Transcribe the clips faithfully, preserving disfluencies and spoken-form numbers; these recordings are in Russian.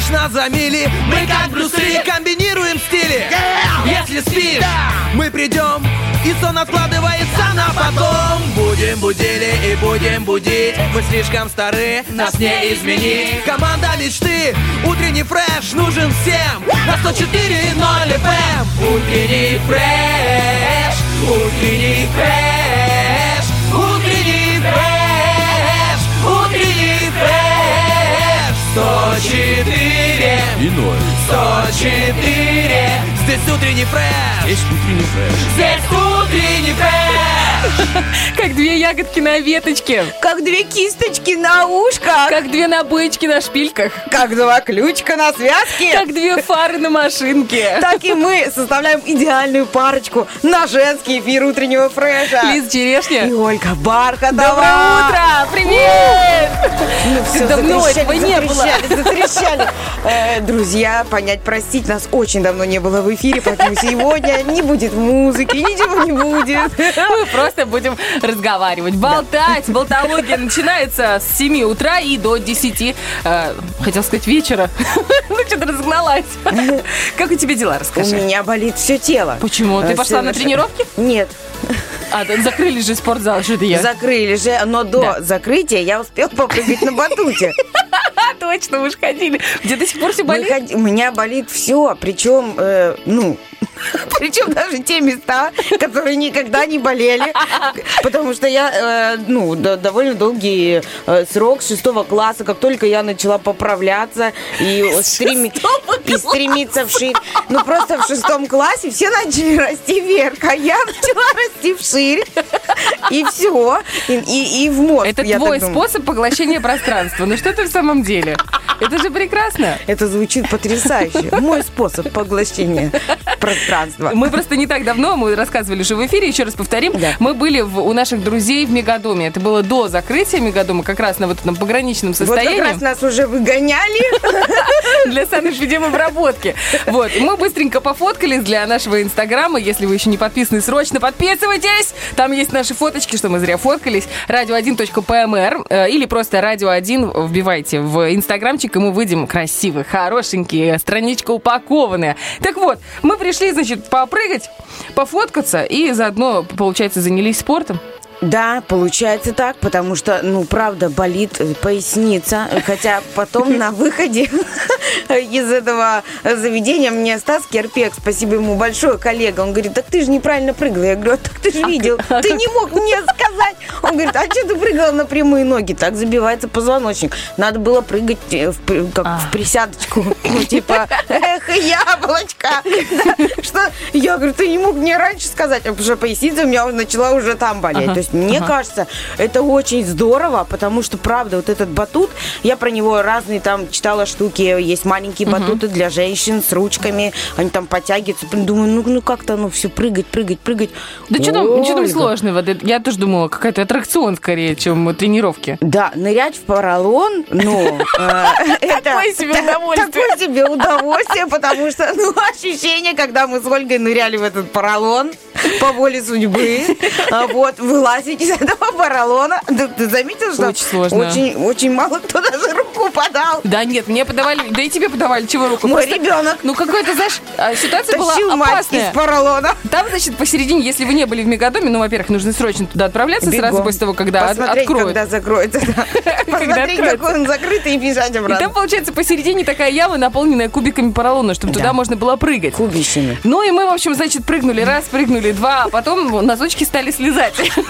нас за мили. Мы как Брюсы комбинируем стили. Если спишь, мы придем, и сон откладывается на потом. Будем будили и будем будить. Мы слишком стары, нас не изменить. Команда мечты, утренний фреш нужен всем. На сто четыре ноль эф эм. Утренний фреш, утренний фреш, утренний фреш, утренний фреш. Сто четыре и ноль. Сто четыре. Здесь утренний фреш. Здесь утренний фреш. Здесь утренний фреш. Как две ягодки на веточке. Как две кисточки на ушках. Как две набоечки на шпильках. Как два ключика на связке. Как две фары на машинке. Так и мы составляем идеальную парочку на женский эфир утреннего фреша. Лиза Черешня и Ольга Бархатова. Доброе утро! Привет! Ну все, давно этого не было. Затрещали. Э, друзья, понять, простить, нас очень давно не было в эфире, поэтому сегодня не будет музыки, ничего не будет. Мы просто будем разговаривать, болтать. Да. Болтология начинается с семи утра и до десяти, э, хотел сказать, вечера. Ну, что-то разгналась. Как у тебя дела, расскажи? У меня болит все тело. Почему? Ты пошла на тренировки? Нет. А, закрыли же спортзал, что это я? Закрыли же, но до да. закрытия я успела попрыгать на батуте. Точно, вы же ходили. Где до сих пор все болит? Ход... У меня болит все, причем, э, ну... Причем даже те места, которые никогда не болели. Потому что я, э, ну, д- довольно долгий э, срок с шестого класса, как только я начала поправляться и, стреми... и стремиться вширь. Ну, просто в шестом классе все начали расти вверх, а я начала расти вширь. И все. И, и, и в мозг. Это твой способ поглощения пространства. Ну, что ты в самом деле? Это же прекрасно. Это звучит потрясающе. Мой способ поглощения пространства. Мы просто не так давно, мы рассказывали уже в эфире, еще раз повторим, да. мы были в, у наших друзей в Мегадоме. Это было до закрытия Мегадома, как раз на вот этом пограничном состоянии. Вот как раз нас уже выгоняли. Для санэпидемобработки. Вот. И мы быстренько пофоткались для нашего инстаграма. Если вы еще не подписаны, срочно подписывайтесь. Там есть наши фоточки, что мы зря фоткались. радио один точка пэ эм эр или просто радио один вбивайте в инстаграмчик, и мы выйдем красивые, хорошенькие, страничка упакованная. Так вот, мы пришли, значит, попрыгать, пофоткаться и заодно, получается, занялись спортом. Да, получается так, потому что, ну, правда, болит поясница. Хотя потом на выходе из этого заведения мне Стас Керпек, спасибо ему большое, коллега, он говорит, так ты же неправильно прыгала. Я говорю, так ты же видел, ты не мог мне сказать. Он говорит, а что ты прыгала на прямые ноги? Так забивается позвоночник. Надо было прыгать в, как в присядочку. Ну, типа, эх, яблочко. Что? Я говорю, ты не мог мне раньше сказать, потому что поясница у меня начала уже там болеть. То есть мне ага. кажется, это очень здорово, потому что, правда, вот этот батут, я про него разные там читала штуки, есть маленькие угу. батуты для женщин с ручками, они там подтягиваются, думаю, ну, ну как-то, ну, все, прыгать, прыгать, прыгать. Да что там, что там сложного? Я тоже думала, какая-то аттракцион скорее, чем тренировки. Да, нырять в поролон, ну, это такое себе удовольствие. Такое себе удовольствие, потому что, ну, ощущение, когда мы с Ольгой ныряли в этот поролон по воле судьбы, вот, вылазить из этого поролона. Ты, ты заметил, что очень сложно. Очень, очень мало кто даже руку подал. Да нет, мне подавали, да и тебе подавали, чего руку? Мой Просто, ребенок. Ну, какая-то, знаешь, ситуация тащил была опасная. Мать из поролона. Там, значит, посередине, если вы не были в Мегадоме, ну, во-первых, нужно срочно туда отправляться Бегом. Сразу после того, когда Посмотреть, откроют. когда закроется. Посмотреть, какой он закрытый, и бежать обратно. И там, получается, посередине такая яма, наполненная кубиками поролона, чтобы туда можно было прыгать. Кубищами. Ну, и мы, в общем, значит, прыгнули раз, прыгнули два, а потом носочки стали слезать.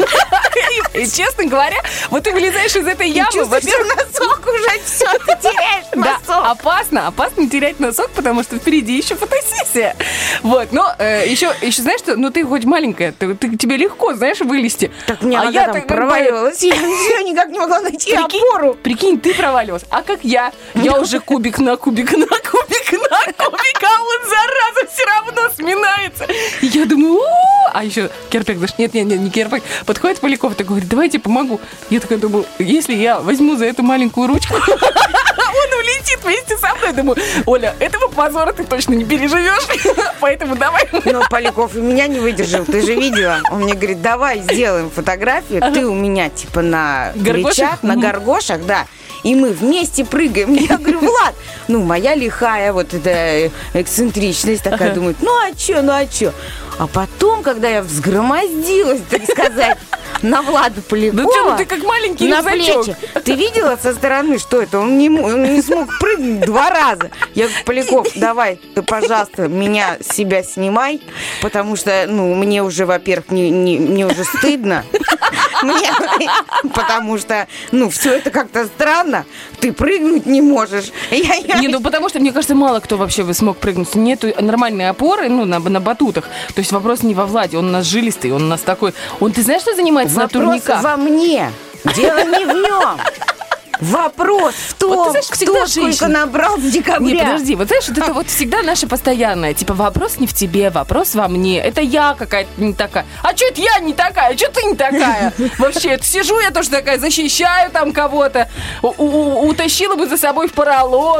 И, честно говоря, вот ты вылезаешь из этой ямы, во-первых, носок уже все, ты теряешь носок. Да, опасно, опасно терять носок, потому что впереди еще фотосессия. Вот, но э, еще, еще, знаешь, что, ну ты хоть маленькая, ты, ты, тебе легко, знаешь, вылезти. Так мне а нога я там проваливалась, я все никак не могла найти прикинь, опору. Прикинь, ты проваливалась, а как я? Я уже кубик на кубик на кубик на кубик, а он, зараза, все равно сминается. И я думаю, у-у-у! А еще Керпек, даже нет, нет, нет, не Керпек, подходит Поляков, такой говорит, давайте помогу. Я такая думаю, если я возьму за эту маленькую ручку, он улетит вместе со мной. Думаю, Оля, этого позора ты точно не переживешь, поэтому давай. Но Поляков и меня не выдержал, ты же видела. Он мне говорит, давай сделаем фотографию, ага. ты у меня типа на плечах, на горгошах, да. И мы вместе прыгаем. Я говорю, Влад, ну, моя лихая вот эта эксцентричность такая, ага. думает, ну, а чё, ну, а чё? А потом, когда я взгромоздилась, так сказать, на Влада Полякова, да что, ну ты как маленький на рюкзачок. Плечи. Ты видела со стороны, что это? Он не, он не смог прыгнуть два раза. Я говорю, Поляков, давай, ты, пожалуйста, меня с себя снимай, потому что, ну, мне уже, во-первых, не, не, мне уже стыдно, мне, потому что, ну, все это как-то странно. Ты прыгнуть не можешь. Я, я... Не, ну потому что, мне кажется, мало кто вообще бы смог прыгнуть. Нету нормальной опоры, ну, на, на батутах. То есть вопрос не во Владе, он у нас жилистый, он у нас такой... Он, ты знаешь, что занимается вопрос на турниках? Во мне. Дело не в нем. Вопрос в том, вот, знаешь, кто сколько набрал в декабре. Не, подожди, вот знаешь, вот это вот всегда наше постоянное. Типа, вопрос не в тебе, вопрос во мне. Это я какая-то не такая. А что это я не такая? А что ты не такая? Вообще, это сижу я тоже такая, защищаю там кого-то. Утащила бы за собой в поролон.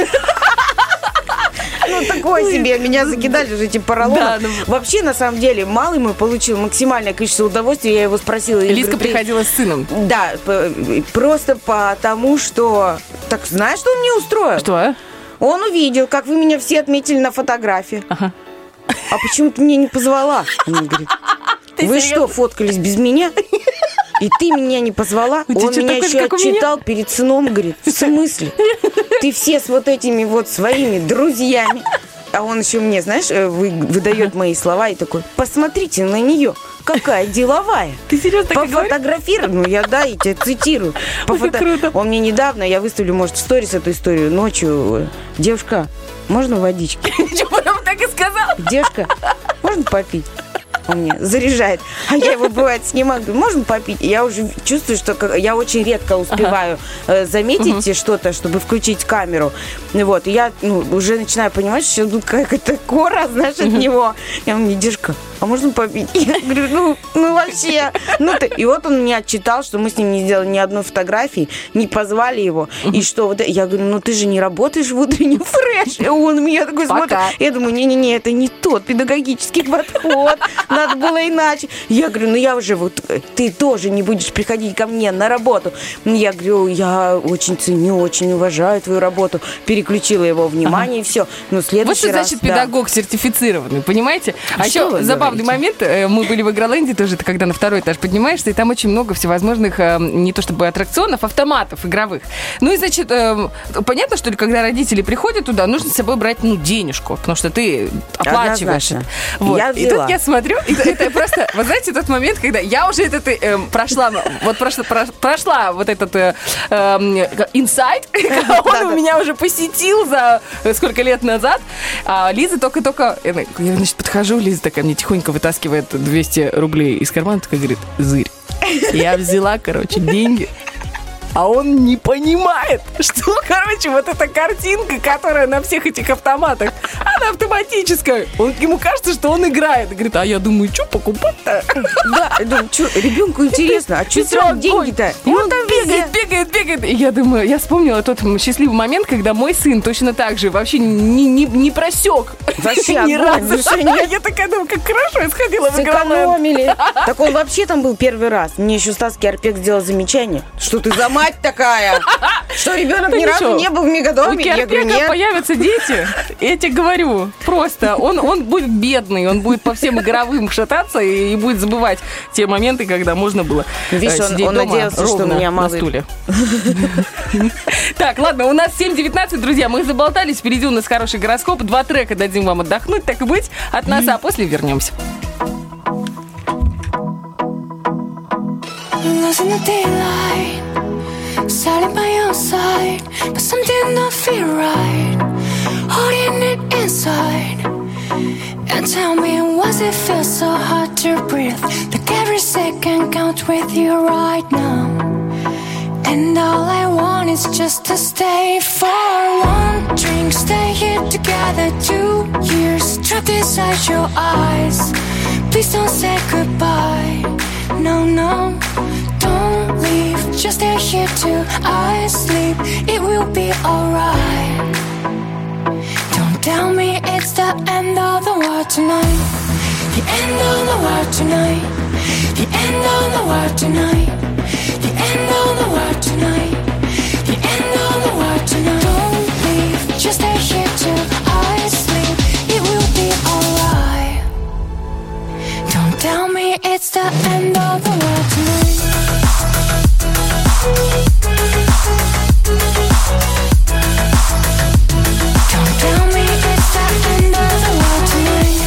Ну, такое себе. Меня закидали уже эти поролоны. Да, ну... Вообще, на самом деле, малый мой получил максимальное количество удовольствия. Я его спросила. Лизка приходила с сыном. Да, просто потому, что... Так знаешь, что он мне устроил? Что? Он увидел, как вы меня все отметили на фотографии. Ага. А почему ты меня не позвала? Он мне говорит, вы что, фоткались без меня? И ты меня не позвала? Он меня еще отчитал перед сном, говорит, в смысле? Ты все с вот этими вот своими друзьями. А он еще мне, знаешь, вы, выдает мои слова и такой, посмотрите на нее, какая деловая. Ты серьезно так пофотографировать? Ну, я, да, я тебя цитирую. Пофото... Он мне недавно, я выставлю, может, в сторис эту историю, ночью. Девушка, можно водички? Что, прям так и сказал? Девушка, можно попить? Он мне заряжает. А я его, бывает, снимаю, говорю, можно попить? И я уже чувствую, что я очень редко успеваю ага. заметить uh-huh. что-то, чтобы включить камеру. Вот. И я ну, уже начинаю понимать, что сейчас будет какая-то кора, знаешь, от uh-huh. него. И он мне, Дишка, а можно попить? И я говорю, ну, ну вообще. Ну, ты... И вот он меня отчитал, что мы с ним не сделали ни одной фотографии, не позвали его. Uh-huh. И что вот я говорю, ну ты же не работаешь в утреннем фреш. И он меня такой Пока. смотрит. Я думаю, не-не-не, это не тот педагогический подход. Надо было иначе. Я говорю, ну я уже вот, ты тоже не будешь приходить ко мне на работу. Я говорю, я очень ценю, очень уважаю твою работу. Переключила его внимание, ага. и все. Но следующий вот что раз, значит да. педагог сертифицированный, понимаете? А что еще забавный момент, мы были в Игроленде тоже, это когда на второй этаж поднимаешься, и там очень много всевозможных, не то чтобы аттракционов, автоматов игровых. Ну и, значит, понятно, что ли, когда родители приходят туда, нужно с собой брать, ну, денежку, потому что ты оплачиваешь это. Вот. Я и тут я смотрю, и это просто, вы знаете, тот момент, когда я уже этот э, прошла, вот прошла, прошла вот этот инсайт, э, он у меня уже посетил за сколько лет назад, а Лиза только-только, я, значит, подхожу, Лиза такая мне тихонько вытаскивает двести рублей из кармана, такая говорит, зырь. Я взяла, короче, деньги. А он не понимает, что, короче, вот эта картинка, которая на всех этих автоматах, она автоматическая. Он, ему кажется, что он играет. Говорит, а я думаю, что покупать-то? Да, я думаю, что, ребенку интересно, а что сразу деньги-то? И он там бегает, бегает, бегает. И я думаю, я вспомнила тот счастливый момент, когда мой сын точно так же вообще не, не, не просек. Вообще ни разу. Нет. Я такая думаю, как хорошо я сходила в Сэкономили. Так он вообще там был первый раз. Мне еще Стаский Арпек сделал замечание, что ты за мать такая, что ребенок ни разу не был в Мегадоме. У Арпека появятся дети, я тебе говорю, просто он, он будет бедный, он будет по всем игровым шататься и, и будет забывать те моменты, когда можно было Видишь, э, сидеть он, он дома надеялся, ровно что меня на стуле. Так, ладно, у нас семь девятнадцать, друзья, мы заболтались, впереди у нас хороший гороскоп, два трека дадим вам отдохнуть, так и быть, от нас, а после вернемся. Sat by your side, but something don't feel right. Holding it inside. And tell me, was it feel so hard to breathe? Like every second counts with you right now. And all I want is just to stay for one drink. Stay here together two years. Trapped inside your eyes. Please don't say goodbye. No, no, don't leave. just stay here till I sleep. It will be alright. Don't tell me it's the end of the world tonight. The end of the world tonight. The end of the world tonight. The end of the world tonight. The end of the world tonight. Don't leave, just stay here till I sleep. It will be alright. Don't tell me it's the end of the world tonight. Don't tell me it's the end of the world tonight.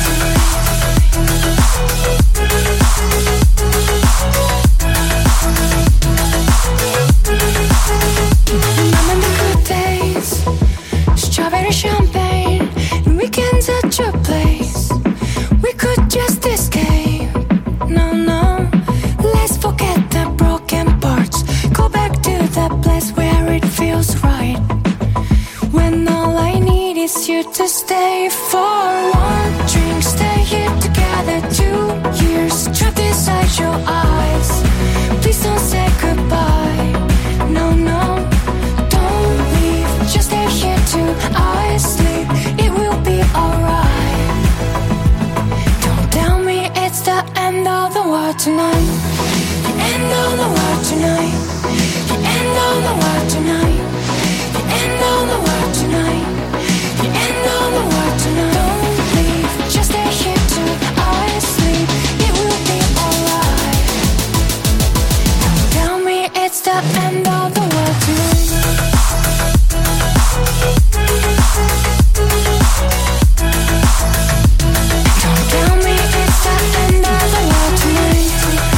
Remember the good days, strawberry champagne, and weekends at your place. We could just escape. No, no, let's forget the broken parts. Go back to the place where it feels right. When all I need is you to stay for one drink. Stay here together two years, trapped inside your eyes. Please don't say goodbye. No, no, don't leave. Just stay here till I sleep. It will be alright. Don't tell me it's the end of the world tonight. The end of the world tonight. The end of the world tonight. The end of the world tonight. The end of the world tonight. Don't leave, just stay here till I sleep. It will be alright. Don't tell me it's the end of the world tonight. Don't tell me it's the end of the world tonight.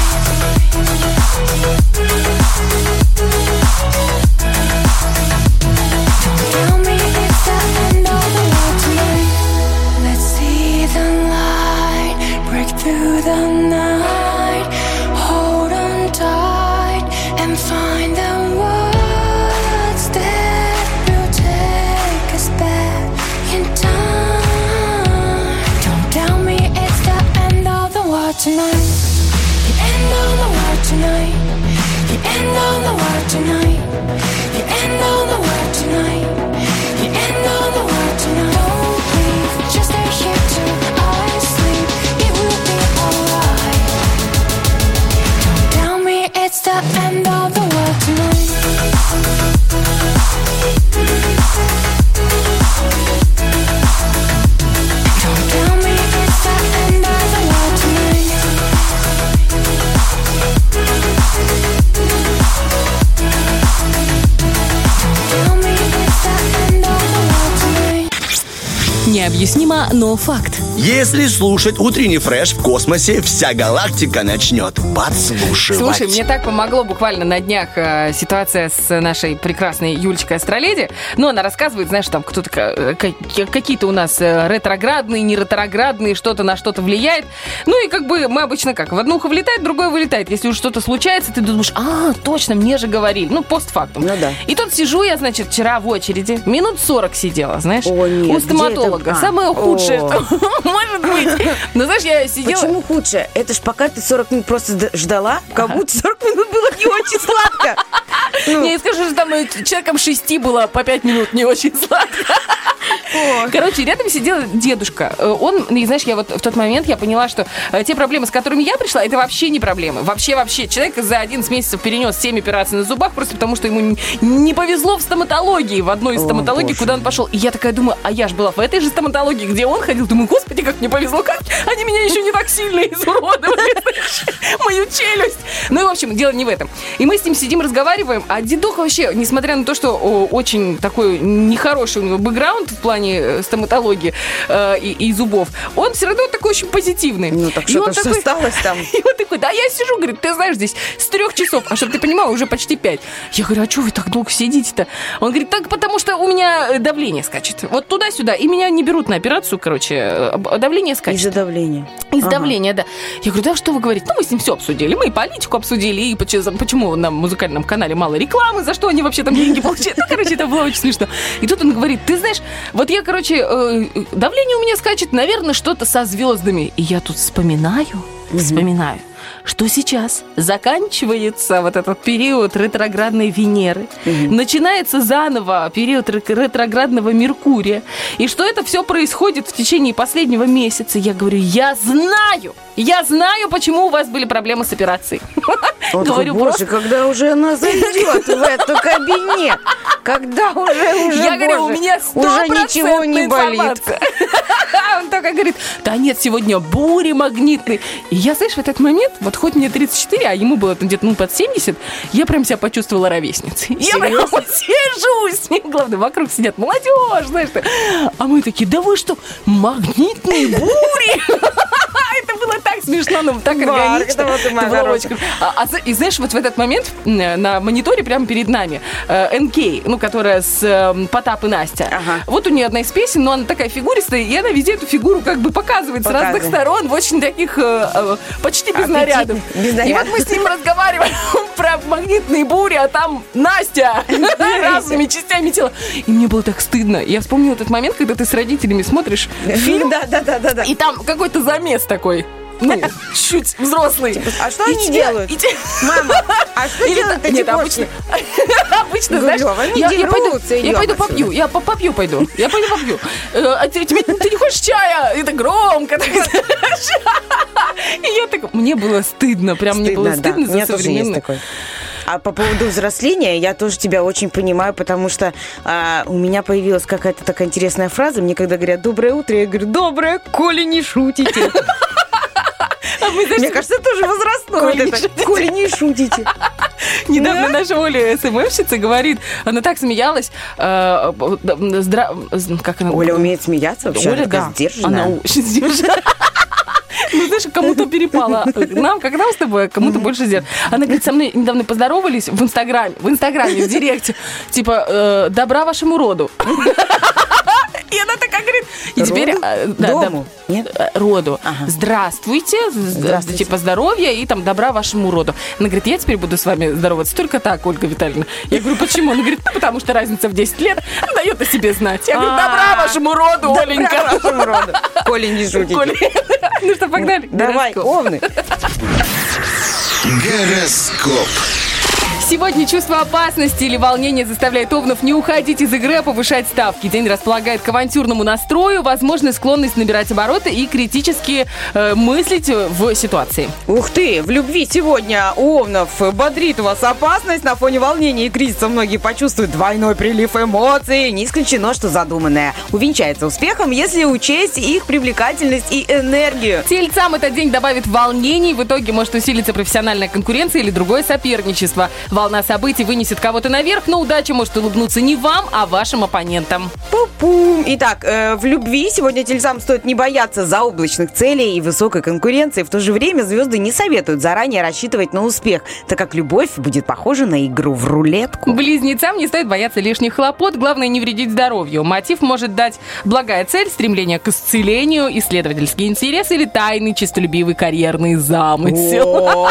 Don't tell me it's the end of the world tonight. Let's see the light break through the night. Hold on tight and find the words that will take us back in time. Don't tell me it's the end of the world tonight. The end of the world tonight. The end of the world tonight. The end of the world tonight. The end of the world tonight. Don't leave, just stay here till I sleep. It will be alright. Don't tell me it's the end of the world tonight. Don't tell me it's the end of the world tonight. Don't tell me it's the end of the world tonight. Необъяснимо, но факт. Если слушать утренний фреш, в космосе вся галактика начнет подслушивать. Слушай, мне так помогло буквально на днях э, ситуация с нашей прекрасной Юлечкой Астроледи. Ну, она рассказывает, знаешь, там кто-то к- к- какие-то у нас э, ретроградные, не ретроградные, что-то на что-то влияет. Ну и как бы мы обычно как, в одно ухо влетает, в другое вылетает. Если уж что-то случается, ты думаешь, а, точно, мне же говорили. Ну, постфактум. Ну да. И тут сижу я, значит, вчера в очереди, минут сорок сидела, знаешь, О, нет, у стоматолога. где это? А. Самое худшее, О. что может быть. Ну, знаешь, я сидела... Почему худше? Это ж пока ты сорок минут просто д- ждала, как будто сорок минут было не очень сладко. Ну. Не, я скажу, что там э, человеком шести было по пять минут не очень сладко. Короче, рядом сидел дедушка. Э, Он, и знаешь, я вот в тот момент я поняла, что э, те проблемы, с которыми я пришла, это вообще не проблемы. Вообще-вообще. Человек за одиннадцать месяцев перенес семь операций на зубах просто потому, что ему не, не повезло в стоматологии, в одной из О, стоматологий, Боже. куда он пошел. И я такая думаю, а я ж была в этой же стоматологии, где он ходил. Думаю, господи, как мне повезло, как они меня еще не так сильно изуродовали, знаешь, мою челюсть. Ну и, в общем, дело не в этом. И мы с ним сидим, разговариваем, а дедуха вообще, несмотря на то, что о, очень такой нехороший у него бэкграунд в плане э, стоматологии э, и, и зубов, он все равно такой очень позитивный. Ну так И что-то он ж такой- осталось там. И он такой, да, я сижу, говорит, ты знаешь, здесь с трех часов, а чтобы ты понимала, уже почти пять. Я говорю, а что вы так долго сидите-то? Он говорит, так потому что у меня давление скачет. Вот туда-сюда. И меня не берут на операцию, короче, э, давление скачет. Из-за давления. Из Ага. давления, да. Я говорю, да что вы говорите? Ну, мы с ним все обсудили. Мы и политику обсудили, и почему, почему на музыкальном канале мало рекламы, за что они вообще там деньги получают. Ну, короче, это было очень смешно. И тут он говорит, ты знаешь, вот я, короче, э, давление у меня скачет, наверное, что-то со звездами. И я тут вспоминаю, вспоминаю, что сейчас заканчивается вот этот период ретроградной Венеры, угу. начинается заново период ретроградного Меркурия, и что это все происходит в течение последнего месяца. Я говорю, я знаю, я знаю, почему у вас были проблемы с операцией. Вот говорю, боже, когда уже она зайдет в эту кабинет, когда уже, уже, я боже, говорю, у меня уже ничего не болит. Он только говорит, да нет, сегодня бури магнитные. И я, знаешь, в этот момент, вот хоть мне тридцать четыре, а ему было где-то ну, под семьдесят, я прям себя почувствовала ровесницей. Я прям сижу с ним, главное, вокруг сидят молодежь, знаешь, а мы такие, да вы что, магнитные бури? Это было так смешно, но так органично. И знаешь, вот в этот момент на мониторе прямо перед нами эн кей, ну, которая с Потап и Настя. Вот у нее одна из песен, но она такая фигуристая, и она везде эту фигуру как бы показывает с разных сторон, в очень таких почти без нарядов. И вот мы с ним разговариваем про магнитные бури, а там Настя разными частями тела. И мне было так стыдно. Я вспомнила этот момент, когда ты с родителями смотришь фильм, да, да, да, да, да. И там какой-то замес такой. Ну, чуть взрослый. А что они делают? Мама, а что делают эти кошки? Обычно, знаешь, я пойду попью, я попью пойду, я пойду попью. Ты не хочешь чая? Это громко. И я так, мне было стыдно, прям мне было стыдно за современных. А по поводу взросления, я тоже тебя очень понимаю, потому что а, у меня появилась какая-то такая интересная фраза. Мне когда говорят «доброе утро», я говорю «доброе, коли не шутите». А мы, знаешь, мне кажется, это тоже возрастное. Коли, вот это. Коли не шутите. Недавно да? наша Оля, СММщица, говорит, она так смеялась. Э, здра... как она? Оля умеет смеяться вообще? Оля, да. Сдержанная. Она очень сдержанная. Ну, знаешь, кому-то перепало. Нам, как нам с тобой, кому-то больше сделать. Она говорит, со мной недавно поздоровались в Инстаграме, в Инстаграме, в Директе. Типа, э, добра вашему роду. И она такая говорит, и теперь... Да, Дому? Да, нет? Роду. Ага. Здравствуйте, Здравствуйте, типа здоровья и там добра вашему роду. Она говорит, я теперь буду с вами здороваться только так, Ольга Витальевна. Я говорю, почему? Она говорит, ну, потому что разница в десять лет дает о себе знать. Я говорю, добра вашему роду, Оленька. Добра вашему роду. Коля, не шутите. Ну что, погнали. Давай, овны. Гороскоп. Сегодня чувство опасности или волнения заставляет овнов не уходить из игры, а повышать ставки. День располагает к авантюрному настрою, возможна склонность набирать обороты и критически э, мыслить в ситуации. Ух ты, в любви сегодня у овнов бодрит вас опасность. На фоне волнения и кризиса многие почувствуют двойной прилив эмоций. Не исключено, что задуманное увенчается успехом, если учесть их привлекательность и энергию. Тельцам этот день добавит волнений, в итоге может усилиться профессиональная конкуренция или другое соперничество. Волна событий вынесет кого-то наверх, но удача может улыбнуться не вам, а вашим оппонентам. Пу-пум. Итак, э, в любви сегодня тельцам стоит не бояться заоблачных целей и высокой конкуренции. В то же время звезды не советуют заранее рассчитывать на успех, так как любовь будет похожа на игру в рулетку. Близнецам не стоит бояться лишних хлопот, главное не вредить здоровью. Мотив может дать благая цель, стремление к исцелению, исследовательский интерес или тайный, честолюбивый карьерный замысел.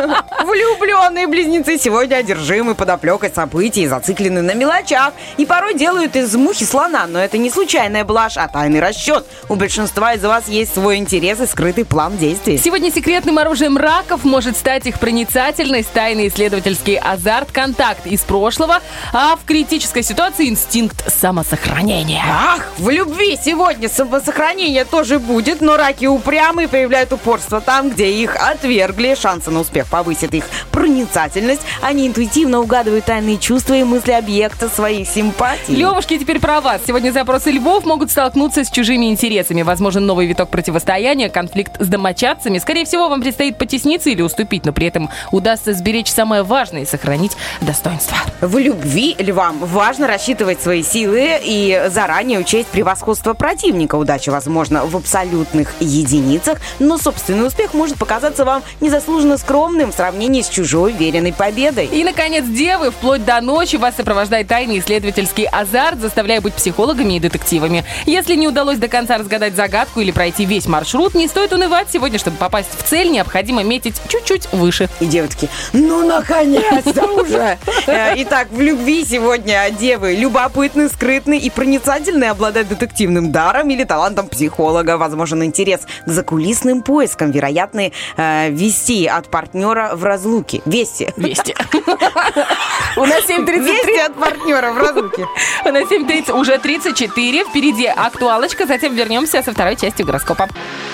Влюбленные близнецы сегодня одержимы подоплекой событий, зациклены на мелочах и порой делают из мухи слона, но это не случайная блажь, а тайный расчет. У большинства из вас есть свой интерес и скрытый план действий. Сегодня секретным оружием раков может стать их проницательность, тайный исследовательский азарт, контакт из прошлого, а в критической ситуации инстинкт самосохранения. Ах, в любви сегодня самосохранение тоже будет, но раки упрямые, проявляют упорство там, где их отвергли. Шансы на успех повысит их проницательность. Они интуитивно угадывают тайные чувства и мысли объекта своих симпатий. Левушки, теперь про вас. Сегодня запросы львов могут столкнуться с чужими интересами. Возможен новый виток противостояния, конфликт с домочадцами. Скорее всего, вам предстоит потесниться или уступить, но при этом удастся сберечь самое важное и сохранить достоинство. В любви львам важно рассчитывать свои силы и заранее учесть превосходство противника. Удача возможна в абсолютных единицах, но собственный успех может показаться вам незаслуженно скромным в сравнении с чужой веренной победой. И, наконец, девы, вплоть до ночи вас сопровождает тайный исследовательский азарт, заставляя быть психологами и детективами. Если не удалось до конца разгадать загадку или пройти весь маршрут, не стоит унывать. Сегодня, чтобы попасть в цель, необходимо метить чуть-чуть выше. И девочки, ну, наконец-то уже! Итак, в любви сегодня девы любопытны, скрытны и проницательны, обладают детективным даром или талантом психолога. Возможен интерес к закулисным поискам, вероятные э, вести от партнера в разлуке. Вести. Вести. У нас семь тридцать три. Вести от партнера в разлуке. У нас семь тридцать, уже тридцать четыре. Впереди актуалочка, затем вернемся со второй частью гороскопа.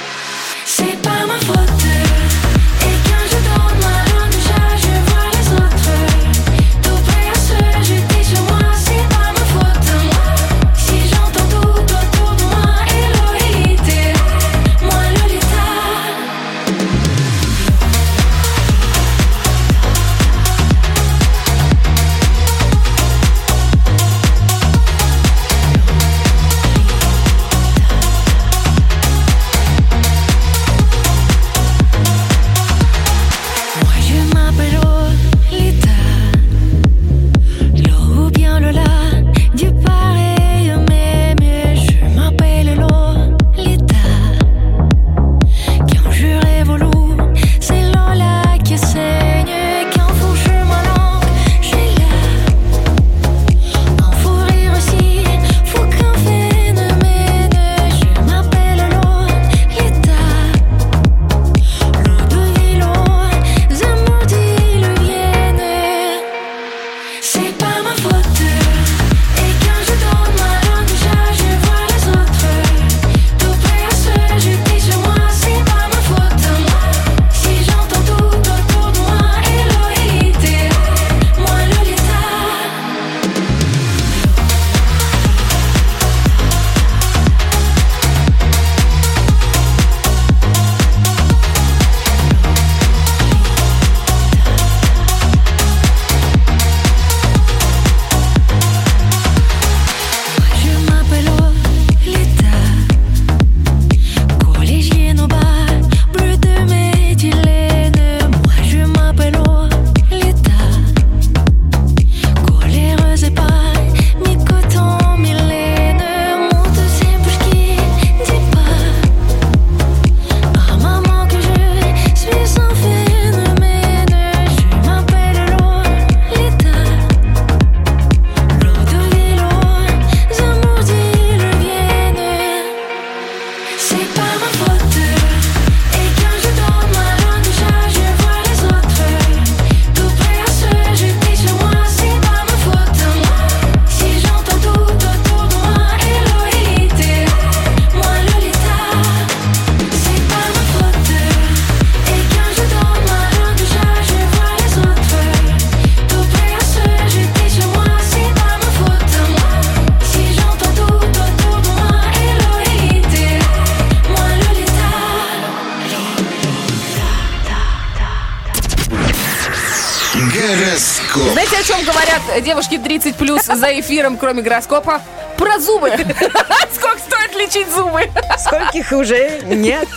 Гороскоп. Знаете, о чем говорят девушки тридцать плюс за эфиром, кроме гороскопа? Про зубы. Сколько стоит лечить зубы? Скольких уже нет.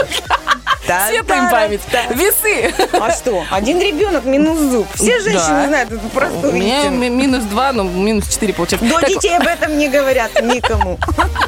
Светлая память. Весы. А что? Один ребенок минус зуб. Все женщины Да. знают эту простую У меня истину. ми- минус два, но минус четыре получается. До Так, детей об этом не говорят никому.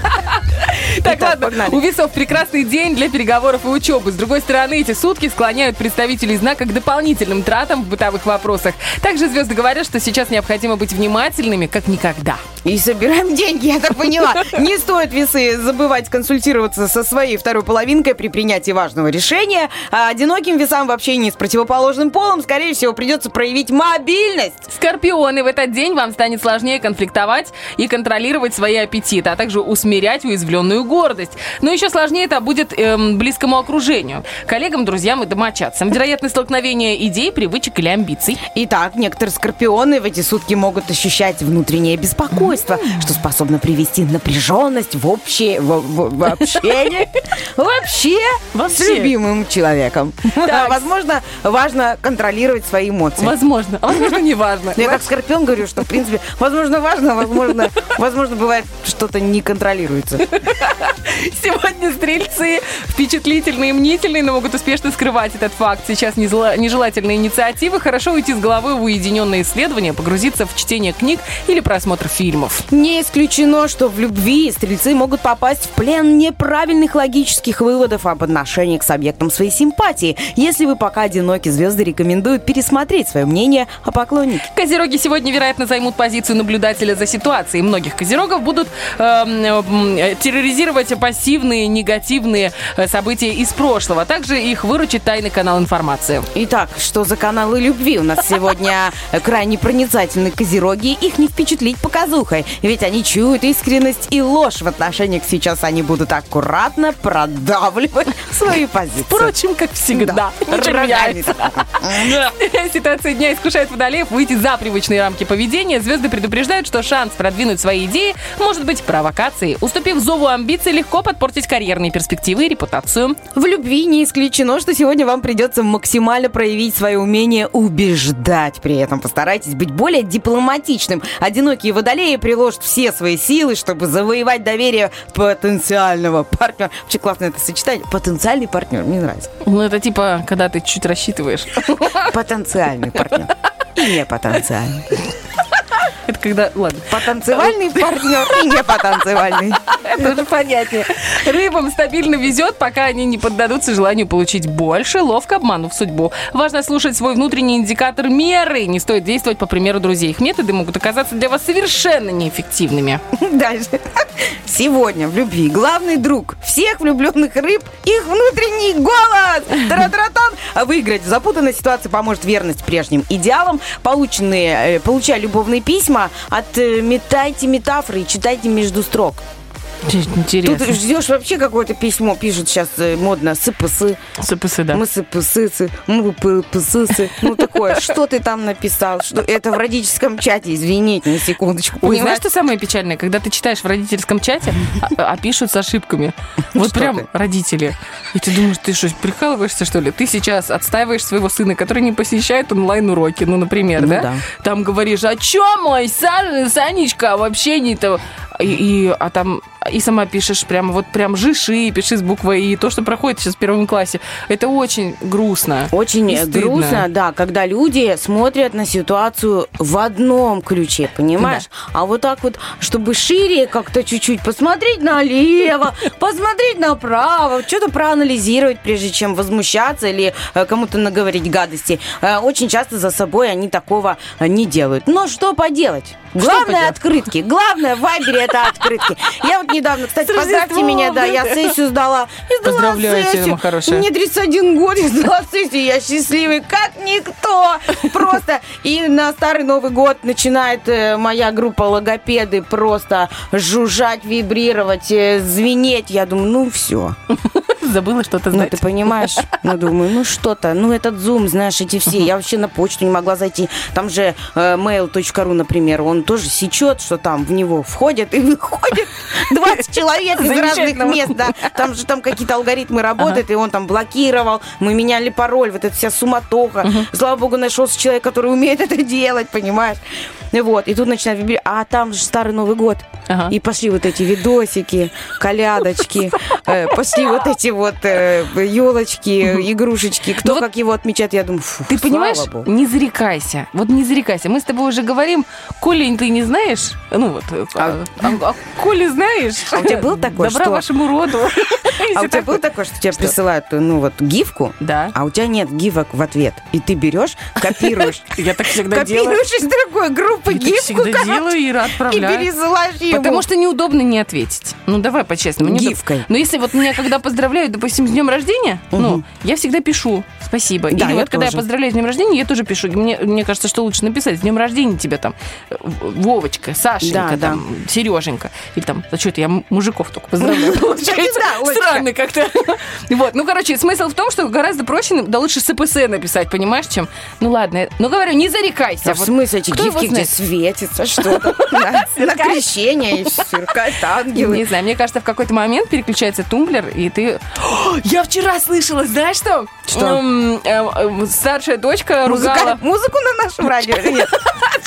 Так, Итак, ладно, погнали. у весов прекрасный день для переговоров и учебы. С другой стороны, эти сутки склоняют представителей знака к дополнительным тратам в бытовых вопросах. Также звезды говорят, что сейчас необходимо быть внимательными, как никогда. И собираем деньги, я так поняла. Не стоит, весы, забывать консультироваться со своей второй половинкой при принятии важного решения. А одиноким весам в общении с противоположным полом, скорее всего, придется проявить мобильность. Скорпионы, в этот день вам станет сложнее конфликтовать и контролировать свои аппетиты, а также усмирять уязвленную гордость. Но еще сложнее это будет эм, близкому окружению, коллегам, друзьям и домочадцам. Вероятность столкновения идей, привычек или амбиций. Итак, некоторые скорпионы в эти сутки могут ощущать внутреннее беспокойство, mm-hmm. что способно привести напряженность в общее в, в, в общении вообще с любимым человеком. Возможно, важно контролировать свои эмоции. Возможно, а возможно, не важно. Я как скорпион говорю, что, в принципе, возможно, важно, возможно, возможно, бывает, что-то не контролируется. Сегодня стрельцы впечатлительные и мнительные, но могут успешно скрывать этот факт. Сейчас нежелательные инициативы. Хорошо уйти с головой в уединенное исследование, погрузиться в чтение книг или просмотр фильмов. Не исключено, что в любви стрельцы могут попасть в плен неправильных логических выводов об отношении к субъектам своей симпатии. Если вы пока одиноки, звезды рекомендуют пересмотреть свое мнение о поклоннике. Козероги сегодня, вероятно, займут позицию наблюдателя за ситуацией. Многих козерогов будут э, э, терроризировать пассивные, негативные события из прошлого. Также их выручит тайный канал информации. Итак, что за каналы любви? У нас сегодня крайне проницательные козероги. Их не впечатлить показухой, ведь они чуют искренность и ложь в отношениях. Сейчас они будут аккуратно продавливать свою позицию. Впрочем, как всегда. Ситуация дня искушает водолеев выйти за привычные рамки поведения. Звезды предупреждают, что шанс продвинуть свои идеи может быть провокацией. Уступив зову амбиций, легко подпортить карьерные перспективы и репутацию. В любви не исключено, что сегодня вам придется максимально проявить свое умение убеждать. При этом постарайтесь быть более дипломатичным. Одинокие водолеи приложат все свои силы, чтобы завоевать доверие потенциального партнера. Очень классно это сочетание. Потенциальный партнер. Мне нравится. Ну, это типа, когда ты чуть рассчитываешь. Потенциальный партнер. И не потенциальный. Это когда... Ладно. Потанцевальный партнер и не потанцевальный. Это уже понятнее. Рыбам стабильно везет, пока они не поддадутся желанию получить больше, ловко обманув судьбу. Важно слушать свой внутренний индикатор меры. Не стоит действовать по примеру друзей. Их методы могут оказаться для вас совершенно неэффективными. Дальше. Сегодня в любви главный друг всех влюбленных рыб – их внутренний голос. Тара-тара-тан. А выиграть в запутанной ситуации поможет верность прежним идеалам. Полученные, получая любовные письма, отметайте метафоры и читайте между строк. Интересно. Тут ждешь вообще какое-то письмо, пишут сейчас модно, СПС. СПС, да. Мы СПС, мы ПС. Ну такое, что ты там написал? Что это в родительском чате, извините, на секундочку. Ой, знаешь, что самое печальное? Когда ты читаешь в родительском чате, а, а пишут с ошибками. Вот прям ты? Родители. И ты думаешь, ты что, прикалываешься, что ли? Ты сейчас отстаиваешь своего сына, который не посещает онлайн-уроки, ну, например, ну, да? да? Там говоришь, а чё мой Сан, Санечка вообще не то... И, и, а там и сама пишешь прямо вот прям жиши, пиши с буквой И. То, что проходит сейчас в первом классе, это очень грустно. Очень грустно, да, когда люди смотрят на ситуацию в одном ключе, понимаешь? Да. А вот так вот, чтобы шире как-то чуть-чуть посмотреть налево, посмотреть направо, что-то проанализировать, прежде чем возмущаться или кому-то наговорить гадости. Очень часто за собой они такого не делают. Но что поделать? Главное открытки. Главное в Вайбере это открытки. Я вот недавно, кстати, поздравьте меня, да, я сессию сдала. И сдала Поздравляю сессию. тебя, хорошая. Мне тридцать один год, я сдала сессию, я счастливый, как никто. Просто. И на Старый Новый год начинает моя группа логопеды просто жужжать, вибрировать, звенеть. Я думаю, ну все. Забыла что-то знать. Ну, ты понимаешь? Ну, думаю, ну что-то. Ну, этот Zoom, знаешь, эти все. Я вообще на почту не могла зайти. Там же э, mail точка ру, например, он тоже сечет, что там в него входят и выходят двадцать человек из разных мест. Да. Там же там какие-то алгоритмы работают, и он там блокировал. Мы меняли пароль, вот эта вся суматоха. Слава богу, нашелся человек, который умеет это делать, понимаешь? Вот. И тут начинает вибрировать. А там же Старый Новый год. Ага. И пошли вот эти видосики, колядочки, э, пошли вот эти вот э, елочки, игрушечки. Кто ну как вот его отмечает, я думаю, фу, ты понимаешь, Богу. Не зарекайся. Вот не зарекайся. Мы с тобой уже говорим, коли ты не знаешь, ну вот, а, а, а коли знаешь, а у тебя было такое, добра что... вашему роду. А у тебя было такое, что тебе присылают, ну вот, гифку, да. А у тебя нет гифок в ответ. И ты берешь, копируешь. Я так всегда делаю. Копируешь из другой группы гифку, всегда делаю и отправляю. И пересылаешь ему. Потому что неудобно не ответить. Ну, давай по-честному. Гифкой. Но если вот меня когда поздравляют, допустим, с днем рождения, угу. ну, я всегда пишу спасибо. Да, Или вот тоже. когда я поздравляю с днем рождения, я тоже пишу. Мне, мне кажется, что лучше написать с днем рождения тебя там Вовочка, Сашенька, да, там, да. Сереженька. Или там, а что это я мужиков только поздравляю. Получается странно как-то. Вот, ну, короче, смысл в том, что гораздо проще, да лучше СПС написать, понимаешь, чем... Ну, ладно, ну, говорю, не зарекайся. В смысле, эти гифки, где светится что-то, на крещение, и сверкает ангелы. Не знаю, мне кажется, в какой-то момент переключается тумблер, и ты... Я вчера слышала, знаешь что? Что? Старшая дочка ругала... Музыку на нашем радио или нет?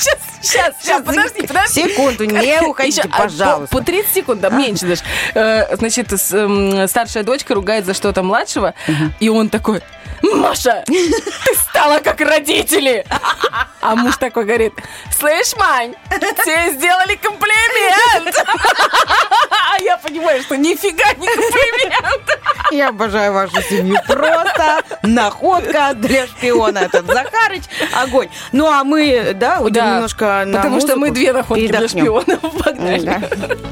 Сейчас, сейчас, сейчас, подожди, подожди. Секунду, не уходите, Еще, а, пожалуйста. По, по тридцать секунд, да, меньше даже. Э, значит, с, эм, старшая дочка ругает за что-то младшего, и он такой: Маша, ты стала как родители. А муж такой говорит: слышь, Мань, тебе сделали комплимент. А я понимаю, что нифига не комплимент. Я обожаю вашу семью. Просто находка для шпиона. Этот Захарыч, огонь. Ну, а мы, да, уйдем Да, немножко на потому что музыку, мы две находки для передохнем. шпионов. Погнали. Да.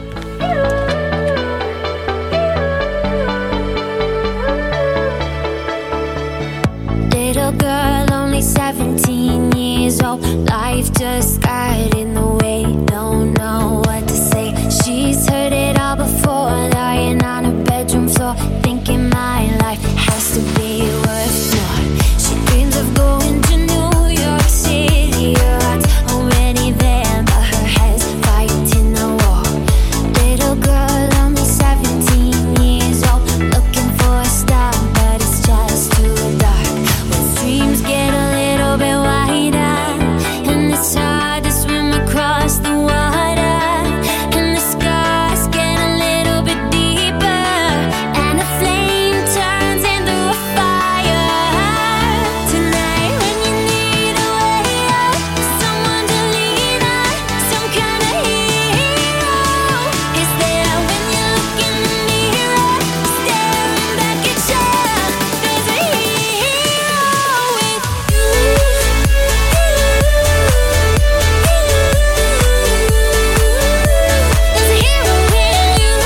Little girl, only seventeen years old. Life just got in the way. Don't know what to say. She's heard it all before. Lying on her bedroom floor, thinking my life has to be worth more. She dreams of going to New York City. Her heart's already there, but her head's fighting the war. Little girl, only seventeen years old, looking for a star, but it's just too dark. Dreams get a little bit wider, and it's hard to swim across the water. And the scars get a little bit deeper, and a flame turns into a fire. Tonight when you need a way out, someone to lean on, some kind of hero is there when you look in the mirror, staring back at you. There's a hero with you. There's a hero in you.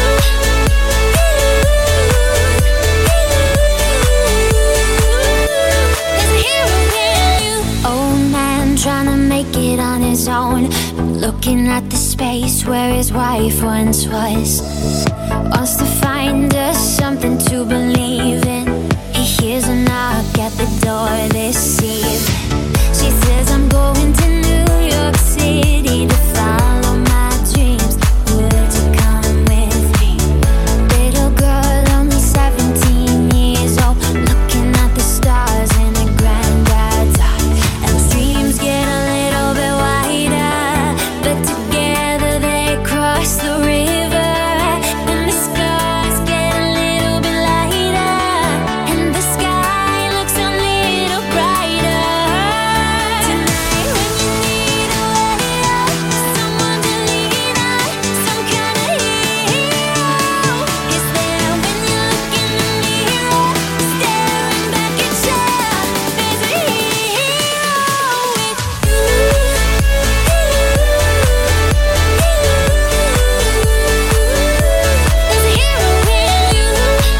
There's a hero in you. Old man trying to make it on his own, looking at the space where his wife once was. Wants to find us something to believe in. He hears a knock at the door this evening. She says, I'm going to New York City to follow my dreams. Would you come with me? Little girl, only seventeen years old, looking at the stars in a granddad's eye. And the dreams get a little bit wider, but together they cross the river. And the scars get a little bit lighter, and the sky looks a little brighter. Tonight when you need a way out, someone to lean on, some kind of hero is there when you look in the mirror, staring back at you. There's a hero with you. There's a hero in you.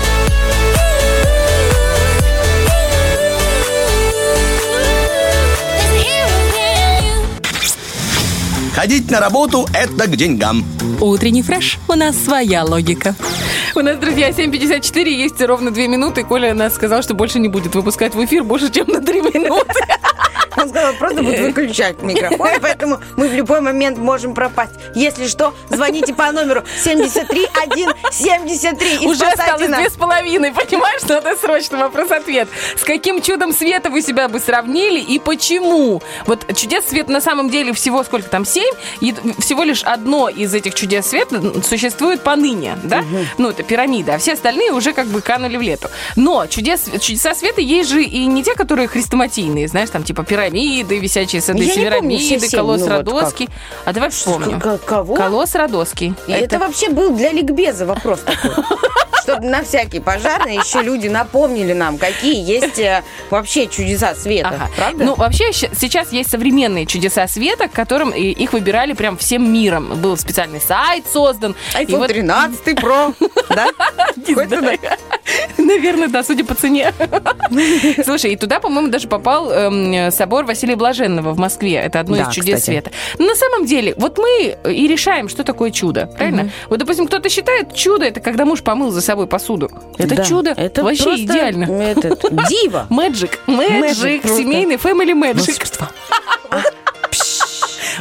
There's a hero in you. Ходить на работу – это к деньгам. Утренний фреш. У нас своя логика. У нас, друзья, семь пятьдесят четыре, есть ровно две минуты. Коля нас сказал, что больше не будет выпускать в эфир больше, чем на три минуты. Он сказал, просто будет выключать микрофон, поэтому мы в любой момент можем пропасть. Если что, звоните по номеру семьдесят три один семьдесят три и Уже спасайте осталось нас. две с половиной, понимаешь? Надо срочно вопрос-ответ. С каким чудом света вы себя бы сравнили и почему? Вот чудес света на самом деле всего сколько там, семь? И всего лишь одно из этих чудес света существует поныне, да? Угу. Ну, это пирамида, а все остальные уже как бы канули в лету. Но чудес, чудеса света есть же и не те, которые хрестоматийные, знаешь, там типа пирамиды, висячие сады, Я не помню все Семирамиды, семь, колосс ну вот Родосский. А давай вспомним. К- Кого? Колосс Родосский. И это... вообще был для ликбеза вопрос такой. Чтобы на всякий пожарный еще люди напомнили нам, какие есть э, вообще чудеса света. Ага. Правда? Ну, вообще, щ- сейчас есть современные чудеса света, к которым и- их выбирали прям всем миром. Был специальный сайт создан. И айфон вот- тринадцать Pro, да? Не Хоть знаю. Наверное, да, судя по цене. Слушай, и туда, по-моему, даже попал эм, собор Василия Блаженного в Москве. Это одно Да, из чудес кстати. света. Но на самом деле, вот мы и решаем, что такое чудо, правильно? Вот, допустим, кто-то считает, чудо — это когда муж помыл за собой посуду. Это Да, чудо. это Вообще просто идеально. Этот, дива. Мэджик. Magic Мэджик. просто. Семейный family magic. Волшебство.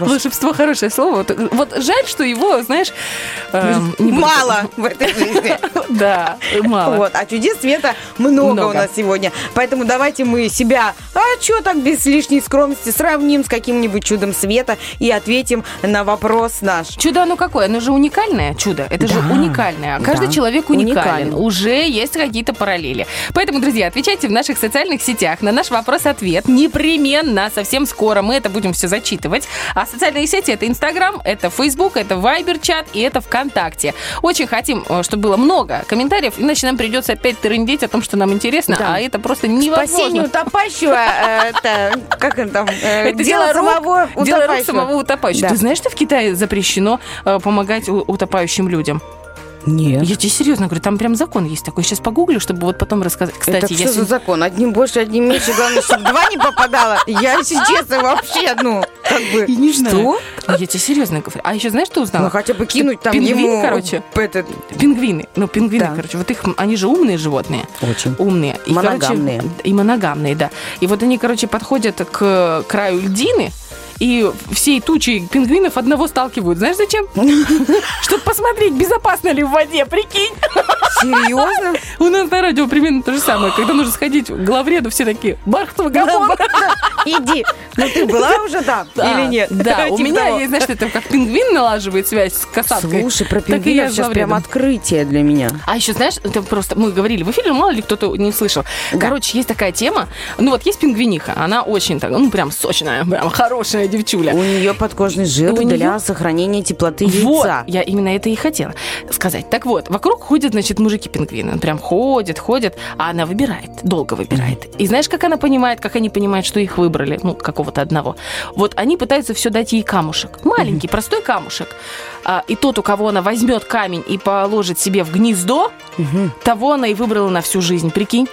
Волшебство хорошее слово. Вот, вот жаль, что его, знаешь... эм, не буду- Мало в этой жизни. Да, мало. Вот, а чудес света много, Много. у нас сегодня. Поэтому давайте мы себя, а что так без лишней скромности, сравним с каким-нибудь чудом света и ответим на вопрос наш. Чудо, оно какое? Оно же уникальное чудо. Это же Да. уникальное. Каждый Да. человек уникален. Уникален. Уже есть какие-то параллели. Поэтому, друзья, отвечайте в наших социальных сетях на наш вопрос-ответ. Непременно, совсем скоро мы это будем все зачитывать. А социальные сети — это Инстаграм, это Фейсбук, это Вайбер-чат и это ВКонтакте. Очень хотим, чтобы было много комментариев, иначе нам придется опять трындеть о том, что нам интересно, Да. а это просто Спасение невозможно. утопающего, э, это, как он там, э, Это дело рук- самого дело рук утопающего. самого утопающего. Да. Ты знаешь, что в Китае запрещено э, помогать у- утопающим людям? Нет. Я тебе серьезно говорю, там прям закон есть такой. Сейчас погуглю, чтобы вот потом рассказать. Кстати, Это что если... за закон? Одним больше, одним меньше. Главное, чтобы два не попадало. Я, если честно, вообще, ну, как бы... не Что? Я тебе серьезно говорю. А еще знаешь, что узнала? Ну, хотя бы кинуть там Пингвины, ему... короче. Этот... Пингвины. Ну, пингвины, Да. короче, вот их, они же умные животные. Очень. Умные. И, Моногамные. короче, и моногамные, да. И вот они, короче, подходят к краю льдины, и всей тучей пингвинов одного сталкивают. Знаешь, зачем? Чтобы посмотреть, безопасно ли в воде, прикинь. Серьезно? У нас на радио примерно то же самое. Когда нужно сходить к главреду, все такие, бархатовый гамон. Иди. Ну, ты была уже там Да, или нет? Да, у Типа меня того. есть, знаешь, это как пингвин налаживает связь с касаткой. Слушай, про так и я пингвинов с сейчас прям главредом. открытие для меня. А еще, знаешь, это просто мы говорили в эфире, мало ли кто-то не слышал. Короче, есть такая тема. Ну вот есть пингвиниха, она очень так, ну прям сочная, прям хорошая девчуля. У нее подкожный жир У для неё- сохранения теплоты Вот, яйца. я именно это и хотела сказать. Так вот, вокруг ходят, значит, мужики-пингвины. Он прям ходит, ходит, а она выбирает, долго выбирает. И знаешь, как она понимает, как они понимают, что их выбрали, ну, какого-то одного. Вот они пытаются все дать ей камушек. Маленький, простой камушек. А, и тот, у кого она возьмет камень и положит себе в гнездо, того она и выбрала на всю жизнь. Прикинь?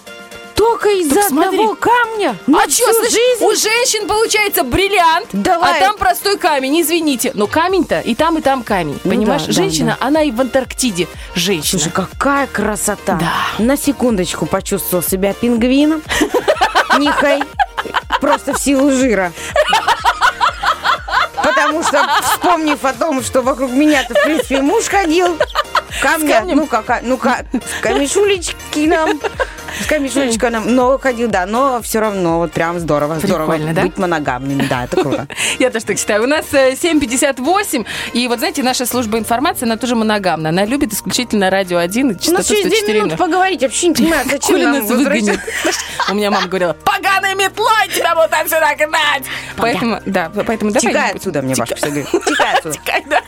Только из-за Так смотри. одного камня? На а всю что, слышь, жизнь? у женщин получается бриллиант, Давай. а там простой камень, извините. Но камень-то и там, и там камень, Ну понимаешь? да, да, Женщина, она и в Антарктиде женщина. Слушай, какая красота. Да. На секундочку почувствовал себя пингвином. Нихай. Просто в силу жира. Потому что, вспомнив о том, что вокруг меня-то, в принципе, муж ходил, камня, камнем? ну, как, ну, как, с камешулечки нам, с камешулечкой нам, но ходил, да, но все равно, вот прям здорово, здорово Прикольно, да? быть моногамными, да, это круто. Я тоже так считаю. У нас э, семь пятьдесят восемь, и вот, знаете, наша служба информации, она тоже моногамна. Она любит исключительно радио один и У частоту нас через сто девять четыре. минут поговорить, вообще не понимаю, зачем Коля нам нас выгонит. возвращаться. У меня мама говорила, поганой метлой тебя будут отсюда гнать. Поэтому, да, поэтому давай. Тикай отсюда, мне Тикай. бабушка говорит. Тикай отсюда. Тикай, да.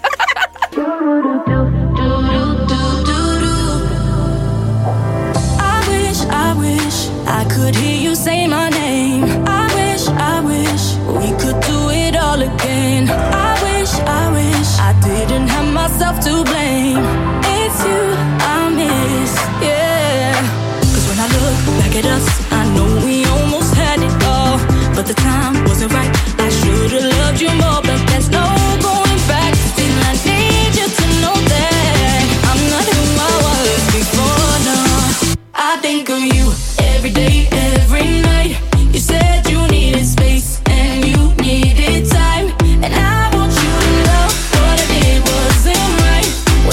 I wish, I wish I could hear you say my name. I wish, I wish we could do it all again. I wish, I wish I didn't have myself to blame. It's you I miss, yeah. Cause when I look back at us, I know we almost had it all. But the time wasn't right. I should've loved you more, but there's no going back. Still I need you to know that I'm not who I was before, no. I think of you every day, every night. You said you needed space and you needed time, and I want you to know what I did wasn't right.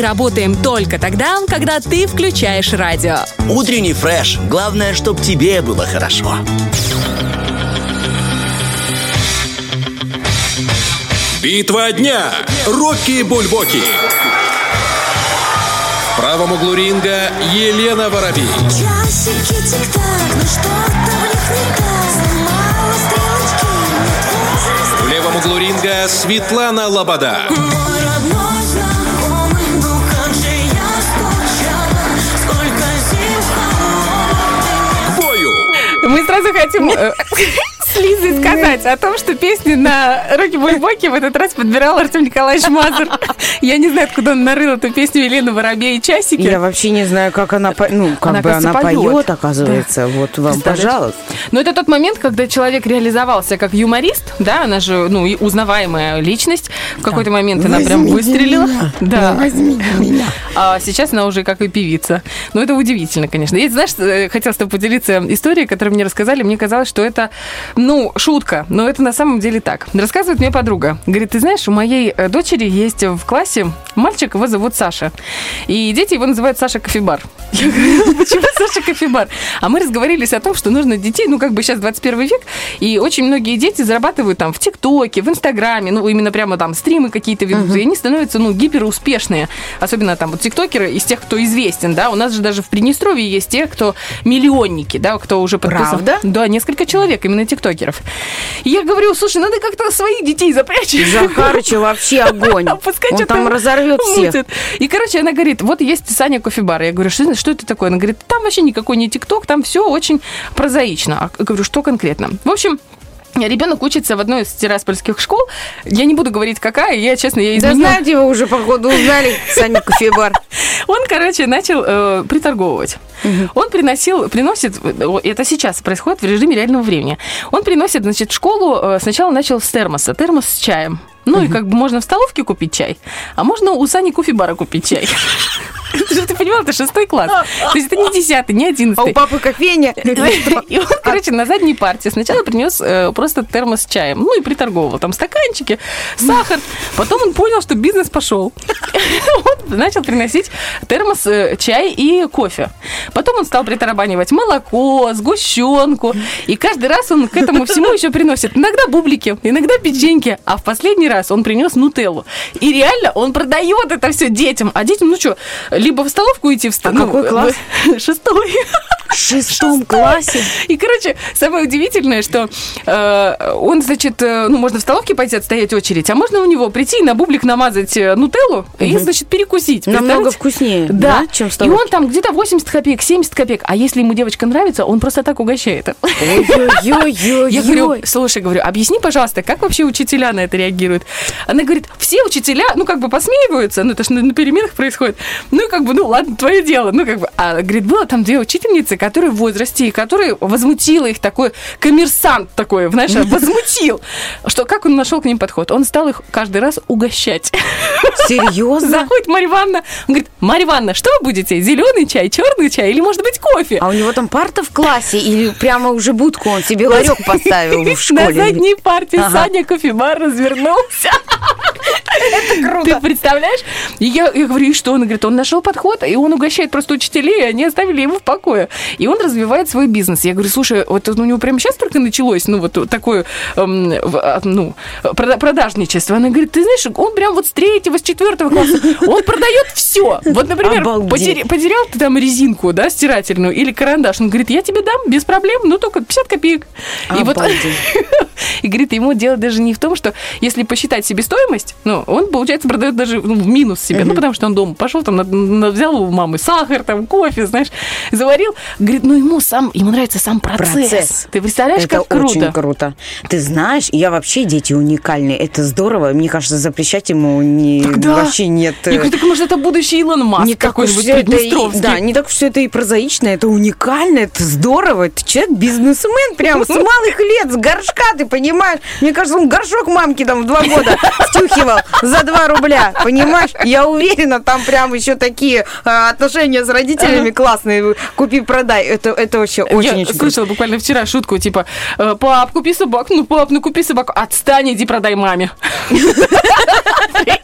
работаем только тогда, когда ты включаешь радио. Утренний фреш. Главное, чтобы тебе было хорошо. Битва дня. Рокки Бульбоки. В правом углу ринга Елена Воробей. Часики тик-так, но что-то в них не так. Сломала стрелочки, нет возраста. В левом углу ринга Светлана Лобода. Мой родной знакомый, ну как же я скучала. Сколько зим холодных. К бою. Мы сразу хотим э, с Лизой сказать о том, что песни на Рокки Бульбоки в этот раз подбирал Артем Николаевич Мазур. Я не знаю, откуда он нарыл эту песню Елены Воробей и «Часики». Я вообще не знаю, как она, по- ну, как Она, бы кажется, она поет. поет, оказывается. Вот вам, Представляешь? пожалуйста. Но это тот момент, когда человек реализовался как юморист, да, она же, ну, и узнаваемая личность. В какой-то момент она прям выстрелила. Да. А сейчас она уже как и певица. Ну, это удивительно, конечно. Я, знаешь, э, хотела с тобой поделиться историей, которую мне рассказали. Мне казалось, что это, ну, шутка, но это на самом деле так. Рассказывает мне подруга. Говорит, ты знаешь, у моей э, дочери есть в классе мальчик, его зовут Саша. И дети его называют Саша Кофебар. Я говорю, почему Саша Кофебар? А мы разговорились о том, что нужно детей, ну, как бы сейчас двадцать первый век, и очень многие дети зарабатывают там в ТикТоке, в Инстаграме, ну, именно прямо там стримы какие-то ведут, uh-huh. и они становятся, ну, гиперуспешные. Особенно там вот тиктокеры из тех, кто известен, да. У нас же даже в Приднестровье есть те, кто миллионники, да, кто уже подписан. Правда? Да, несколько человек, именно тиктокеров. И я говорю, слушай, надо как-то своих детей запрячь. Захарыча вообще огонь. Пускай Он что-то там разорвет всех. мутит. И, короче, она говорит, вот есть Саня Кофебар. Я говорю, что, что это такое? Она говорит, там вообще никакой не ТикТок, там все очень прозаично. А я говорю, что конкретно? В общем, ребенок учится в одной из тираспольских школ. Я не буду говорить, какая. Я, честно, я Да изменила. знаете, вы уже, походу, узнали, Саня Кофебар. Он, короче, начал э, приторговывать. Угу. Он приносил, приносит, это сейчас происходит в режиме реального времени. Он приносит, значит, в школу, э, сначала начал с термоса, термос с чаем. Ну, угу. и как бы можно в столовке купить чай, а можно у Сани Кофебара купить чай. Ты понимала, это шестой класс. То есть это не десятый, не одиннадцатый. А у папы кофейня. И он, короче, на задней партии сначала принес э, просто термос с чаем. Ну, и приторговывал. Там стаканчики, сахар. Потом он понял, что бизнес пошел. Он начал приносить термос, э, чай и кофе. Потом он стал притарабанивать молоко, сгущенку. И каждый раз он к этому всему еще приносит. Иногда бублики, иногда печеньки. А в последний раз он принес нутеллу. И реально он продает это все детям. А детям, ну что, либо в столовку идти, в столовку. А какой класс? Шестой. В шестом классе? И, короче, самое удивительное, что э, он, значит, э, ну, можно в столовке пойти отстоять очередь, а можно у него прийти и на бублик намазать э, нутеллу угу. и, значит, перекусить. Намного вкуснее, да, да, чем в и столовке. он там где-то восемьдесят копеек, семьдесят копеек, а если ему девочка нравится, он просто так угощает. Ой-ой-ой-ой-ой. Я говорю, слушай, говорю, объясни, пожалуйста, как вообще учителя на это реагируют? Она говорит, все учителя, ну, как бы посмеиваются, ну, это же на, на переменах происходит, ну, и как бы, ну, ладно, твое дело, ну, как бы, а, говорит, было там две учительницы, которые в возрасте, и которые возмутило их такой коммерсант такой, знаешь, возмутил, что как он нашел к ним подход? Он стал их каждый раз угощать. Серьезно? Заходит Марья Ивановна, он говорит, Марья Ивановна, что вы будете, зеленый чай, черный чай или, может быть, кофе? А у него там парта в классе или прямо уже будку он себе ларек поставил в школе? На задней парте Саня Кофебар развернулся. Это круто. Ты представляешь? И я, я говорю, и что? Он говорит, он нашел подход, и он угощает просто учителей, и они оставили его в покое. И он развивает свой бизнес. Я говорю, слушай, вот у него прямо сейчас только началось, ну, вот такое, эм, ну, продажничество. Она говорит, ты знаешь, он прям вот с третьего, с четвертого класса, он продает все. Вот, например, потер, потерял ты там резинку, да, стирательную, или карандаш. Он говорит, я тебе дам без проблем, ну, только пятьдесят копеек. И вот, и говорит, ему дело даже не в том, что если посчитать себестоимость, ну, он, получается, продает даже ну, в минус себе, uh-huh. ну, потому что он дома пошел, там, на, на, взял у мамы сахар, там, кофе, знаешь, заварил. Говорит, ну, ему сам, ему нравится сам процесс. процесс. Ты представляешь, это как круто? Это очень круто. Ты знаешь, я вообще, дети уникальные, это здорово. Мне кажется, запрещать ему не, да. вообще нет. Я говорю, так, может, это будущий Илон Маск не какой-нибудь приднестровский. Да, не так все это и прозаично, это уникально, это здорово. Ты человек, бизнесмен, прям с малых лет, с горшка, ты понимаешь? Мне кажется, он горшок мамки там в два года втюхивал за два рубля, понимаешь? Я уверена, там прям еще такие а, отношения с родителями ага. классные. Купи-продай. Это, это вообще очень-очень Я слышала буквально вчера шутку, типа, пап, купи собаку. Ну, пап, ну купи собаку. Отстань, иди продай маме.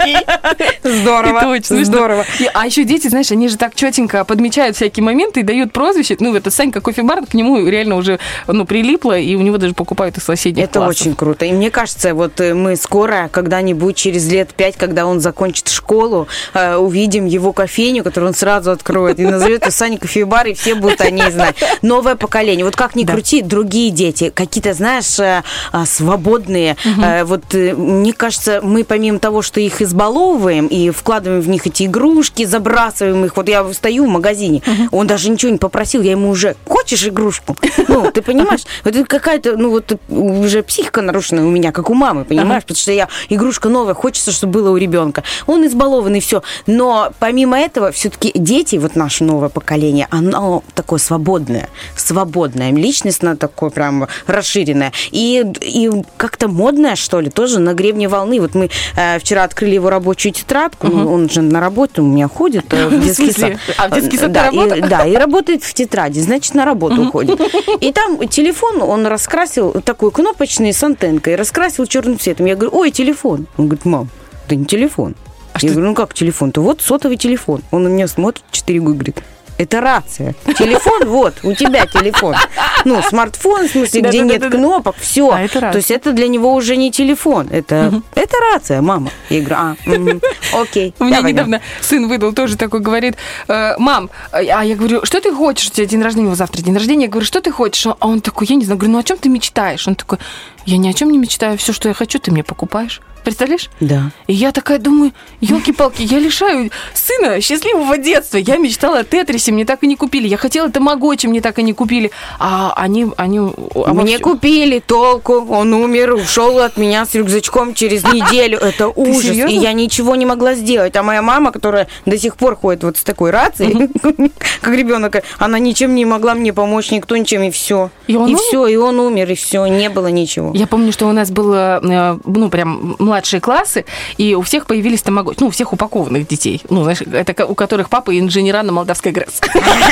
маленький. Здорово, Точно, здорово. И, а еще дети, знаешь, они же так четенько подмечают всякие моменты и дают прозвище. Ну, это Санька кофе-бар, к нему реально уже ну, прилипло, и у него даже покупают из соседних Это классов. очень круто. И мне кажется, вот мы скоро, когда-нибудь через лет пять, когда он закончит школу, э, увидим его кофейню, которую он сразу откроет и назовет ее Саня кофе-бар, и все будут о ней знать. Новое поколение. Вот как ни Да. крути, другие дети, какие-то, знаешь, э, э, свободные. Угу. Э, вот э, мне кажется, мы помимо того, что их избаловываем и вкладываем в них эти игрушки, забрасываем их. Вот я стою в магазине, угу. он даже ничего не попросил, я ему уже: хочешь игрушку? Ну, ты понимаешь? Вот это какая-то, ну, вот уже психика нарушена у меня, как у мамы, понимаешь? Потому что я, игрушка новая, хочется, чтобы было у ребенка. Он избалованный, все. Но помимо этого, все-таки дети, вот наше новое поколение, оно такое свободное, свободное, личностно такое прям расширенное. И, и как-то модное, что ли, тоже на гребне волны. Вот мы э, вчера открыли его рабочую тетрадку, угу. ну, он же на работу у меня ходит э, в детский сад. А в детский сад да, работа? И, да, и работает в тетради, значит, на работу угу. ходит. И там телефон он раскрасил, такой кнопочный с антенкой, раскрасил черным цветом. Я говорю: ой, телефон. Он говорит: мам, это не телефон. А я что? говорю: ну как телефон-то? Вот сотовый телефон. Он на меня смотрит, четыре года, говорит: это рация. Телефон, вот, у тебя телефон. Ну, смартфон, в смысле, где нет кнопок, все. То есть это для него уже не телефон, это рация, мама. Я говорю: а, окей. У меня недавно сын выдал тоже такой, говорит: мам, а я говорю: что ты хочешь? У тебя день рождения, завтра день рождения. Я говорю: что ты хочешь? А он такой: я не знаю. Говорю: ну о чем ты мечтаешь? Он такой: я ни о чем не мечтаю, все, что я хочу, ты мне покупаешь. Представляешь? Да. И я такая думаю: елки-палки, я лишаю сына счастливого детства. Я мечтала о Тетрисе, мне так и не купили. Я хотела тамагочи, мне так и не купили. А они... они а мне вообще... купили, толку. Он умер, ушел от меня с рюкзачком через неделю. Это ужас. И я ничего не могла сделать. А моя мама, которая до сих пор ходит вот с такой рацией, как ребенок, она ничем не могла мне помочь, никто ничем, и все. И все, и он умер, и все, не было ничего. Я помню, что у нас было, ну, прям младшие классы, и у всех появились тамагочи. Ну, у всех упакованных детей. Ну, знаешь, это у которых папа инженера на Молдавской ГРЭС.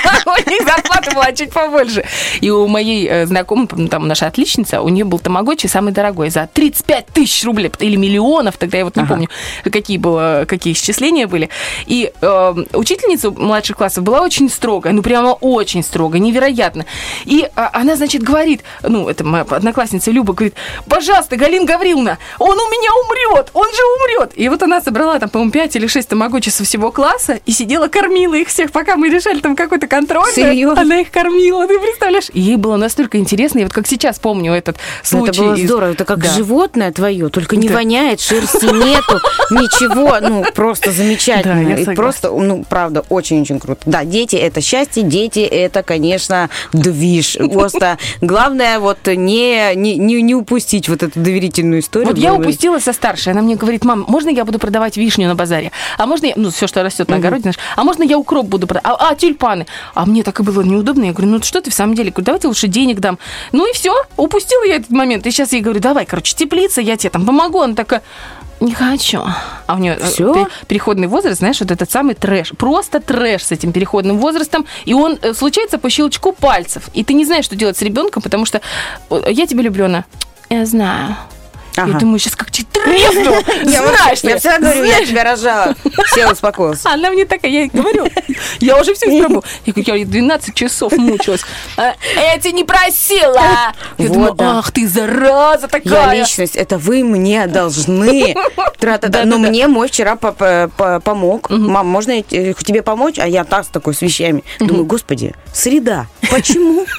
У них зарплата была чуть побольше. И у моей знакомой, там, наша отличница, у нее был тамагочи самый дорогой за тридцать пять тысяч рублей или миллионов, тогда я вот не помню, какие было, какие исчисления были. И э, учительница младших классов была очень строгая, ну, прямо очень строгая, невероятно. И а, она, значит, говорит, ну, это моя одноклассница Люба, говорит: пожалуйста, Галина Гавриловна, он у меня умрет, он же умрет. И вот она собрала там, по-моему, пять или шесть тамагочи со всего класса и сидела, кормила их всех, пока мы решали там какой-то контроль. Серьезно? Она их кормила, ты представляешь? И ей было настолько интересно, я вот как сейчас помню этот случай. Это было из... здорово, это как да. животное твое, только не да. воняет, шерсти нету, ничего, ну, просто замечательно. Да, я и согласна. просто, ну, правда, очень-очень круто. Да, дети – это счастье, дети – это, конечно, движ. Просто главное вот не, не, не, не упустить вот эту доверительную историю. Вот я упустила со старшей, она мне говорит: мам, можно я буду продавать вишню на базаре? А можно я, ну, все, что растет на огороде, знаешь, а можно я укроп буду продавать? А, а тюльпаны? А мне так и было неудобно. Я говорю: ну, что ты в самом деле? Я говорю: давайте лучше денег дам. Ну и все, упустила я этот момент. И сейчас я говорю: давай, короче, теплица, я тебе там помогу. Она такая: не хочу. А у нее Всё? переходный возраст, знаешь, вот этот самый трэш. Просто трэш с этим переходным возрастом. И он случается по щелчку пальцев. И ты не знаешь, что делать с ребенком, потому что я тебя люблю, она: я знаю. Ага. Я думаю, сейчас как тебе тресну. Я, Знаешь, я всегда говорю, я тебя рожала. Все, успокоился. Она мне такая, я ей говорю, я уже все испробовала. Я говорю: я двенадцать часов мучилась. А, я тебя не просила. Я Вот, думаю: да. ах ты, зараза такая. Я личность, это вы мне должны. Тра-та-та. Но мне мой вчера по- по- помог. Мам, можно я те- тебе помочь? А я таз такой с вещами. Думаю: господи, среда. Почему?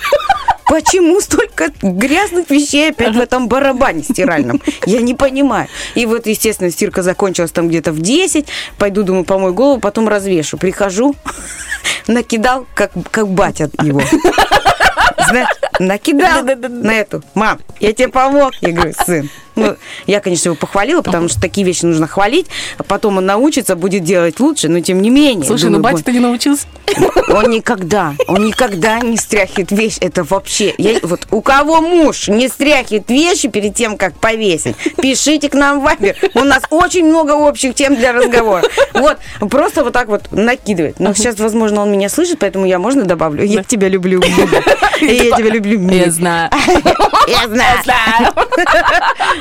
Почему столько грязных вещей опять в этом барабане стиральном? Я не понимаю. И вот, естественно, стирка закончилась там где-то в десять. Пойду, думаю, помою голову, потом развешу. Прихожу, накидал, как, как батя от него. Знаешь, накидал на эту. Мам, я тебе помог. Я говорю: сын. Ну, я, конечно, его похвалила, потому что такие вещи нужно хвалить. А потом он научится, будет делать лучше, но тем не менее. Слушай, думаю, ну батя-то не научился. Он никогда, он никогда не стряхивает вещь. Это вообще... Я, вот у кого муж не стряхивает вещи перед тем, как повесить, пишите к нам в Вайбер. У нас очень много общих тем для разговора. Вот, просто вот так вот накидывает. Но сейчас, возможно, он меня слышит, поэтому я, можно, добавлю? Я тебя люблю. Я тебя люблю. Я знаю. Я знаю.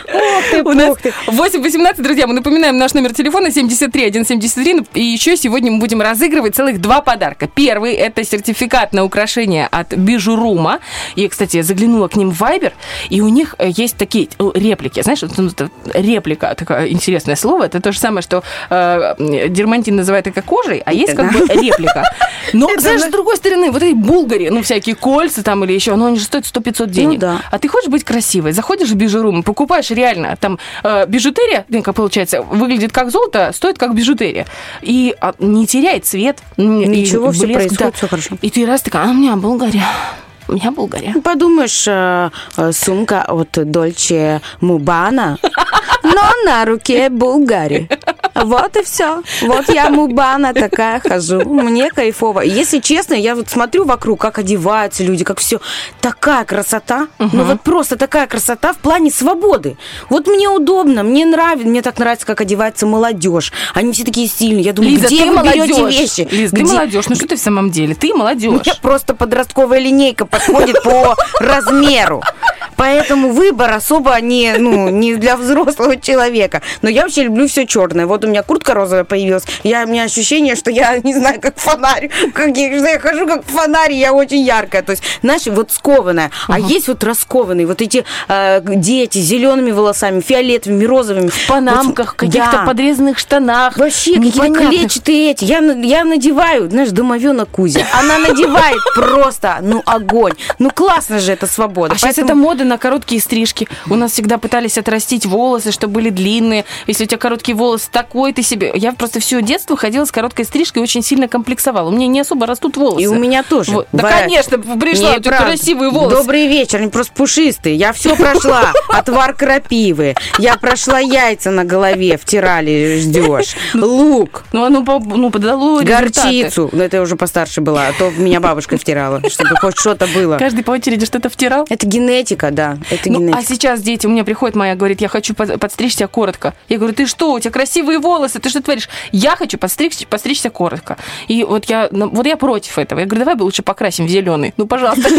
У нас восемь восемнадцать, друзья, мы напоминаем наш номер телефона семьдесят три сто семьдесят три. И еще сегодня мы будем разыгрывать целых два подарка. Первый – это сертификат на украшение от Бижурума. И, кстати, я заглянула к ним в Viber, и у них есть такие реплики. Знаешь, вот реплика, такое интересное слово. Это то же самое, что э, дермантин называет эко-кожей, а есть как бы реплика. Но, знаешь, с другой стороны, вот эти булгари, ну, всякие кольца там или еще, ну, они же стоят сто-пятьсот денег. Ну, да. А ты хочешь быть красивой? Заходишь в Бижурум, покупаешь реально, там, э, бижутерия, ну, как получается, выглядит как золото, стоит как бижутерия. И а, не теряет цвет. Ничего, и все блеск, происходит, да. все хорошо. И ты раз такая, а у меня Булгария. У меня Булгария. Подумаешь, э, э, сумка от Дольче Мубана, но на руке Булгари. Вот и все. Вот я Мубана такая хожу. Мне кайфово. Если честно, я вот смотрю вокруг, как одеваются люди, как все. Такая красота. Uh-huh. Ну вот просто такая красота в плане свободы. Вот мне удобно, мне нравится, мне так нравится, как одевается молодежь. Они все такие стильные. Я думаю, Лиза, где ты вы молодежь. берете вещи? Лиз, Где? ты молодежь. Ну что ты в самом деле? Ты молодежь. Мне просто подростковая линейка подходит по размеру. Поэтому выбор особо не, ну, не для взрослого человека. Но я вообще люблю все черное. Вот у меня куртка розовая появилась. Я, у меня ощущение, что я, не знаю, как фонарь. Как я, что я хожу как фонарь, я очень яркая. То есть, знаешь, вот скованная. Uh-huh. А есть вот раскованные. Вот эти э, дети с зелеными волосами, фиолетовыми, розовыми. В панамках, вот, каких-то да. подрезанных штанах. Вообще, какие-то клетчатые эти. Я, я надеваю, знаешь, домовенок Кузя. Она надевает просто, ну, огонь. Ну, классно же это свобода. А сейчас это мода на короткие стрижки. У нас всегда пытались отрастить волосы, чтобы были длинные. Если у тебя короткие волосы, такой ты себе... Я просто все детство ходила с короткой стрижкой и очень сильно комплексовала. У меня не особо растут волосы. И у меня тоже. Вот. Да, конечно, пришла, у тебя красивые волосы. Добрый вечер, они просто пушистые. Я все прошла. Отвар крапивы. Я прошла яйца на голове, втирали, ждешь. Лук. Ну, оно ну, подало горчицу. Ну, это я уже постарше была, а то меня бабушка втирала, чтобы хоть что-то было. Каждый по очереди что-то втирал? Это генетика, да. Это ну, генетика. А сейчас дети, у меня приходит моя, говорит, я хочу подстричься коротко. Я говорю, ты что, у тебя красивые волосы, ты что творишь? Я хочу подстричься, подстричься коротко. И вот я, вот я против этого. Я говорю, давай бы лучше покрасим в зеленый. Ну, пожалуйста.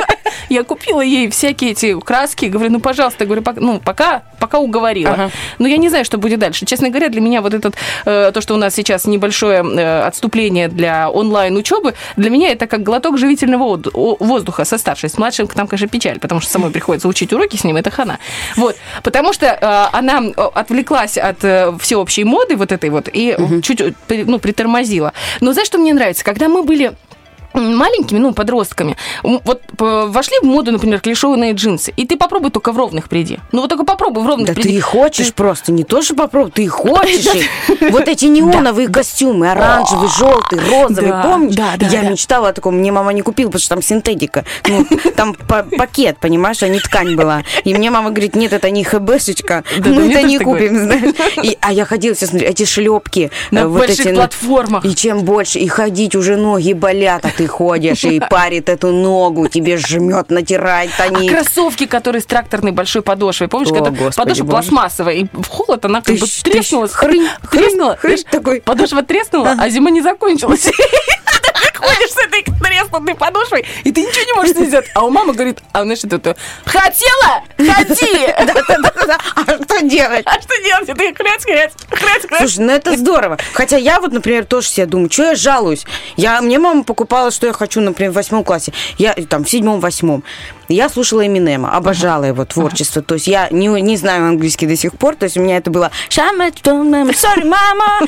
Я купила ей всякие эти краски, говорю, ну, пожалуйста, говорю, пока, ну, пока, пока уговорила. Ага. Но я не знаю, что будет дальше. Честно говоря, для меня вот этот, э, то, что у нас сейчас небольшое э, отступление для онлайн-учебы, для меня это как глоток живительного воздуха со старшей. С младшим там, конечно, печаль, потому что самой приходится учить уроки с ним, это хана. Вот. Потому что э, она отвлеклась от э, всеобщей моды вот этой вот и угу. чуть, ну, притормозила. Но знаешь, что мне нравится? Когда мы были маленькими, ну, подростками, вот вошли в моду, например, клешованные джинсы, и ты попробуй только в ровных приди. Ну, вот только попробуй в ровных да приди. Да ты и хочешь ты... просто, не то, что попробуй, ты и хочешь их. Вот эти неоновые костюмы, оранжевый, желтый, розовый, помнишь? Я мечтала о таком, мне мама не купила, потому что там синтетика. Ну, там пакет, понимаешь, а не ткань была. И мне мама говорит, нет, это не хэбэшечка, мы это не купим, знаешь. А я ходила, все смотри, эти шлепки. На больших платформах. И чем больше, и ходить уже ноги болят, ты ходишь и парит эту ногу, тебе жмет, натирает тонит. А кроссовки, которые с тракторной большой подошвой, помнишь, когда подошва пластмассовая, и в холод она как бы треснула, треснула, подошва треснула, а зима не закончилась. Ты ходишь с этой треснутой подошвой, и ты ничего не можешь сделать. А у мамы говорит, а знаешь, это хотела? Ходи! Да-да-да. А что делать? А что делать? Ты хрясь, хрясь, хрясь, хрясь. Слушай, ну это здорово. Хотя я вот, например, тоже себе думаю, что я жалуюсь? Я, мне мама покупала, что я хочу, например, в восьмом классе. Я там в седьмом-восьмом. Я слушала Эминема, обожала его творчество. То есть я не, не знаю английский до сих пор. То есть у меня это было sorry, мама.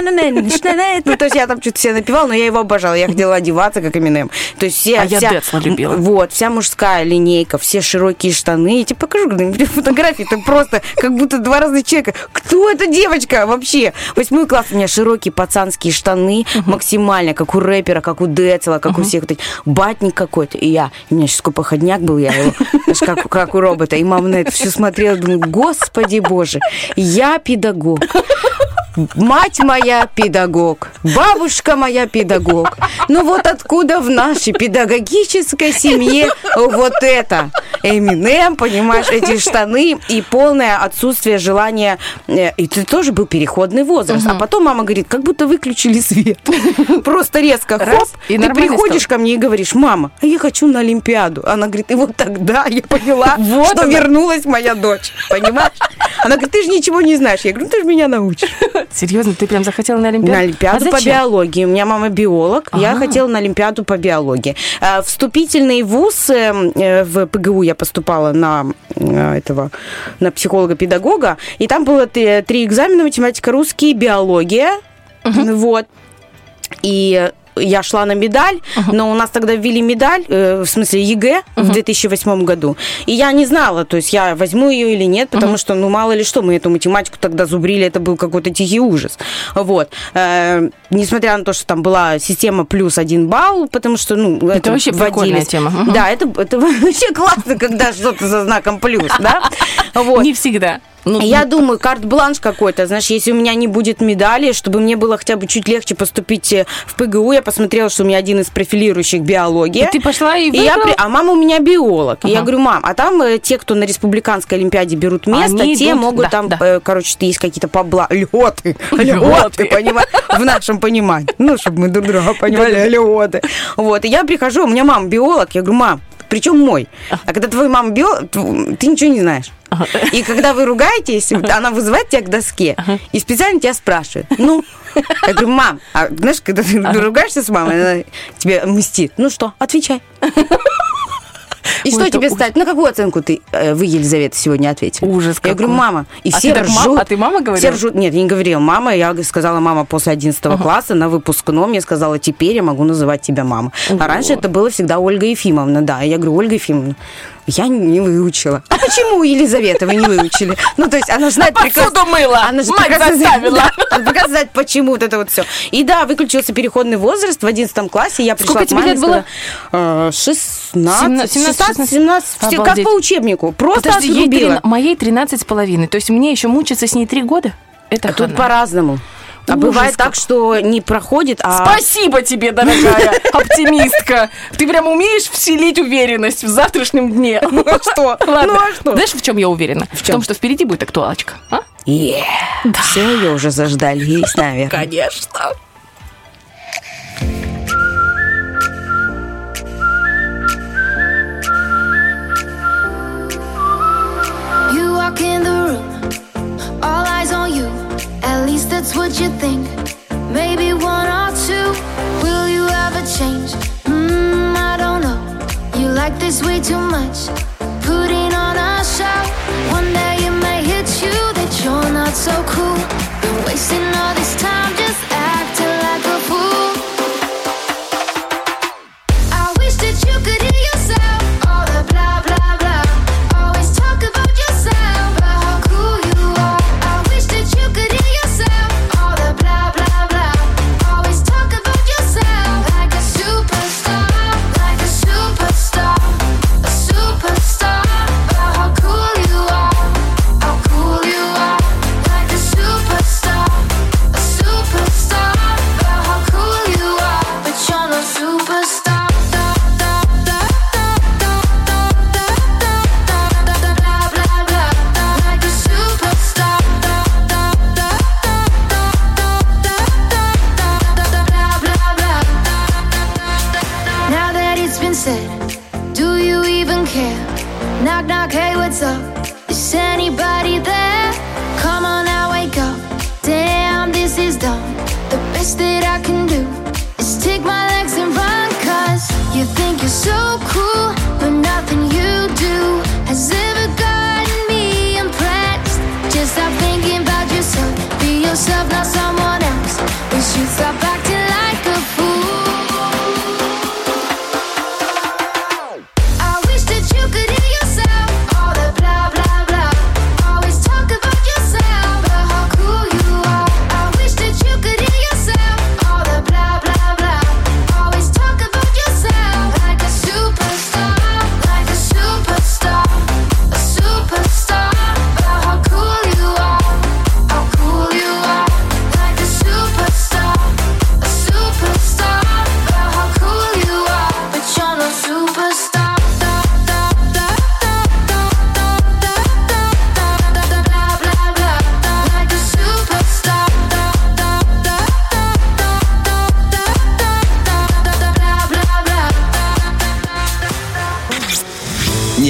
Ну, то есть я там что-то себе напевала, но я его обожала. Я хотела одеваться, как Эминем. То есть все, а вся, я Децла любила. Вот, вся мужская линейка, все широкие штаны. Я тебе покажу когда-нибудь фотографии. Это просто как будто два разных человека. Кто эта девочка вообще? Восьмой класс у меня широкие пацанские штаны, uh-huh. максимально, как у рэпера, как у Децла, как uh-huh. у всех вот этих. Батник какой-то. И я, у меня сейчас такой походняк был, я его, как, как у робота. И мама на это все смотрела, думаю, господи боже, я педагог. Мать моя педагог, бабушка моя педагог. Ну вот откуда в нашей педагогической семье вот это? Эминем, понимаешь, эти штаны и полное отсутствие желания. И это тоже был переходный возраст. Угу. А потом мама говорит, как будто выключили свет. Просто резко хоп, раз, и ты приходишь стал. Ко мне и говоришь, мама, а я хочу на Олимпиаду. Она говорит, и вот тогда я поняла, вот что она. Вернулась моя дочь. Понимаешь? Она говорит, ты же ничего не знаешь. Я говорю, ты же меня научишь. Серьезно, ты прям захотела на Олимпиаду? На Олимпиаду а по биологии. У меня мама биолог. А-а-а. Я хотела на Олимпиаду по биологии. Вступительный вуз в ПГУ я поступала на этого, на психолога-педагога. И там было три, три экзамена: математика, русский, биология. Uh-huh. Вот. И я шла на медаль, uh-huh. но у нас тогда ввели медаль, э, в смысле ЕГЭ, uh-huh. в две тысячи восьмом году. И я не знала, то есть я возьму ее или нет, потому uh-huh. что, ну, мало ли что, мы эту математику тогда зубрили, это был какой-то тихий ужас. Вот. Э, несмотря на то, что там была система плюс один балл, потому что, ну, это, это вообще прикольная тема. Uh-huh. Да, это, это вообще классно, когда что-то со знаком плюс, да? Вот. Не всегда. Ну, я думаю, карт-бланш какой-то, знаешь, если у меня не будет медали, чтобы мне было хотя бы чуть легче поступить в ПГУ, я посмотрела, что у меня один из профилирующих биология. И ты пошла и выбрала? И я, а мама у меня биолог. Ага. И я говорю, мам, а там э, те, кто на республиканской олимпиаде берут место, они те идут? Могут да, там, да. Э, короче, есть какие-то побла... льготы. Льготы, понимаешь, в нашем понимании. Ну, чтобы мы друг друга понимали, льготы. Вот, и я прихожу, у меня мама биолог, я говорю, мам, причем мой. А когда твоя мама биолог, ты ничего не знаешь. Ага. И когда вы ругаетесь, она вызывает тебя к доске ага. и специально тебя спрашивает. Ну, я говорю, мам, а знаешь, когда ты ага. ругаешься с мамой, она тебе мстит. Ну что, отвечай. И ой, что тебе ставить? На какую оценку ты, вы, Елизавета, сегодня ответили? Ужас какой. Я говорю, мама. И а все ржут. Мам? А ты мама говорила? Все ржут. Нет, я не говорила мама. Я сказала мама после одиннадцатого uh-huh. класса на выпускном. Я сказала, теперь я могу называть тебя мама. Uh-huh. А раньше это было всегда Ольга Ефимовна. Да, я говорю, Ольга Ефимовна, я не выучила. А почему, Елизавета, вы не выучили? Ну, то есть она знает прекрасно... Посуду мыла! Она же мать заставила! Да, она прекрасно знает, почему вот это вот все. И да, выключился переходный возраст в одиннадцатом классе. Я пришла сколько к маме, тебе лет было? шестнадцать, шестнадцать, семнадцать. Как по учебнику. Просто подожди, отрубила. Ей, моей тринадцать с половиной. То есть мне еще мучиться с ней три года? Это а тут по-разному. А ужас бывает как. Так, что не проходит, а... Спасибо тебе, дорогая оптимистка. Ты прям умеешь вселить уверенность в завтрашнем дне. Ну а что? Ладно. Ну а что? Знаешь, в чем я уверена? В, в том, что впереди будет актуалочка. А? Yeah. Да. Все, ее уже заждались, наверное. Конечно. You walk in the room, all eyes on you. At least that's what you think. Maybe one or two. Will you ever change? Mmm, I don't know. You like this way too much. Putting on a show. One day it may hit you that you're not so cool. Been wasting all this time just acting like a fool. I wish that you could hear yourself. All the blah blah blah. Always talk about yourself, but how cool you are. I wish that you could hear yourself. All the blah blah blah. Always talk about yourself like a superstar, like a superstar, a superstar. But how cool you are, how cool you are, like a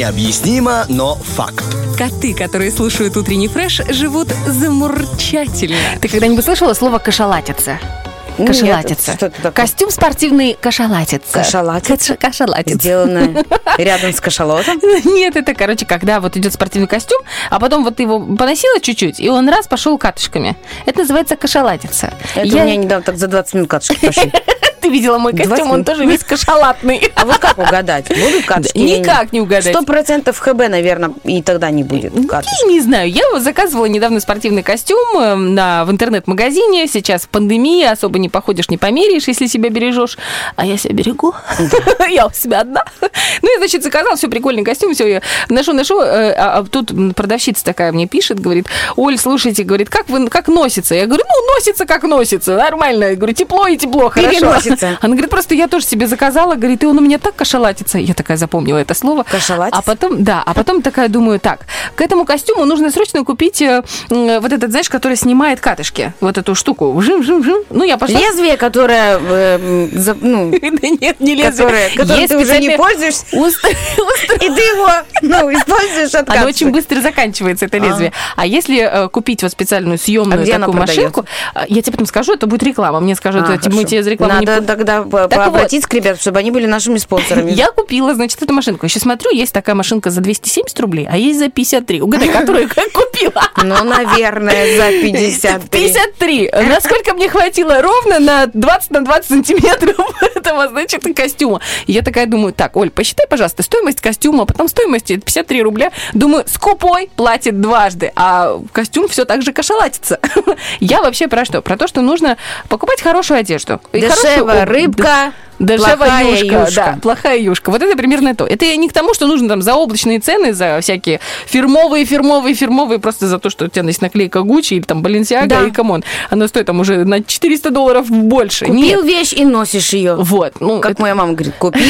Необъяснимо, но факт. Коты, которые слушают утренний фреш, живут замурчательно. Ты когда-нибудь слышала слово «кашалатиться»? Нет, Кашалатиться. что это такое? Костюм спортивный кашалатиться. Кашалатиться? Каш- Кашалатиться. Сделано рядом с кашалотом? Нет, это, короче, когда вот идет спортивный костюм, а потом вот ты его поносила чуть-чуть, и он раз пошел катышками. Это называется кашалатиться. Это Я- у меня недавно так за двадцать минут катышки пошли. Ты видела мой костюм, Двадцать он минут. тоже весь кашалатный. А вот как угадать? Будут катышки? Да никак не угадать. Сто процентов ХБ, наверное, и тогда не будет катышек. Не знаю, я вот заказывала недавно спортивный костюм э, на, в интернет-магазине. Сейчас в пандемии особо не походишь, не померяешь, если себя бережешь. А я себя берегу. Я у себя одна. Ну, я, значит, заказала, все, прикольный костюм, все, я ношу-ношу. э, А а тут продавщица такая мне пишет, говорит: Оль, слушайте, говорит, как вы, как носится? Я говорю, ну, носится, как носится, нормально. Я говорю, тепло и тепло, хорошо. Переносится. Она говорит, просто я тоже себе заказала, говорит, и он у меня так кашалатится. Я такая запомнила это слово. Кашалатится? А потом, да, а потом такая думаю, так, к этому костюму нужно срочно купить э, м, вот этот, знаешь, который снимает катышки. Вот эту штуку. Жим-жим-жим. Ну, я пошла. Лезвие, которое, э, за- ну, Да нет, не лезвие. которое, которым Есть ты уже не специальные пользуешься, уст- и ты его, ну, используешь от Оно катышек. очень быстро заканчивается, это лезвие. А если э, купить вот специальную съемную А где она такую машинку, э, я тебе потом скажу, это будет реклама. Мне скажут, А, э, типа, мы хорошо. тебе за рекламу не Надо пла- тогда по- Так вот. обратиться к ребятам, чтобы они были нашими спонсорами. Я купила, значит, эту машинку. Еще смотрю, есть такая машинка за двести семьдесят рублей, а есть за пятьдесят три. Угадай, которую я купила. Ну, наверное, за пятьдесят три. пятьдесят три. Насколько мне хватило ровно на двадцать на двадцать сантиметров этого, значит, костюма. И я такая думаю, так, Оль, посчитай, пожалуйста, стоимость костюма, потом стоимость пятьдесят три рубля. Думаю, скупой платит дважды, а костюм все так же кашалатится. Я вообще про что? Про то, что нужно покупать хорошую одежду. И Дешевая хорошую- рыбка, Дешевая плохая юшка, юшка. да, плохая юшка. Вот это примерно то. Это не к тому, что нужно там за облачные цены, за всякие фирмовые, фирмовые, фирмовые, просто за то, что у тебя есть наклейка Гуччи или там Balenciaga, Да. и камон. Она стоит там уже на четыреста долларов больше. Купил Нет. вещь и носишь ее. Вот. Ну, Как это- моя мама говорит, купил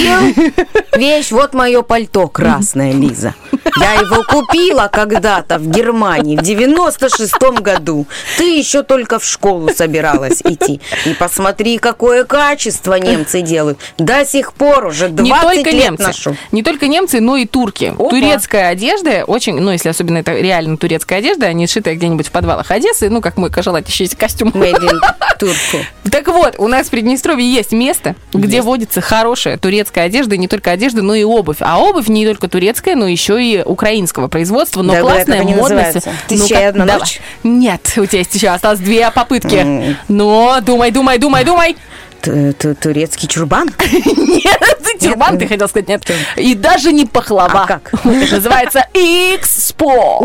вещь, вот мое пальто красное, Лиза. Я его купила когда-то в Германии в девяносто шестом году. Ты еще только в школу собиралась идти. И посмотри, какое качество немцы делают. До сих пор уже не двадцать только лет немцы, ношу. не только немцы, но и турки. Опа. Турецкая одежда очень, ну, если особенно это реально турецкая одежда, а не сшитая где-нибудь в подвалах Одессы, ну, как мой кашалатящийся костюм. Made in Turku. Так вот, у нас в Приднестровье есть место, где водится хорошая турецкая одежда, и не только одежда, но и обувь. А обувь не только турецкая, но еще и украинского производства, но Да, классная, это не модная. называется. Ну, «Тысяча и как- одна давай. ночь»? Нет, у тебя есть еще осталось две попытки. Но думай, думай, думай, думай. Т- т- Турецкий чурбан? Нет, тюрбан, ты хотел сказать, нет. И даже не пахлава. А как? Это называется X-Sport.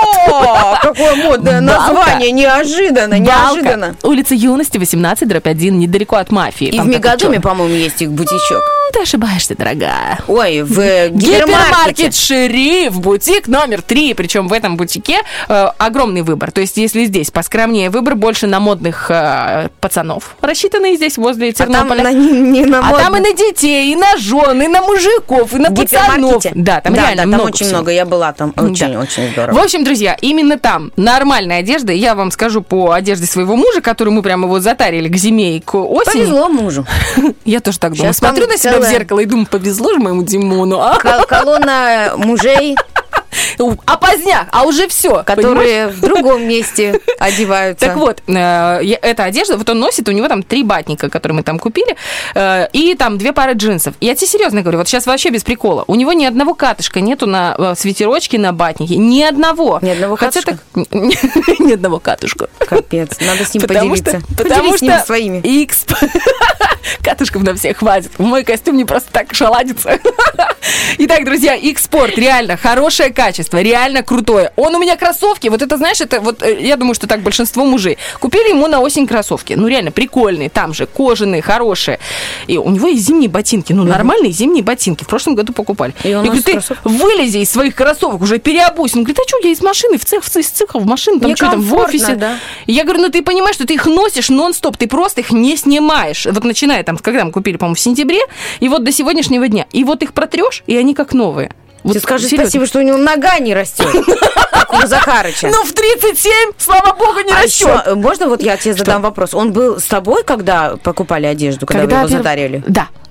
О, какое модное Балка. название, неожиданно, неожиданно. Балка. Улица Юности, восемнадцать, дробь один, недалеко от мафии. И Там в такой Мегадоме, чёрный. по-моему, есть их бутичок. Ты ошибаешься, дорогая. Ой, в Гипермаркет гипермаркете. «Шериф», бутик номер три. Причем в этом бутике э, огромный выбор. То есть, если здесь поскромнее выбор, больше на модных э, пацанов, рассчитанные здесь возле А там Тернополя. на, не на А там и модных. на детей, и на жен, и на мужиков, и на В пацанов. гипермаркете? Да, там да, реально да, там много очень всего. много. Я была там. Очень, Да. очень В здорово. общем, друзья, именно там нормальная одежда. Я вам скажу по одежде своего мужа, которую мы прямо вот затарили к зиме и к осени. Повезло мужу. Я тоже так думаю. Щас там Смотрю на себя в целая- зеркало и думаю, повезло же моему Димону. А, Кол- Колонна мужей, а поздняк, а уже все. которые в другом месте одеваются. Так вот, э, я- эта одежда, вот он носит, у него там три батника, которые мы там купили, э, и там две пары джинсов. Я тебе серьезно говорю, вот сейчас вообще без прикола. У него ни одного катышка нету на э, свитерочке, на батнике. Ни одного. Ни одного Хотя катышка? так- Ни одного катышка. Капец, надо с ним Потому поделиться. что, потому Поделись с ним что своими. Икс катышков на всех хватит. Мой костюм не просто так шаладится. Итак, друзья, X-Sport реально хорошее качество, реально крутое. Он у меня кроссовки, вот это, знаешь, это вот, э, я думаю, что так большинство мужей. Купили ему на осень кроссовки. Ну, реально прикольные, там же, кожаные, хорошие. И у него есть зимние ботинки, ну, нормальные зимние ботинки. В прошлом году покупали. И он я говорю, носит ты кроссовки? вылези из своих кроссовок, уже переобуйся. Он говорит, а что, я из машины, в цех, в цех, из цеха, в машину, там что там, в Некомфортно, офисе. да. И я говорю, ну ты понимаешь, что ты их носишь нон-стоп, ты просто их не снимаешь. Вот начиная там, когда мы купили, по-моему, в сентябре, и вот до сегодняшнего дня. И вот их протрешь, и они как новые. Вот Ты скажи серьезно. спасибо, что у него нога не растет, как у Захарыча. Ну, в тридцать семь, слава богу, не А растет. еще, можно вот я тебе задам вопрос? Он был с тобой, когда покупали одежду, когда, вы его перв- затарили? Да, да.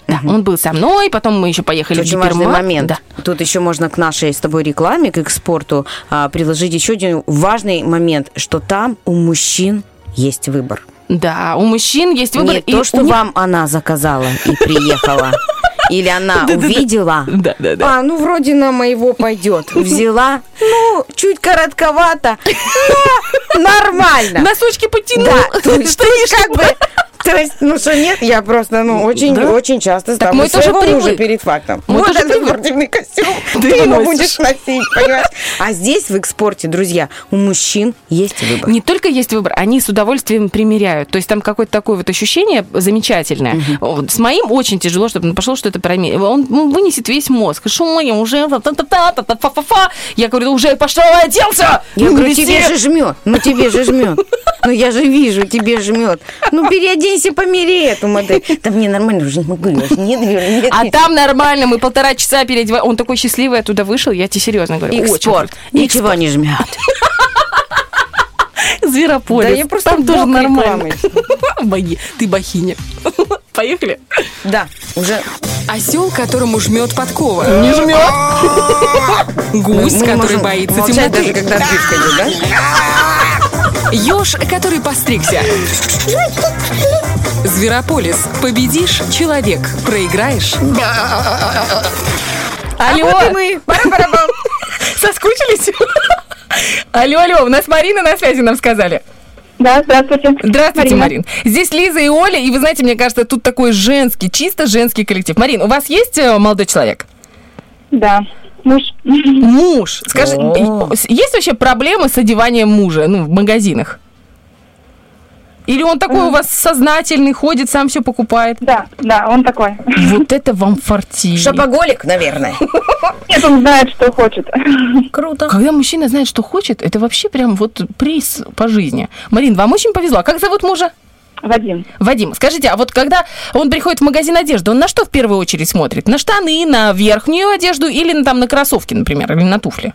да. Он был со мной, потом мы еще поехали Это в очень важный гипермаркет. момент. Да. Тут еще можно к нашей с тобой рекламе, к экспорту, а, приложить еще один важный момент, что там у мужчин есть выбор. Да, у мужчин есть выбор. Не и то, что у них- вам она заказала и приехала. Или она увидела, Да, да, да. а, ну, вроде на моего пойдет. Взяла, ну, чуть коротковато, но нормально. Носочки потянул. Да, то есть тут как бы... То есть, ну что, нет, я просто, ну, очень, Да. очень часто Так ставлю мы тоже своего мужа привык. перед фактом. Мы Вот тоже этот привык. спортивный костюм, Ты ты его его носишь. будешь носить, понимаешь? А здесь, в экспорте, друзья, у мужчин есть выбор. Не только есть выбор, они с удовольствием примеряют. То есть там какое-то такое вот ощущение замечательное. Вот с моим очень тяжело, чтобы он пошел что-то промерить. Он ну, вынесет весь мозг. Что я уже... та-та-та-та-та-фа-фа-фа. Я говорю, уже пошел, оделся! Я Ну, говорю, везде. тебе же жмет, ну тебе же жмет. Ну я же вижу, тебе жмет. Ну переоденься, помери эту модель. Да мне нормально, уже не могу, я уже не движу. А там нормально, мы полтора часа переодевали. Он такой счастливый оттуда вышел, я тебе серьезно говорю. Очень Экспорт. круто. Ничего не жмет. Зверополис. Да я просто там тоже бог нормально. рекламы. Боги, ты бохиня. Поехали. Да, уже. Осел, которому жмет подкова. Не жмет. Гусь, Мы который можем боится молчать даже темноты. когда отбивка идет, да? Еж, который постригся. Зверополис. Победишь — человек. Проиграешь Алло. Вот и мы. Пара-пара-пам. Соскучились? Алло, алло, у нас Марина на связи, нам сказали. Да, здравствуйте. Здравствуйте, Марина. Марин. Здесь Лиза и Оля, и вы знаете, мне кажется, тут такой женский, чисто женский коллектив. Марин, у вас есть э, молодой человек? Да, муж. Муж. Скажи, О. есть вообще проблемы с одеванием мужа, ну, в магазинах? Или он такой у вас сознательный, ходит, сам все покупает? Да, да, он такой. Вот это вам фартит. Шопоголик, наверное. Нет, он знает, что хочет. Круто. Когда мужчина знает, что хочет, это вообще прям вот приз по жизни. Марин, вам очень повезло. А как зовут мужа? Вадим. Вадим, скажите, а вот когда он приходит в магазин одежды, он на что в первую очередь смотрит? На штаны, на верхнюю одежду или на, там, на кроссовки, например, или на туфли?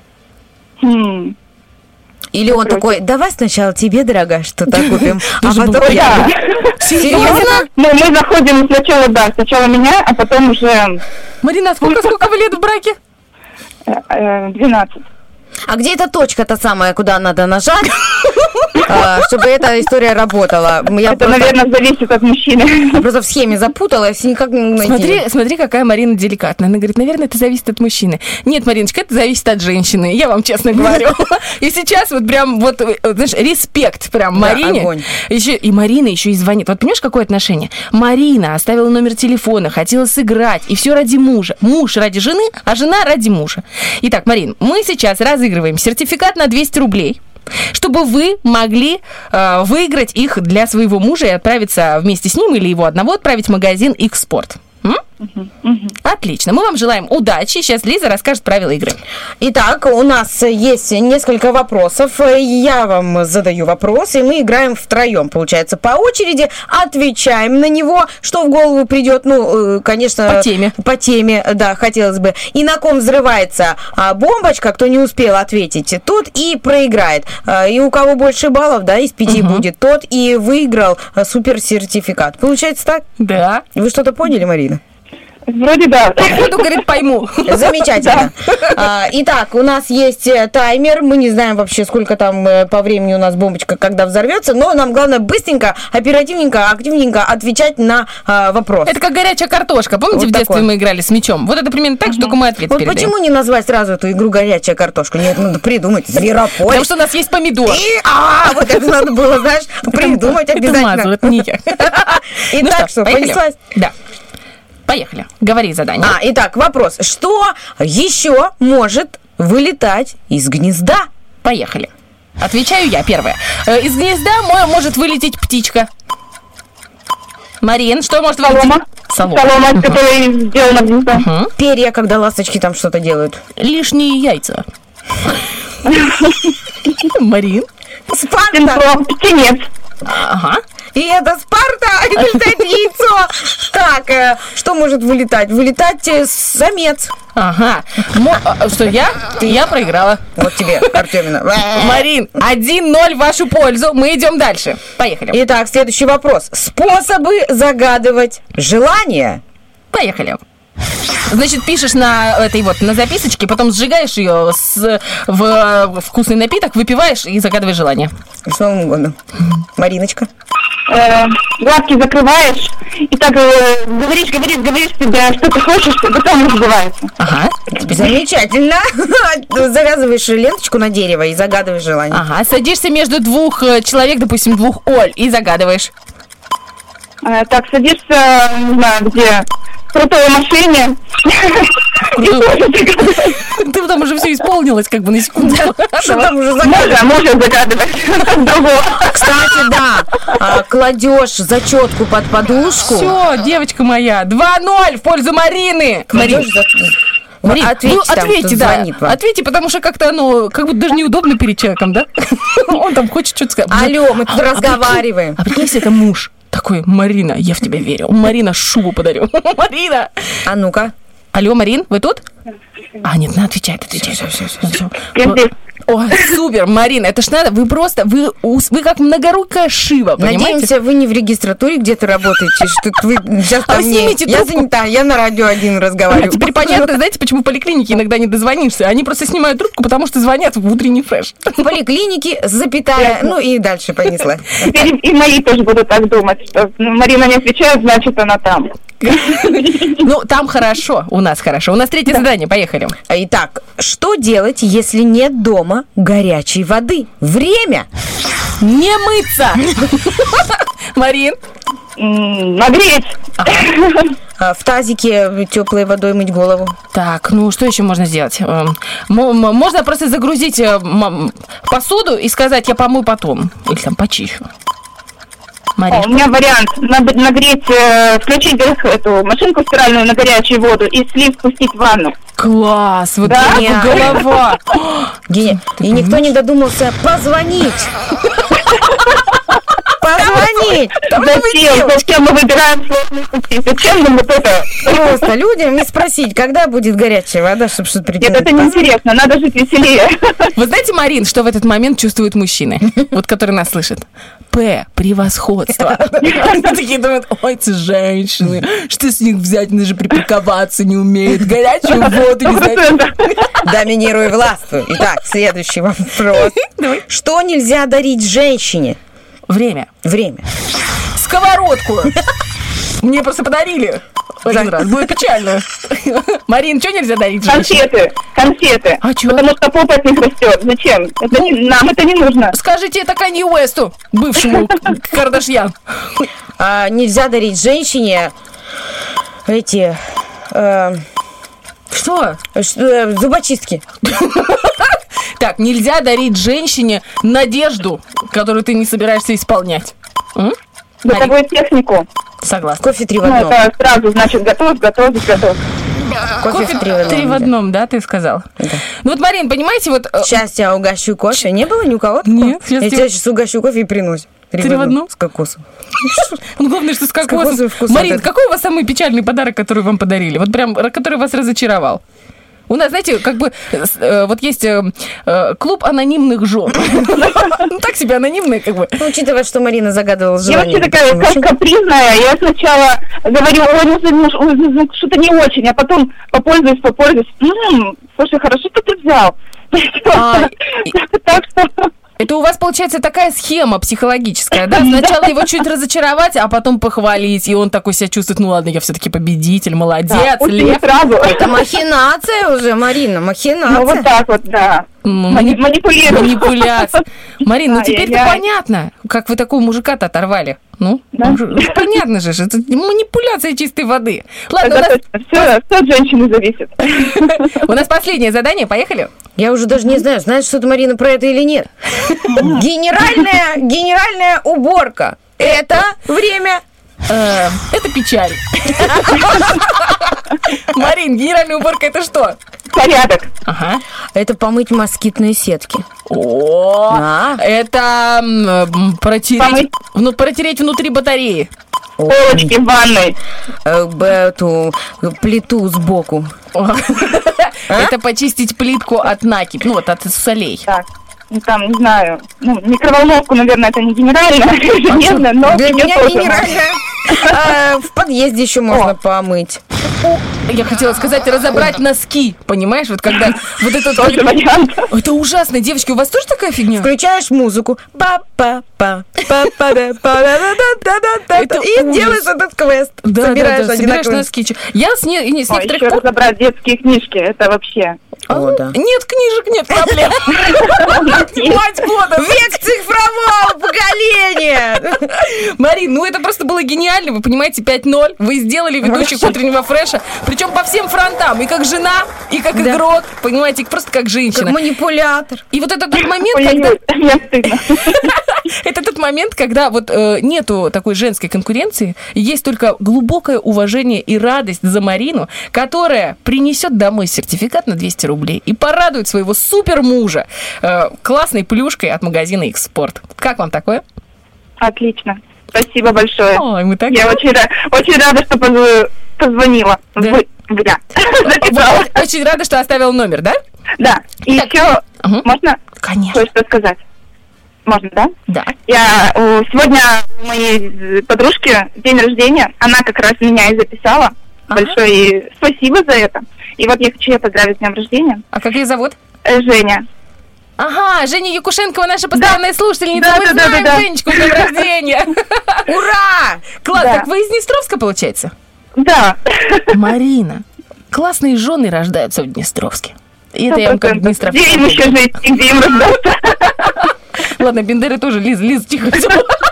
Хм. Или он такой, давай сначала тебе, дорогая, что-то купим, а Тоже потом бывает. я. Да. Серьезно? Ну, мы заходим сначала, да, сначала меня, а потом уже Марина, сколько, сколько вы лет в браке? э, э, двенадцать. А где эта точка та самая, куда надо нажать, а, чтобы эта история работала? Я Это, просто, наверное, зависит от мужчины. просто в схеме запуталась, никак не могу найти. Смотри, смотри, какая Марина деликатная. Она говорит, наверное, это зависит от мужчины. Нет, Мариночка, это зависит от женщины. Я вам честно говорю. И сейчас вот прям вот, знаешь, респект прям Да, Марине. огонь. Еще, и Марина еще и звонит. Вот понимаешь, какое отношение? Марина оставила номер телефона, хотела сыграть, и все ради мужа. Муж ради жены, а жена ради мужа. Итак, Марин, мы сейчас разыгрываем сертификат на двести рублей, чтобы вы могли э, выиграть их для своего мужа и отправиться вместе с ним или его одного отправить в магазин «Их-спорт». М? Отлично. Мы вам желаем удачи. Сейчас Лиза расскажет правила игры. Итак, у нас есть несколько вопросов. Я вам задаю вопрос, и мы играем втроем, получается, по очереди, отвечаем на него, что в голову придет, ну, э, конечно... По теме. По теме, да, хотелось бы. И на ком взрывается а, бомбочка, кто не успел ответить, тот и проиграет. А, и у кого больше баллов, да, из пяти Угу. будет, тот и выиграл а, супер-сертификат. Получается так? Да. Вы что-то поняли, Марина? Вроде да. Походу, говорит, пойму. Замечательно. А, итак, у нас есть э, таймер. Мы не знаем вообще, сколько там э, по времени у нас бомбочка, когда взорвется, но нам главное быстренько, оперативненько, активненько отвечать на а, вопрос. Это как горячая картошка. Помните, Вот в детстве такое. мы играли с мячом? Вот это примерно так же, только мы ответ Вот передаем. почему не назвать сразу эту игру «Горячая картошка»? Нет, надо придумать. Потому Зверополис. что у нас есть помидор. И, а, вот это надо было, знаешь, придумать Это обязательно. мазу, это не я. Ну Итак, что, поехали? понеслась? Да. Поехали. Говори задание. А, итак, вопрос. Что еще может вылетать из гнезда? Поехали. Отвечаю я первая. Э, Из гнезда мо- может вылететь птичка. Марин, что может вылететь? Солома. Солома. Солома, которая сделана в гнездо. Мгм. Перья, когда ласточки там что-то делают. Лишние яйца. Марин. Спарта! Пинцо, птенец. Ага. И это Спарта, а это летает яйцо. Так, э, что может вылетать? Вылетать э, самец. Ага. Мо- а, Что, я? Я проиграла. Вот тебе, Артемина. Марин, один ноль в вашу пользу. Мы идем дальше. Поехали. Итак, следующий вопрос. Способы загадывать желания. Поехали. Значит, пишешь на этой вот, на записочке, потом сжигаешь ее с, в вкусный напиток, выпиваешь и загадываешь желание. С Новым годом. Мариночка. Э, глазки закрываешь и так э, говоришь, говоришь, говоришь себе, что ты хочешь, и потом сбывается. Ага. Замечательно. Завязываешь ленточку на дерево и загадываешь желание. Ага. Садишься между двух человек, допустим, двух Оль, и загадываешь. Э, так, садишься, не знаю, где... В крутой машине. Ты потом уже все исполнилось, как бы на секунду. Что там уже загадываешь? Можно загадывать. Кстати, да, кладешь зачетку под подушку. Все, девочка моя, два ноль в пользу Марины. Марин, Марин, ответьте, ну, там, ответьте, да. звонит вам. Ответьте, потому что как-то оно, как будто даже неудобно перед человеком, да? Он там хочет что-то сказать. Алло, мы тут разговариваем. А прикинь, если это муж такой: Марина, я в тебя верю. Марина, шубу подарю. Марина. А ну-ка. Алло, Марин, вы тут? А, нет, она отвечает, отвечает. Все, все, все, все. Я здесь. О, супер, Марина, это ж надо, вы просто, вы, вы как многорукая Шива, понимаете? Надеемся, вы не в регистратуре где-то работаете, что вы сейчас А там не... снимите Я трубку. занята, я на радио один разговариваю. Теперь понятно, знаете, почему в поликлинике иногда не дозвонишься? Они просто снимают трубку, потому что звонят в утренний фреш. В поликлинике, запятая, ну и дальше понесла. Теперь и мои тоже будут так думать, что ну, Марина не отвечает, значит, она там. Ну, там хорошо, у нас хорошо. У нас третье задание, поехали. Итак, что делать, если нет дома горячей воды? Время! Не мыться! Марин? М, Нагреть. А в тазике теплой водой мыть голову. Так, ну что еще можно сделать? Эм, мо- мо- Можно просто загрузить э, м- посуду и сказать: я помою потом. Или там почищу. О, Марин. у меня вариант. Надо нагреть, э, включить эту машинку стиральную на горячую воду и слив пустить в ванну. Класс, вот Да? это голова. Геня. Ты И никто понимаешь? не додумался позвонить. Позвонить! Зачем? Зачем мы выбираем сложные пути? Зачем нам вот это? Просто людям не спросить, когда будет горячая вода, чтобы что-то Нет, придумать. это неинтересно. Надо жить веселее. Вы знаете, Марин, что в этот момент чувствуют мужчины, вот которые нас слышат? П. Превосходство. Они такие думают: ой, эти женщины, что с них взять, они же припарковаться не умеют, горячую воду не знают. Доминируй, властвуй. Итак, следующий вопрос. Что нельзя дарить женщине? Время. Время. Сковородку. Мне просто подарили один раз. Было печально. Марин, что нельзя дарить женщине? Конфеты. Конфеты. А чё? Потому что попа от них растет. Зачем? Это не- нам это не нужно. Скажите это Канье Уэсту, бывшему Кардашьян. А, нельзя дарить женщине эти э, Что? ш- э, зубочистки. Так, нельзя дарить женщине надежду, которую ты не собираешься исполнять. М? Марин, Бытовую технику. согласна. Кофе три в Ну, одном. это сразу, значит, готов, готов, готов. Кофе в три в одном. Три в да. одном, да, ты сказал? Ну вот, Марин, понимаете, вот... э, Сейчас я угощу кофе. Не было ни у кого такого? Нет, сейчас Я тебе- тебя сейчас угощу кофе и приносит. Три в одном? С кокосом. Ну, главное, что с кокосовым кокосом. вкусом Марин, вот это. какой у вас самый печальный подарок, который вам подарили? Вот прям, р- который вас разочаровал? У нас, знаете, как бы, э, с- э, вот есть э, э, клуб анонимных жен. Ну, так себе анонимные, как бы. Ну, учитывая, что Марина загадывала Я желание. вообще такая как капризная. Я сначала говорю: ой, ну, ну, ой, ну, ну, что-то не очень, а потом попользуюсь, попользуюсь. М, слушай, хорошо, что ты взял. А, Так что... Это у вас, получается, такая схема психологическая, да? Сначала его чуть разочаровать, а потом похвалить, и он такой себя чувствует: ну ладно, я все-таки победитель, молодец, Да, очень лев. сразу. Это махинация уже, Марина, махинация. Ну, вот так вот, да. Ну, Мани- Манипулируешь. Манипуляция. Марин, ну теперь-то Ай-яй-яй. понятно, как вы такого мужика-то оторвали. Ну, Да? уже- ну, понятно же, это манипуляция чистой воды. Ладно, у Это нас, точно. Все, все от женщины зависит. у нас последнее задание, поехали? Я уже даже не знаю, знает что-то Марина про это или нет. Генеральная, генеральная уборка. Это время. Э, Это печаль. Марин, генеральная уборка — это что? Порядок. Ага. Это помыть москитные сетки. О, А. это м, м, протереть, Помыть. ну, протереть внутри батареи. Полочки в ванной. Э, б- Эту плиту сбоку. Это почистить плитку от накипи, ну вот от солей. Так, ну там, не знаю, ну, микроволновку, наверное, это не генеральная, ежедневная, но Для тебе меня тоже генеральная. А, В подъезде еще можно помыть. я хотела сказать, разобрать носки, понимаешь? Вот когда вот это... Тоже вариант. Это ужасно. Девочки, у вас тоже такая фигня? Включаешь музыку. Па-па-па. Это И ужас. делаешь этот квест. Да, Собираешь да, да, собираешь одинаковые- носки. Я с, не, не, с Ой, некоторых еще пор... разобрать детские книжки, это вообще... А, О, да. Нет книжек, нет проблем. Мать года. Век цифрового поколения! Марин, ну это просто было гениально, вы понимаете, пять ноль. Вы сделали ведущих утреннего фреша, причем по всем фронтам, и как жена, и как Да. игрок, понимаете, просто как Как женщина. манипулятор. И вот этот тот момент, когда... Ой-ой-ой, мне стыдно. Это тот момент, когда вот э, нету такой женской конкуренции, есть только глубокое уважение и радость за Марину, которая принесет домой сертификат на двести рублей и порадует своего супермужа э, классной плюшкой от магазина «X-Sport». Как вам такое? Отлично. Спасибо большое. Ой, мы так... Я очень, ра- очень рада, что поз- позвонила. Да. Вы, бля, записала. Вот, очень рада, что оставила номер, да? Да. И Так. еще Ага. можно Конечно. кое-что сказать? Можно, да? Да. Я э, сегодня у моей подружки день рождения. Она как раз меня и записала. Ага. Большое спасибо за это. И вот я хочу ее поздравить с днем рождения. А как ее зовут? Э, Женя. Ага, Женя Якушенкова, наша постоянная слушательница. Да, Мы да, да, знаем да, да. Женечку с днем рождения. Ура! Класс, Да. так вы из Днестровска, получается? Да. Марина, классные жены рождаются в Днестровске. И это я вам как Где им Днестровский. еще жить? И где им раздаться? Ладно, Бендеры тоже, Лиз, Лиз, тихо. Лиза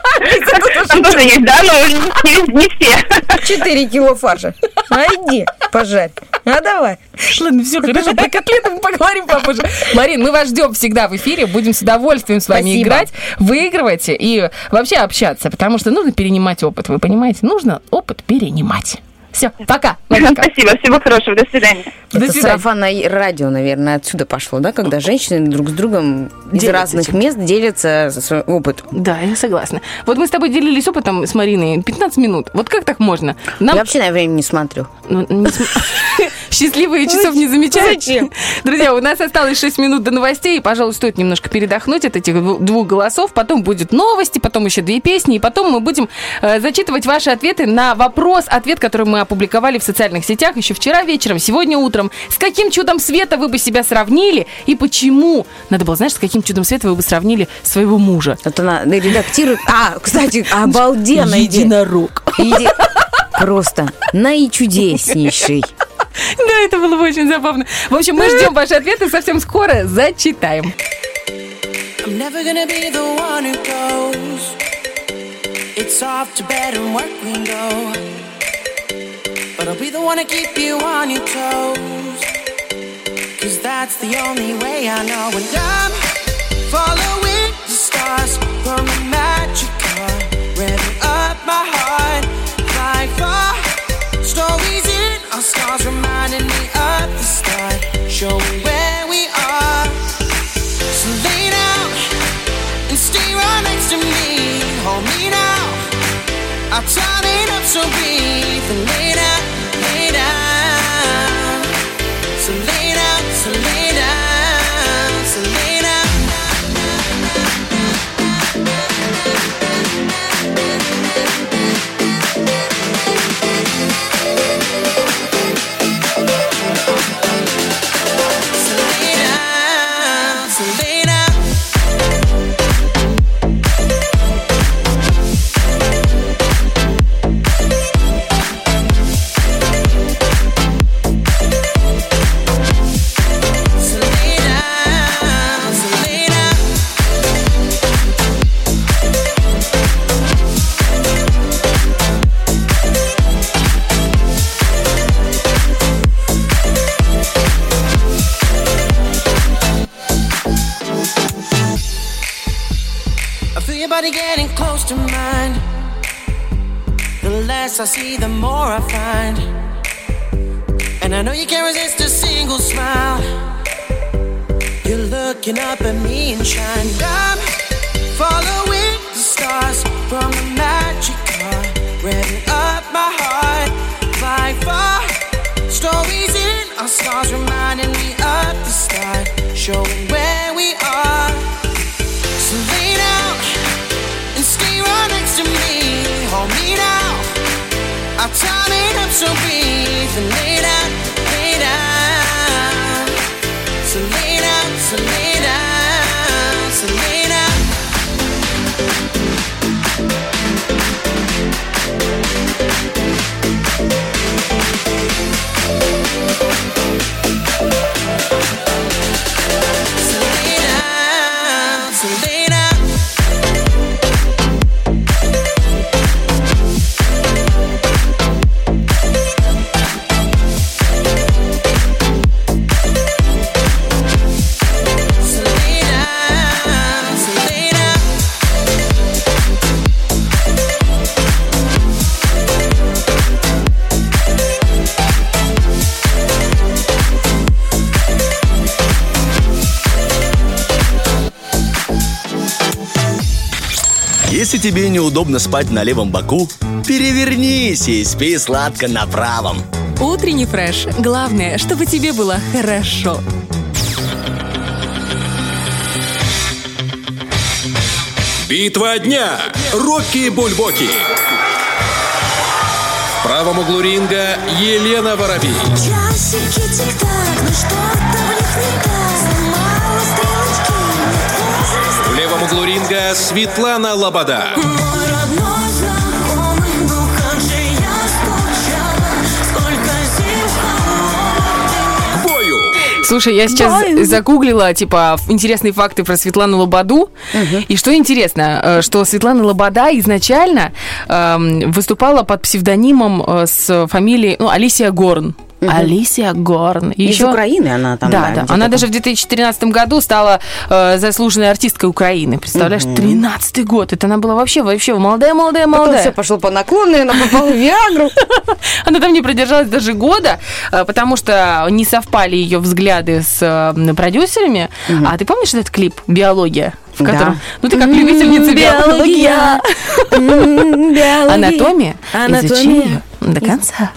тоже Там тоже есть, да, но не, не все. Четыре кило фарша. А иди, пожарь. А давай. Ладно, все, хорошо, про котлеты мы поговорим попозже. Марин, мы вас ждем всегда в эфире, будем с удовольствием с вами Спасибо. играть, выигрывать и вообще общаться, потому что нужно перенимать опыт, вы понимаете? Нужно опыт перенимать. Все, пока, Маринка. Спасибо, всего хорошего, до свидания. До Это свидания. сарафанное радио, наверное, отсюда пошло, да? Когда женщины друг с другом из Делятся разных чем-то. мест делятся своим опытом. Да, я согласна. Вот мы с тобой делились опытом с Мариной пятнадцать минут. Вот как так можно? Нам... Я вообще на время не смотрю. Ну, не см- Счастливые часов не замечают. Зачем? Друзья, у нас осталось шесть минут до новостей. И, пожалуй, стоит немножко передохнуть от этих дву- двух голосов. Потом будут новости, потом еще две песни. И потом мы будем э, зачитывать ваши ответы на вопрос-ответ, который мы опубликовали в социальных сетях еще вчера вечером, сегодня утром. С каким чудом света вы бы себя сравнили? И почему? Надо было, знаешь, с каким чудом света вы бы сравнили своего мужа? Вот она редактирует. А, кстати, обалденно. Единорог. Еди- Просто наичудеснейший. Да, это было бы очень забавно. В общем, мы ждем ваши ответы, совсем скоро зачитаем. I'm never gonna be the one who goes. It's off to bed and work we go. But I'll be the one to keep you on your toes. Cause that's the only way I know. And I'm following the stars from a magic car, revving up my heart. Fly far, stories in our stars reminding me of the start, showing where we are. So lay down and stay right next to me. Hold me now, I'll turn it up so breathe. And lay down, lay down. So lay down, so lay down, so lay down. So lay down, so lay down. So lay down, so lay down. I feel your body getting close to mine. The less I see, the more I find. And I know you can't resist a single smile. You're looking up at me and shine. I'm following the stars from a magic car, revving up my heart. Fly far, stories in our stars reminding me of the start, showing where we are. So lay down and stay right next to me. Hold me now, I'll turn it up so breathe. And lay down, Если тебе неудобно спать на левом боку, перевернись и спи сладко на правом. Утренний фреш. Главное, чтобы тебе было хорошо. Битва дня. Рокки Бульбоки. В правом углу ринга Елена Воробей. Часики тик-так, но что-то в них не так. Сломала стрелочки, нет возраста. В левом углу ринга Светлана Лобода. Мой родной знакомый, ну как же я скучала. Сколько зим холодных. К бою. Слушай, я сейчас загуглила, типа, интересные факты про Светлану Лободу. И что интересно, э, что Светлана Лобода изначально эм, выступала под псевдонимом э, с фамилией, ну, Алисия Горн. Алисия Горн. И Из еще- Украины она там. Да, да. Она даже в две тысячи тринадцатом году стала э, заслуженной артисткой Украины. Представляешь, тринадцатый год. Это она была вообще, вообще молодая, молодая, Потом молодая. все пошло по наклонной, она попала в Виагру. Она там не продержалась даже года, э, потому что не совпали ее взгляды с э, продюсерами. А ты помнишь этот клип «Биология»? В Да. котором, ну ты как любительница биология. Биология. Анатомия. Анатомия. Изучи её до конца.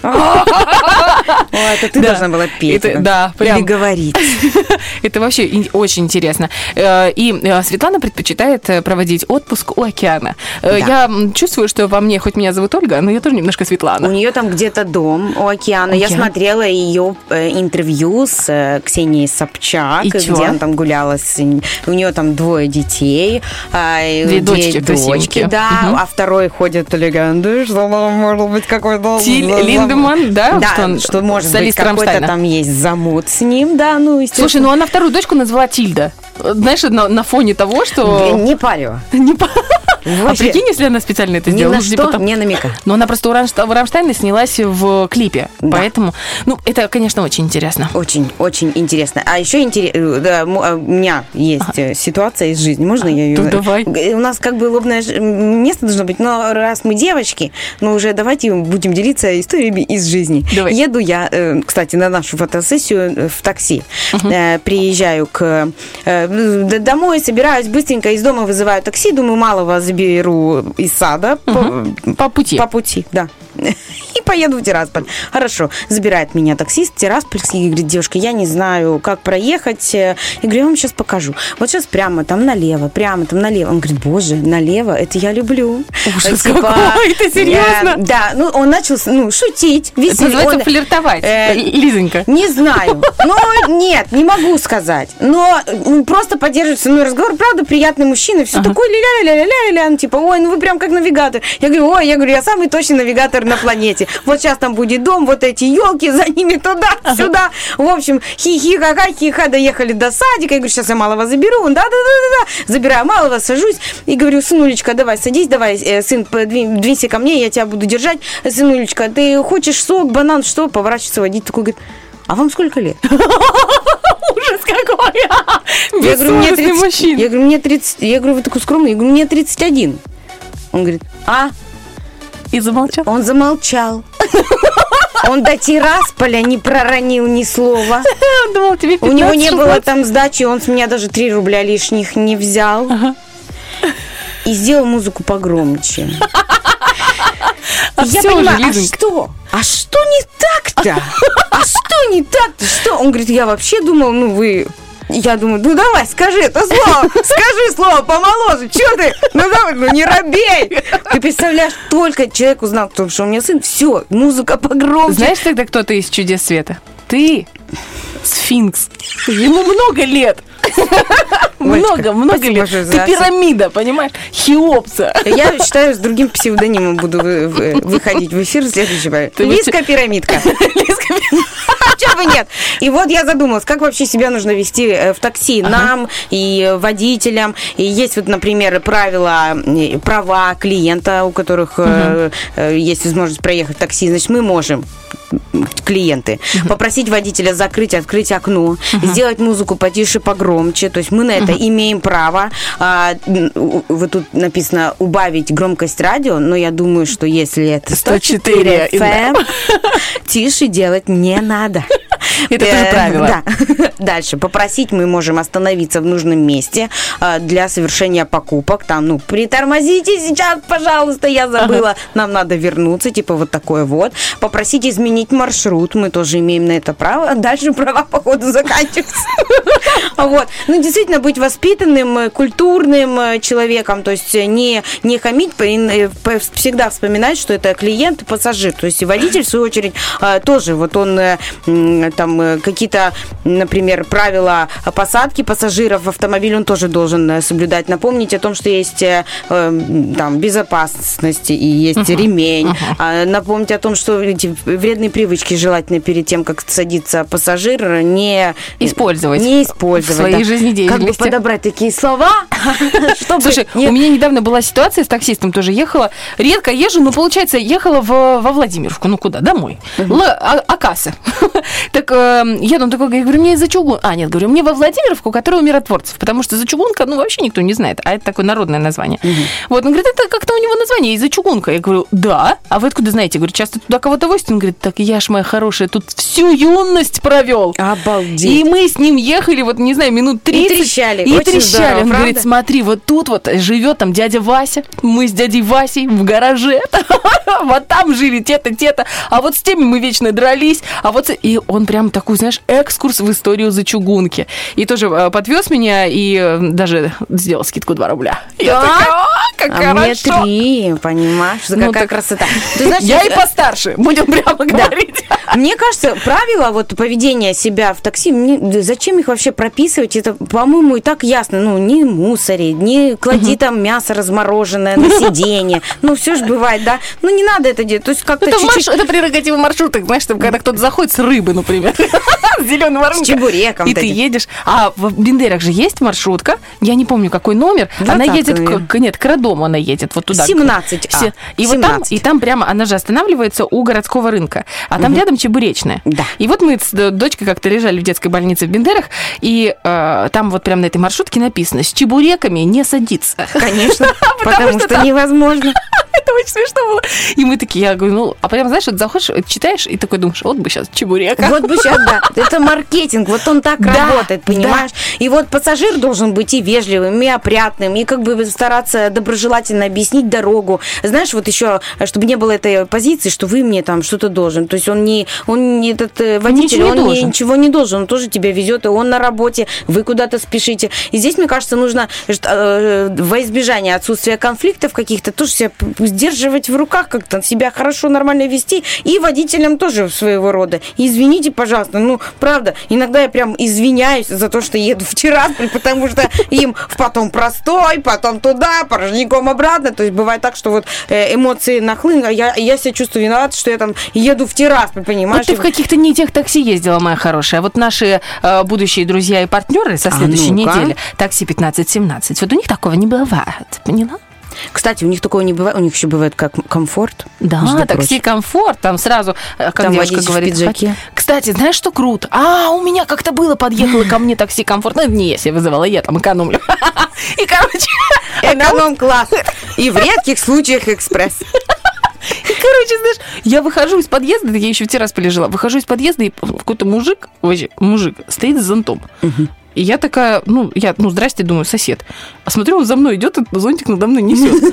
О, это ты Да. должна была петь. Это- да, Или прям. говорить. Это вообще ин- очень интересно. Э, И э, Светлана предпочитает э, проводить отпуск у океана. Э, Да. Я м, чувствую, что во мне, хоть меня зовут Ольга, но я тоже немножко У Светлана. нее там где-то дом у океана. Я Океан. смотрела ее э, интервью с э, Ксенией Собчак, И где чё? она там гуляла. С... У нее там двое детей. а, и Две дочки дочки, красивенькие. да. Мгм. А второй ходит легенды, что она может быть какой-то... Тиль за- за- Линдеманн, да? Да, Что он что может быть солист какой-то Рамштайна. там есть замут с ним, да, ну, естественно. Слушай, ну она вторую дочку назвала Тильда. Э, Знаешь, на, на фоне того, что... Не парю. Не по- А Вообще. прикинь, если она специально это Ни сделала. на ну, типа что там- не намекай. Но она просто у Рамш- в Рамштайне снялась в клипе. Да. Поэтому, ну, это, конечно, очень интересно. Очень, очень интересно. А еще интересно, да, м- а, у меня есть э, ситуация из жизни. Можно я ее? Ну, давай. Г- У нас как бы лобное ж- м, место должно быть, но раз мы девочки, ну уже давайте будем делиться историями из жизни. Давай. Еду я, э, кстати, на нашу фотосессию э, в такси. Э, Приезжаю к э, д- домой, собираюсь быстренько из дома, вызываю такси, думаю, малого заберу из сада по- По пути. по пути, да. И поеду в Тирасполь. Хорошо. Забирает меня таксист Тираспольский и говорит: девушка, я не знаю, как проехать. Я говорю, я вам сейчас покажу. Вот сейчас прямо там налево, прямо там налево. Он говорит: боже, налево, это я люблю. Ужас Типа, какой, ты серьезно? э, да, ну он начал ну, шутить, Это веселить. называется Он- флиртовать, э, Лизонька. Не знаю. Ну, нет, не могу сказать. Но ну, просто поддерживать со мной разговор. Правда, приятный мужчина. Все такое ля-ля-ля-ля-ля-ля. Ну, типа, ой, ну вы прям как навигатор. Я говорю, ой, я говорю, я самый точный навигатор на планете. Вот сейчас там будет дом, вот эти елки, за ними туда-сюда. В общем, хи-хи, ха-ха, хи-ха, доехали до садика. Я говорю, сейчас я малого заберу. Он, да-да-да-да. Забираю малого, сажусь и говорю: сынулечка, давай, садись, давай, э, сын, подвинь- двинься ко мне, я тебя буду держать. Сынулечка, ты хочешь сок, банан, что? Поворачивается водитель такой, говорит: а вам сколько лет? Ужас какой! Я говорю, мне Бессовестный тридцать, мужчина. я говорю, мне тридцать, я говорю, вы такой скромный, я говорю, мне тридцать один. Он говорит: а? И замолчал. Он замолчал. Он до Тирасполя не проронил ни слова. Он думал, тебе У него не было пятнадцать-шестнадцать. там сдачи, он с меня даже три рубля лишних не взял. И сделал музыку погромче. А Я всё понимаю, уже, а Лизонька. что? А что не так-то? А что не так-то? Что? Он говорит, я вообще думал, ну вы... Я думаю, ну давай, скажи это слово, скажи слово помоложе, что ты? Ну давай, ну не робей. Ты представляешь, только человек узнал, что у меня сын, все, музыка погромче. Знаешь тогда, кто ты из «Чудес света»? Ты сфинкс. Ему много лет. Много, много спасибо лет. большое за Ты все. пирамида, понимаешь? Хеопса. Я считаю, с другим псевдонимом буду вы- вы- выходить в эфир следующего. Ты Лизка пирамидка. Чего бы нет? И вот я задумалась, как вообще себя нужно вести э, в такси нам и водителям. И есть вот, например, правила, э, права клиента, у которых э, э, есть возможность проехать в такси. Значит, мы можем, клиенты, попросить водителя закрыть, открыть окно, сделать музыку потише, погромче. То есть мы на это имеем право. А, м, у- вот тут написано убавить громкость радио, но я думаю, что если это сто четыре эф эм, тише делать не надо. Это тоже правило. Да. Дальше. Попросить мы можем остановиться в нужном месте для совершения покупок. Там, ну, притормозите сейчас, пожалуйста, я забыла. Ага. Нам надо вернуться. Типа вот такое вот. Попросить изменить маршрут. Мы тоже имеем на это право. Дальше права, походу, заканчиваются. Вот. Ну, действительно, быть воспитанным, культурным человеком. То есть не, не хамить, всегда вспоминать, что это клиент и пассажир. То есть и водитель, в свою очередь, тоже вот он там какие-то, например, правила посадки пассажиров в автомобиль он тоже должен соблюдать. Напомнить о том, что есть там безопасность и есть uh-huh. ремень. Uh-huh. Напомнить о том, что эти вредные привычки желательно перед тем, как садится пассажир, не использовать, не использовать в своей да. жизнедеятельности. Как бы подобрать такие слова, чтобы... Слушай, у меня недавно была ситуация с таксистом, тоже ехала, редко езжу, но, получается, ехала в, во Владимировку, ну куда, домой, uh-huh. Л, а, Акаса. Так э, я там такой, я говорю, мне за Чугун... А, нет, говорю, мне во Владимировку, которая у миротворцев, потому что за Чугунка, ну, вообще никто не знает, а это такое народное название. Uh-huh. Вот, он говорит, это как-то у него название, из-за Чугунка. Я говорю, да, а вы откуда знаете? Я говорю, часто туда кого-то возят? Он говорит, так я ж, моя хорошая, тут всю юность провел. Обалдеть. И мы с ним ехали, вот, не знаю, минут тридцать. И трещали. И очень трещали. Здорово, он правда? Говорит, смотри, вот тут вот живет там дядя Вася, мы с дядей Васей в гараже, вот там жили те-то, те-то, а вот с теми мы вечно дрались, а вот... И он прям такой, знаешь, экскурс в историю за Чугунки. И тоже подвез меня и даже сделал скидку два рубля. Я такая, как а хорошо. мне три, понимаешь? Ну, какая так... красота. Ты знаешь, я и постарше, будем прямо да. говорить. Мне кажется, правила вот поведения себя в такси, мне, зачем их вообще прописывать? Это, по-моему, и так ясно. Ну, не мусори, не клади угу. там мясо размороженное на сиденье. Ну, все же бывает, да? Ну, не надо это делать. То есть как-то это, чуть-чуть... марш... это прерогатива маршруток, знаешь, чтобы когда кто-то заходит с рыбы, например, с зеленым воронкой. С чебуреком. И ты едешь. А в Бендерах же есть маршрутка, я не помню, какой номер. Она едет к... Нет, к роддому она едет, вот туда. семнадцать А. И вот там, и там прямо, она же останавливается у городского рынка, а там угу. рядом чебуречная. Да. И вот мы с дочкой как-то лежали в детской больнице в Бендерах, и э, там вот прямо на этой маршрутке написано, с чебуреками не садиться. Конечно, потому что невозможно. Это очень смешно было. И мы такие, я говорю, ну, а прям, знаешь, вот заходишь, читаешь, и такой думаешь, вот бы сейчас чебурека. Вот бы сейчас, да. Это маркетинг, вот он так да, работает, понимаешь? Да. И вот пассажир должен быть и вежливым, и опрятным, и как бы стараться доброжелательно объяснить дорогу. Знаешь, вот еще, чтобы не было этой позиции, что вы мне там что-то должен. То есть он не, он не этот водитель, ничего он не не, должен. ничего не должен, он тоже тебя везет, и он на работе, вы куда-то спешите. И здесь, мне кажется, нужно э, во избежание отсутствия конфликтов каких-то тоже себя сдерживать в руках, как-то себя хорошо, нормально вести, и водителям тоже своего рода. Извините, пожалуйста, ну, правда, иногда я прям извиняюсь за то, что еду в Тирасполь, потому что им потом простой, потом туда, порожняком обратно, то есть бывает так, что вот эмоции нахлынули, а я, я себя чувствую виновата, что я там еду в Тирасполь, понимаешь? Вот ты в каких-то не тех такси ездила, моя хорошая. Вот наши э, будущие друзья и партнеры со следующей а ну-ка. недели, такси пятнадцать семнадцать, вот у них такого не бывает, поняла? Кстати, у них такого не бывает, у них еще бывает как комфорт. Да, такси комфорт, там сразу, как там девушка говорит. В пиджаке. Кстати, знаешь, что круто? А, у меня как-то было, подъехало ко мне такси комфорт. Ну, это не я себе вызывала, я там экономлю. И, короче... Эконом-класс. И в редких случаях экспресс. И, короче, знаешь, я выхожу из подъезда, я еще в Тирасполе жила, выхожу из подъезда, и какой-то мужик, вообще, мужик, стоит с зонтом. Угу. И я такая, ну, я, ну, здрасте, думаю, сосед. А смотрю, он за мной идет, и зонтик надо мной несет.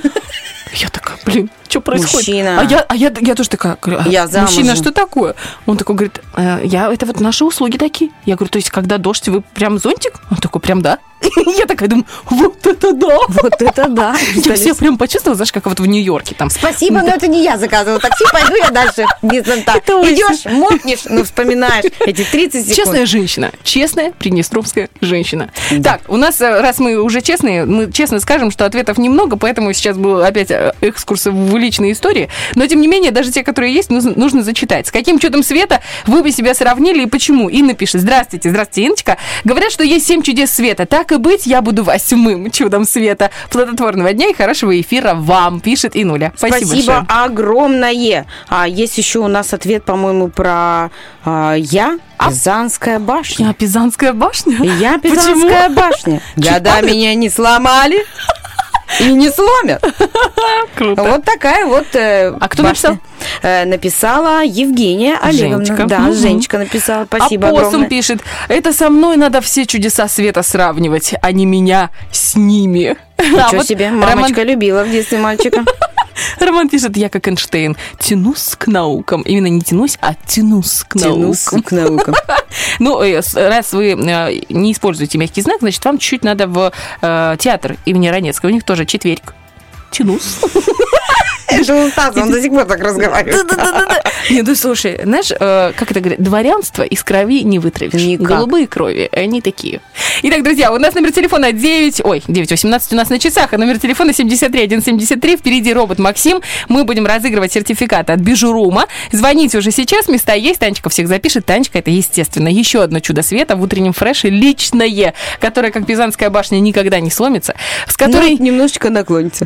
Я такая, блин, что происходит? Мужчина. А я, а я, я тоже такая, говорю, я мужчина, что такое? Он такой говорит, э, я, это вот наши услуги такие. Я говорю, то есть, когда дождь, вы прям зонтик? Он такой, прям да. Я такая думаю, вот это да! Вот это да! Я все прям почувствовала, знаешь, как вот в Нью-Йорке там. Спасибо, но это не я заказывала такси, пойду я дальше без зонта. Идешь, мокнешь, ну вспоминаешь эти тридцать секунд. Честная женщина, честная приднестровская женщина. Так, у нас, раз мы уже честные, мы честно скажем, что ответов немного, поэтому сейчас был опять экскурс в личные истории, но тем не менее, даже те, которые есть, нужно, нужно зачитать. С каким чудом света вы бы себя сравнили и почему? Инна пишет, здравствуйте, здравствуйте, Инночка. Говорят, что есть семь чудес света, так и быть, я буду восьмым чудом света. Плодотворного дня и хорошего эфира вам, пишет Инуля. Спасибо, Спасибо большое. огромное. А есть еще у нас ответ, по-моему, про а, я. А? Пизанская башня. Я Пизанская башня? Я Пизанская Почему? башня. Года меня не сломали. И не сломят. Круто. Вот такая вот э, А кто башня. написал? Э, написала Евгения Олеговна. Женечка. Да, Мгм. Женечка написала. Спасибо Апоссум огромное. пишет, это со мной надо все чудеса света сравнивать, а не меня с ними. Ничего А вот себе, Роман- мамочка любила в детстве мальчика. Роман пишет, я как Эйнштейн, тянусь к наукам. Именно не тянусь, а тянусь к Тянусь наукам. к наукам. Ну, э, с- раз вы э, не используете мягкий знак, значит, вам чуть-чуть надо в э, театр имени Ранецкого. У них тоже четверг. Тянусь. Это у Стаса, он до сих пор так разговаривает. Да-да-да. Не, ну слушай, знаешь, э, как это говорят, дворянство из крови не вытравишь. Никак. Голубые крови, они такие. Итак, друзья, у нас номер телефона девять, ой, девять восемнадцать у нас на часах, а номер телефона семьдесят три сто семьдесят три. Впереди робот Максим. Мы будем разыгрывать сертификат от Бижурума. Звоните уже сейчас, места есть. Танечка всех запишет. Танечка, это естественно. Еще одно чудо света в утреннем фреше личное, которое, как Пизанская башня, никогда не сломится, с которой... Ну, немножечко наклонится.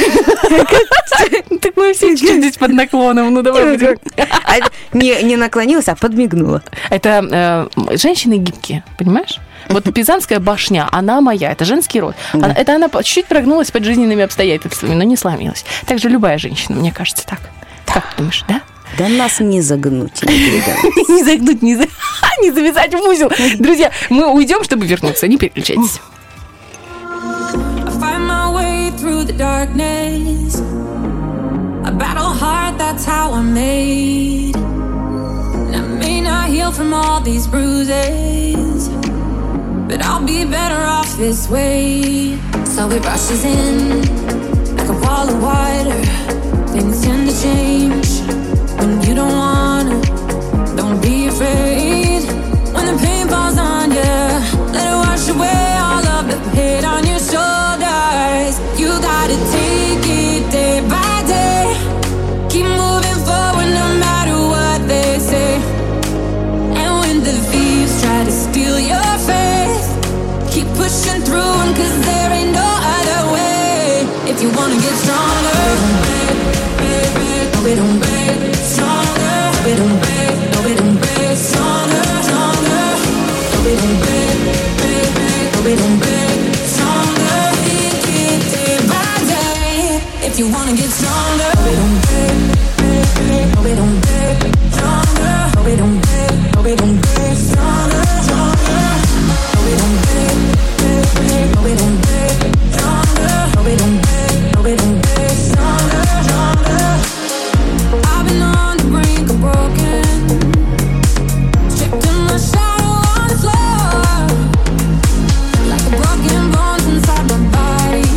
Так мы все чуть-чуть здесь под наклоном. Ну, давай будем. А это не, не наклонилась, а подмигнула. Это э, женщины гибкие, понимаешь? Вот Пизанская башня, она моя, это женский род. Она- это она по- чуть-чуть прогнулась под жизненными обстоятельствами, но не сломилась. Так же любая женщина, мне кажется, так. Как ты думаешь, да? Да нас не загнуть, не перегнуть. Не загнуть, не, за- не завязать в узел. Друзья, мы уйдем, чтобы вернуться, не переключайтесь. I find my way through the darkness. I battle hard, that's how I'm made. And I may not heal from all these bruises, but I'll be better off this way. So it rushes in like a wall of water. Things tend to change when you don't wanna. Don't be afraid when the pain falls on you. Let it wash away all of the hate on your shoulders. You gotta take it day by day. Keep moving forward no matter what they say. And when the thieves try to steal your faith, keep pushing through 'em 'cause there ain't no other way. If you wanna get stronger, no, we don't break. Stronger, we don't break. No, we don't break. Stronger, stronger, no, we don't break. Break, break. No, we don't break. Stronger, take it day by day. If you wanna get stronger, no, we don't break. Break, break. No, we don't break. Stronger, no, we don't break. No, we don't break. Stronger, stronger, no, we don't break. Break, break. No, we don't break. Stronger, no, we don't break. No, we don't break. Stronger, stronger. I've been on the brink of broken, stripped in my shadow on the floor, like a broken bones inside my body.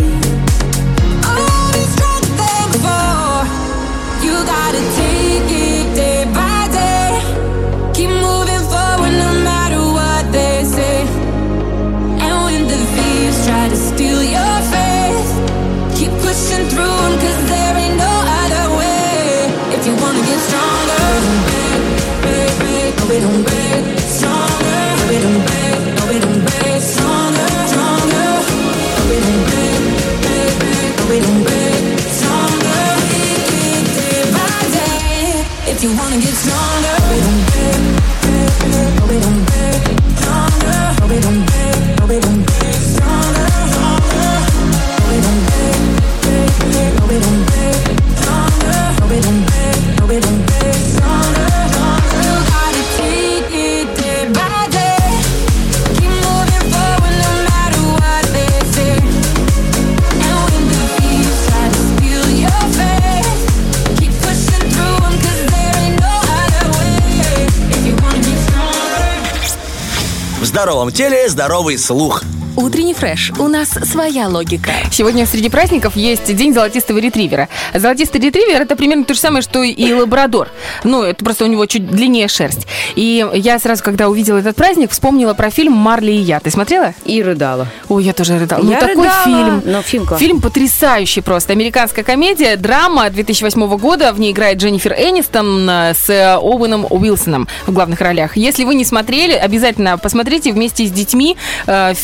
All these strong to thank for. You gotta take it day by day. Keep moving forward no matter what they say. And when the thieves try to steal your faith, keep pushing through 'em 'cause there ain't no other way. If you wanna get stronger, break, break, break, no, we don't break. Stronger, no, we don't break. No, we don't break. Stronger, stronger, no, we don't break. Break, break, no, we don't break. Stronger, take it day by day. If you wanna get stronger, we don't break. Break, break, no, we don't break. Stronger, no, we don't break. No, we don't break. Stronger, stronger, no, we don't break. Break, break, no, we don't break. Stronger, no, we don't break. No, we don't break. Stronger, stronger. You gotta take it day by day. Keep moving forward no matter what they say. And when the thieves try to steal your faith, keep pushing through 'em 'cause there ain't no other way. If you wanna get stronger. В здоровом теле здоровый слух. Утренний фреш. У нас своя логика. Сегодня среди праздников есть День золотистого ретривера. Золотистый ретривер – это примерно то же самое, что и лабрадор. Ну, это просто у него чуть длиннее шерсть. И я сразу, когда увидела этот праздник, вспомнила про фильм «Марли и я». Ты смотрела? И рыдала. Ой, я тоже рыдала. Ну, Я такой рыдала, фильм. но фильм классный. Фильм потрясающий просто. Американская комедия, драма две тысячи восьмого года. В ней играет Дженнифер Энистон с Оуэном Уилсоном в главных ролях. Если вы не смотрели, обязательно посмотрите вместе с детьми э, фильм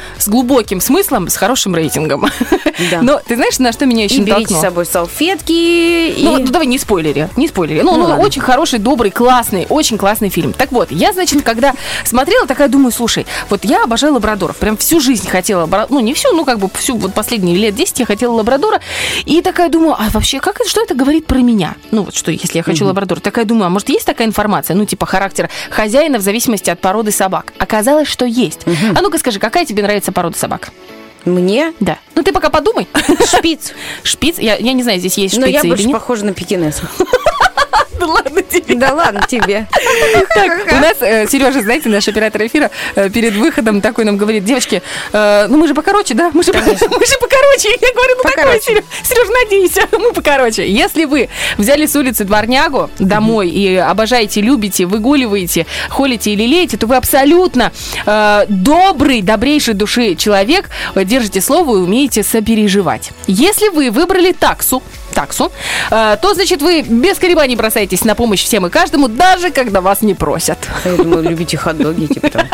с глубоким смыслом, с хорошим рейтингом. Да. Но ты знаешь, на что меня еще И берите натолкнуло? с собой салфетки. Ну, и... ну, давай не спойлери, не спойлери. Ну, Ну, ну, ладно. очень хороший, добрый, классный, очень классный фильм. Так вот, я, значит, когда смотрела, такая думаю, слушай, вот я обожаю лабрадоров, прям всю жизнь хотела, лабра- ну, не всю, ну, как бы всю, вот последние лет десять я хотела лабрадора, и такая думаю, а вообще, как это, что это говорит про меня? Ну, вот что, если я хочу mm-hmm. лабрадора, такая думаю, а может, есть такая информация, ну, типа характер хозяина в зависимости от породы собак? Оказалось, что есть. Mm-hmm. А ну-ка скажи, какая тебе нравится порода собак? Мне? Да. Ну, ты пока подумай. Шпиц. Шпиц? Я, я не знаю, здесь есть шпицы Но я или больше нет. похожа на пекинеса. Да ладно тебе. Да ладно тебе. Так, у нас э, Сережа, знаете, наш оператор эфира э, перед выходом такой нам говорит, девочки, э, ну мы же покороче, да? Мы же, мы же покороче. Я говорю, ну такой, Сереж, Сереж, надейся, мы покороче. Если вы взяли с улицы дворнягу домой и обожаете, любите, выгуливаете, холите и лелеете, то вы абсолютно э, добрый, добрейшей души человек, держите слово и умеете сопереживать. Если вы выбрали таксу, таксу, э, то, значит, вы без колебаний бросаетесь на помощь всем и каждому, даже когда вас не просят. Я думаю, любите хот-доги, типа там.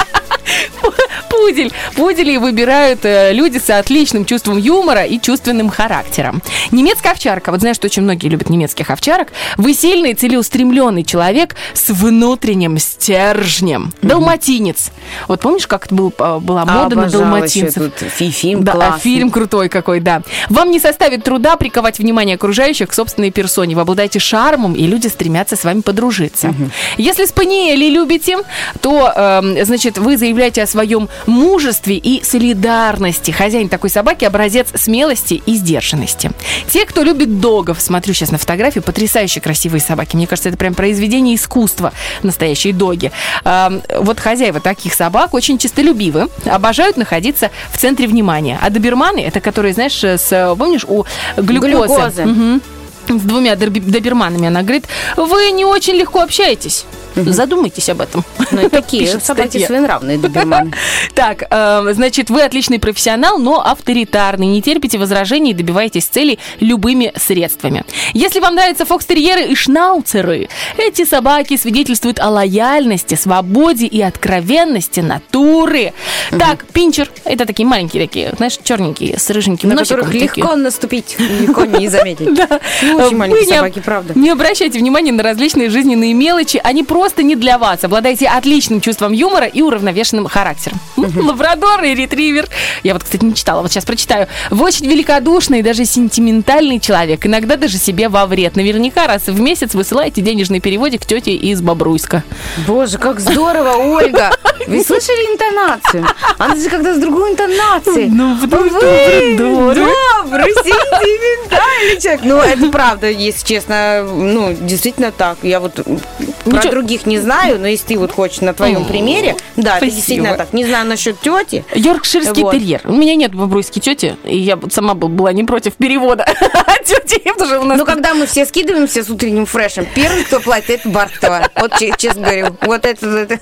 Пудель. Пудели выбирают э, люди с отличным чувством юмора и чувственным характером. Немецкая овчарка. Вот знаешь, что очень многие любят немецких овчарок. Вы сильный, целеустремленный человек с внутренним стержнем. Mm-hmm. Далматинец. Вот помнишь, как это был, была мода на далматинцев? Фильм да, классный. Фильм крутой какой, да. Вам не составит труда приковать внимание окружающих к собственной персоне. Вы обладаете шармом, и люди стремятся с вами подружиться. Mm-hmm. Если спаниели любите, то, э, значит, вы заявляете о своем мужестве и солидарности. Хозяин такой собаки — образец смелости и сдержанности. Те, кто любит догов, смотрю сейчас на фотографии, потрясающе красивые собаки. Мне кажется, это прям произведение искусства, настоящие доги. А, вот хозяева таких собак очень честолюбивы, обожают находиться в центре внимания. А доберманы — это которые, знаешь, с, помнишь, у глюкозы. Глюкозы. Угу. С двумя доберманами. Она говорит, вы не очень легко общаетесь. Угу. Задумайтесь об этом. Ну и такие собаки своенравные доберманы. Так, э, значит, вы отличный профессионал, но авторитарный. Не терпите возражений и добиваетесь целей любыми средствами. Если вам нравятся фокстерьеры и шнауцеры, эти собаки свидетельствуют о лояльности, свободе и откровенности натуры. Угу. Так, пинчер. Это такие маленькие такие, знаешь, черненькие, с рыженьким на носиком. которых легко такие. Наступить, легко не заметить. Да. Очень маленькие собаки, правда. Не обращайте внимания на различные жизненные мелочи. Они просто не для вас. Обладаете отличным чувством юмора и уравновешенным характером. Uh-huh. Лабрадор и ретривер. Я вот, кстати, не читала, вот сейчас прочитаю. Вы очень великодушный и даже сентиментальный человек. Иногда даже себе во вред. Наверняка раз в месяц высылаете денежный переводик тете из Бобруйска. Боже, как здорово, Ольга! Вы слышали интонацию? Она же когда с другой интонацией. Ну, потому что вы добрый, сентиментальный человек. Ну, это правда, если честно, ну, действительно так. Я вот про Ничего. других не знаю, но если ты вот хочешь на твоем примере, да, это действительно так. Не знаю насчет тети. Йоркширский вот. терьер. У меня нет бобруйской тети, и я сама была не против перевода тети. Ну, когда мы все скидываемся с утренним фрешем, первый, кто платит, это Бархтова. Вот честно говорю. Вот это...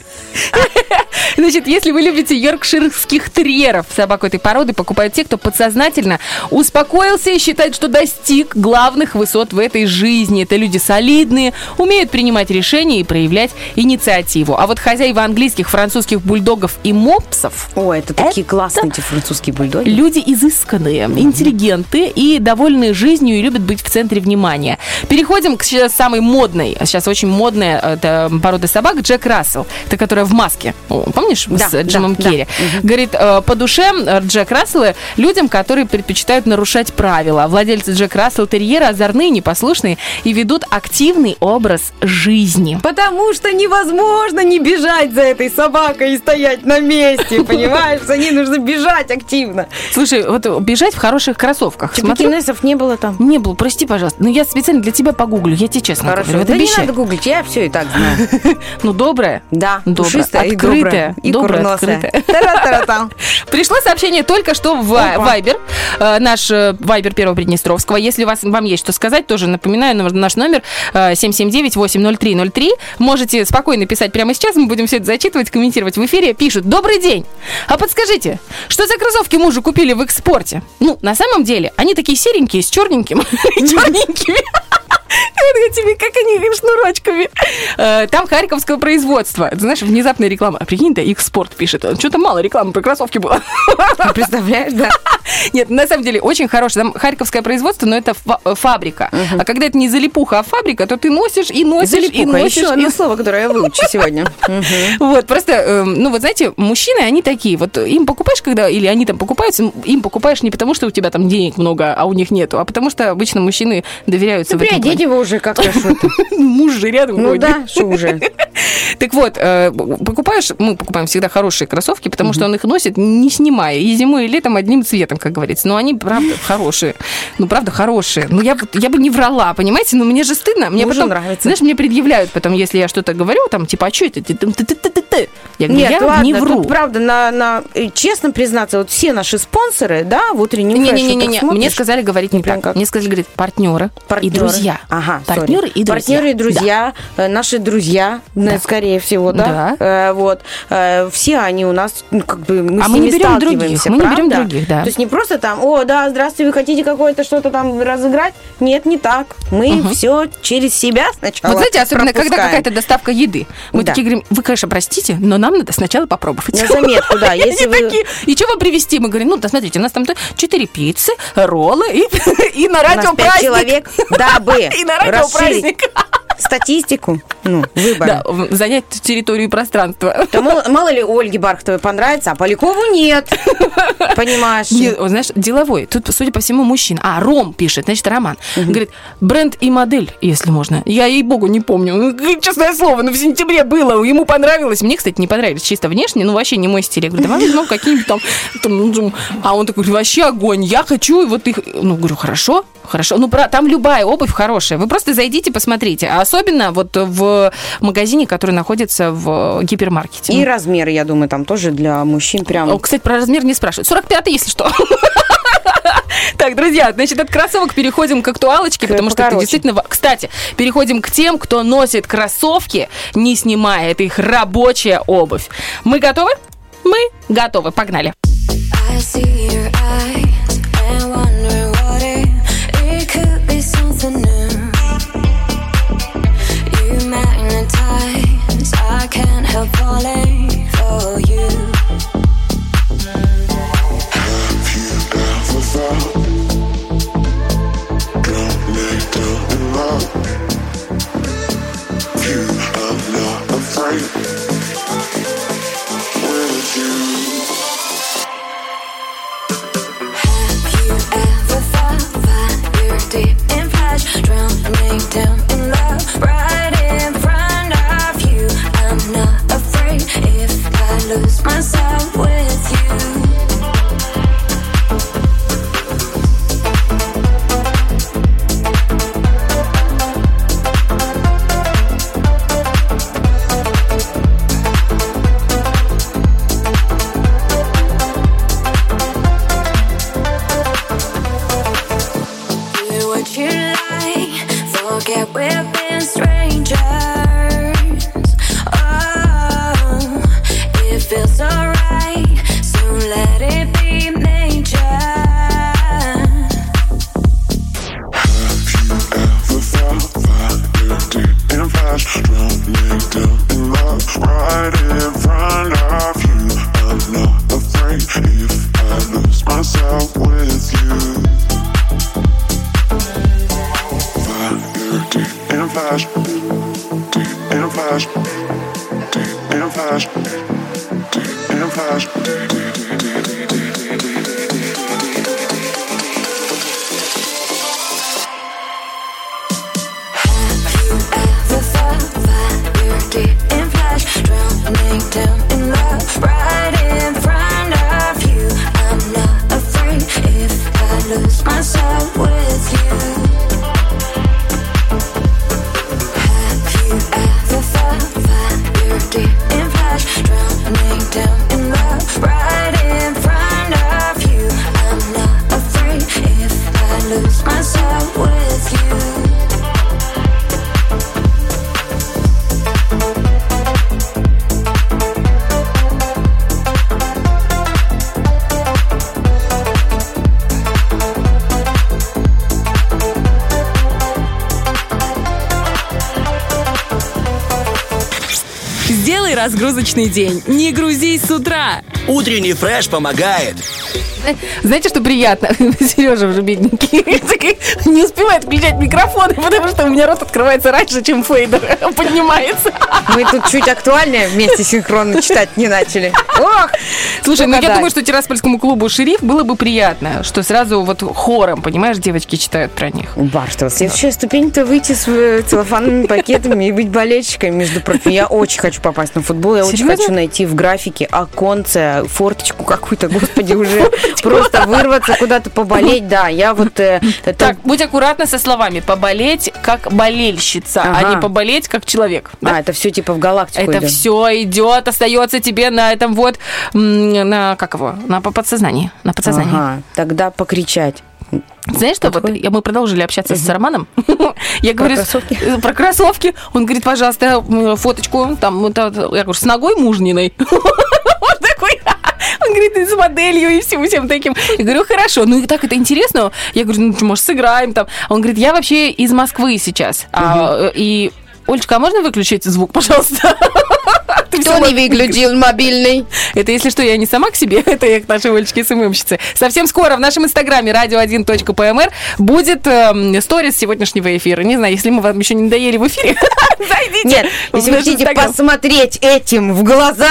Значит, если вы любите йоркширских терьеров, собаку этой породы покупают те, кто подсознательно успокоился и считает, что достиг главных высот в этой жизни. Это люди солидные, умеют принимать решения и проявлять инициативу. А вот хозяева английских, французских бульдогов и мопсов... О, это такие это классные эти французские бульдоги. Люди изысканные, mm-hmm. интеллигенты и довольные жизнью и любят быть в центре внимания. Переходим к сейчас самой модной, сейчас очень модная это порода собак, Джек Рассел. Это которая в маске. Помнишь? Да, с Джимом да, Керри. Да. Угу. Говорит, по душе Джек Расселы людям, которые предпочитают нарушать правила. Владельцы Джек Рассел терьера озорные, непослушные и ведут активный образ жизни. Потому что невозможно не бежать за этой собакой и стоять на месте, понимаешь? За ней нужно бежать активно. Слушай, вот бежать в хороших кроссовках. Пекинесов не было там? Не было, прости, пожалуйста. Но я специально для тебя погуглю, я тебе честно Хорошо. говорю. Да не надо гуглить, я все и так знаю. Ну, добрая? Да, добрая, открытая. И добрая, открытая. Пришло сообщение только что в Вайбер. Наш Вайбер Первого Приднестровского. Если у вас, вам есть что сказать, тоже напоминаю, наш номер семь семь девять восемь ноль три ноль три. Можете спокойно писать прямо сейчас. Мы будем все это зачитывать, комментировать в эфире. Пишут: добрый день. А подскажите, что за кроссовки мужу купили в экспорте? Ну, на самом деле, они такие серенькие, с черненьким. Черненькими. этими, как они, шнурочками. Э, Там харьковское производство. Ты знаешь, внезапная реклама. А прикинь, да, их спорт пишет. Что-то мало рекламы про кроссовки было. Представляешь, да? Нет, на самом деле очень хорошее. Там харьковское производство, но это фа- фабрика. А когда это не залипуха, а фабрика, то ты носишь и носишь, и Залипуха, носишь. еще и- одно слово, которое я выучу сегодня. Мгм. Вот, просто, э, ну вот знаете, мужчины, они такие, вот им покупаешь, когда, или они там покупаются, им покупаешь не потому, что у тебя там денег много, а у них нету, а потому что обычно мужчины доверяются в этом плане. Приодеть его уже как-то что-то. Муж же рядом Ну ходит. да, что уже. Так вот, э, покупаешь, мы покупаем всегда хорошие кроссовки, потому что он их носит, не снимая, и зимой, и летом одним цветом, как говорится. Но они, правда, хорошие. Ну, правда, хорошие. Ну, я, бы- я бы не врала, понимаете? Но мне же стыдно. Мне Мужу потом, нравится. знаешь, мне предъявляют потом, если я что-то говорю, там, типа, а что это? Ты- ты- ты- ты- ты- ты. Я говорю, Нет, я ладно, не вру. тут правда, на, на, э, честно признаться, вот все наши спонсоры, да, в утреннем фреше, Не-не-не, так мне смотришь, сказали говорить не прям так. как- Мне сказали говорить партнеры, и друзья. Ага, партнеры сори. и друзья. Партнеры и друзья, э, наши друзья, Да. э, скорее всего, да. Э, вот. Э, все они у нас, ну, как бы, мы А с мы не ними берем других, сталкиваемся, мы не берем правда? других, да. То есть не просто там, о, да, здравствуйте, вы хотите какое-то что-то там разыграть? Нет, не так. Мы все через себя сначала Вот знаете, особенно когда пропускаем. какая-то доставка еды. Мы Да. такие говорим, вы, конечно, простите, но нам надо сначала попробовать. На заметку, да, И если они вы... такие, и что вам привезти? Мы говорим, ну, да, смотрите, у нас там четыре пиццы, роллы и, и на У нас радио пять праздник. человек, дабы И на радио расширить праздник. статистику, ну, выбор. Да, в- занять территорию и пространство. То мало, мало ли Ольге Бархатовой понравится, а Полякову нет. Понимаешь? Не, вот знаешь, деловой. Тут, судя по всему, мужчина. А, Ром пишет, значит, Роман. Говорит, бренд и модель, если можно. Я, ей-богу, не помню. Ну, честное слово, ну, в сентябре было. Ему понравилось. Мне, кстати, не понравилось чисто внешне. Ну, вообще не мой стиль. Я говорю, давай возьмем какие-нибудь там... там, ну, а он такой, вообще огонь. Я хочу, и вот их... Ну, говорю, хорошо, хорошо. Ну, про- там любая обувь хорошая. Вы просто зайдите, посмотрите. А особенно вот в магазине, который находится в гипермаркете. И размеры, я думаю, там тоже для мужчин прям... О, кстати, про размер не спрашивают. сорок пятый, если что. Так, друзья, значит, от кроссовок переходим к актуалочке, К- потому что это покороче. действительно... ва- Кстати, переходим к тем, кто носит кроссовки, не снимая. Это их рабочая обувь. Мы готовы? Мы готовы. Погнали. I see your eyes and wonder what it, it could be something new. You magnetize, I can't help falling for you. Have you ever felt lonely down in love? You are not afraid with you. Have you ever felt fire deep in flash, drowning down in love, right in front of you? I'm not afraid if I lose myself with you. Do what you like, forget we've been strangers. Oh, it feels alright, so let it be major. Have you ever felt fire deep in flash, drowning down in love, right in front of you? I'm not afraid if I lose myself with you. Fire deep in flash, deep in flash, deep in flash, deep in flash, deep, deep, deep, deep, deep, deep, deep, deep. Ever felt fire deep in flash, drowning down in love, right in front of you? I'm not afraid if I lose myself with you. Have you ever felt fire deep in flash, drowning down in love, right in front of you? I'm not afraid if I lose myself with you. разгрузочный день. Не грузись с утра. Утренний фреш помогает. Знаете, что приятно? Сережа уже бедненький. Не успевает включать микрофон, потому что у меня рот открывается раньше, чем фейдер поднимается. Мы тут чуть актуальнее вместе синхронно читать не начали. Ох! Слушай, ну я думаю, что Тираспольскому клубу «Шериф» было бы приятно, что сразу вот хором, понимаешь, девочки читают про них. Барштова, следующая ступень-то выйти с целлофанными пакетами и быть болельщиками, между прочим. Я очень хочу попасть на футбол, я очень хочу найти в графике оконце, форточку какую-то, господи, уже просто вырваться куда-то, поболеть, да, я вот... Э, это... Так, будь аккуратна со словами, поболеть как болельщица, ага. а не поболеть как человек. Да? А, это все типа в галактику Это идет. все идет, остается тебе на этом вот, на, как его, на подсознании, на подсознании. Ага, тогда покричать. Знаешь что, вот я, мы продолжили общаться угу. с Романом. Я про говорю, кроссовки? Про кроссовки. Он говорит, пожалуйста, фоточку, там, я говорю, с ногой мужниной. Он такой, он говорит, и с моделью, и всем, всем таким. Я говорю, хорошо, ну и так это интересно. Я говорю, ну, может, сыграем там. Он говорит, я вообще из Москвы сейчас. А, и, Олечка, а можно выключить звук, пожалуйста? Кто не выключил мобильный? Это, если что, я не сама к себе, это я к нашей Олечке СММщице. Совсем скоро в нашем инстаграме радио один точка пэ эм эр будет э, сторис сегодняшнего эфира. Не знаю, если мы вам еще не надоели в эфире, зайдите. Нет, если вы хотите посмотреть этим в глаза...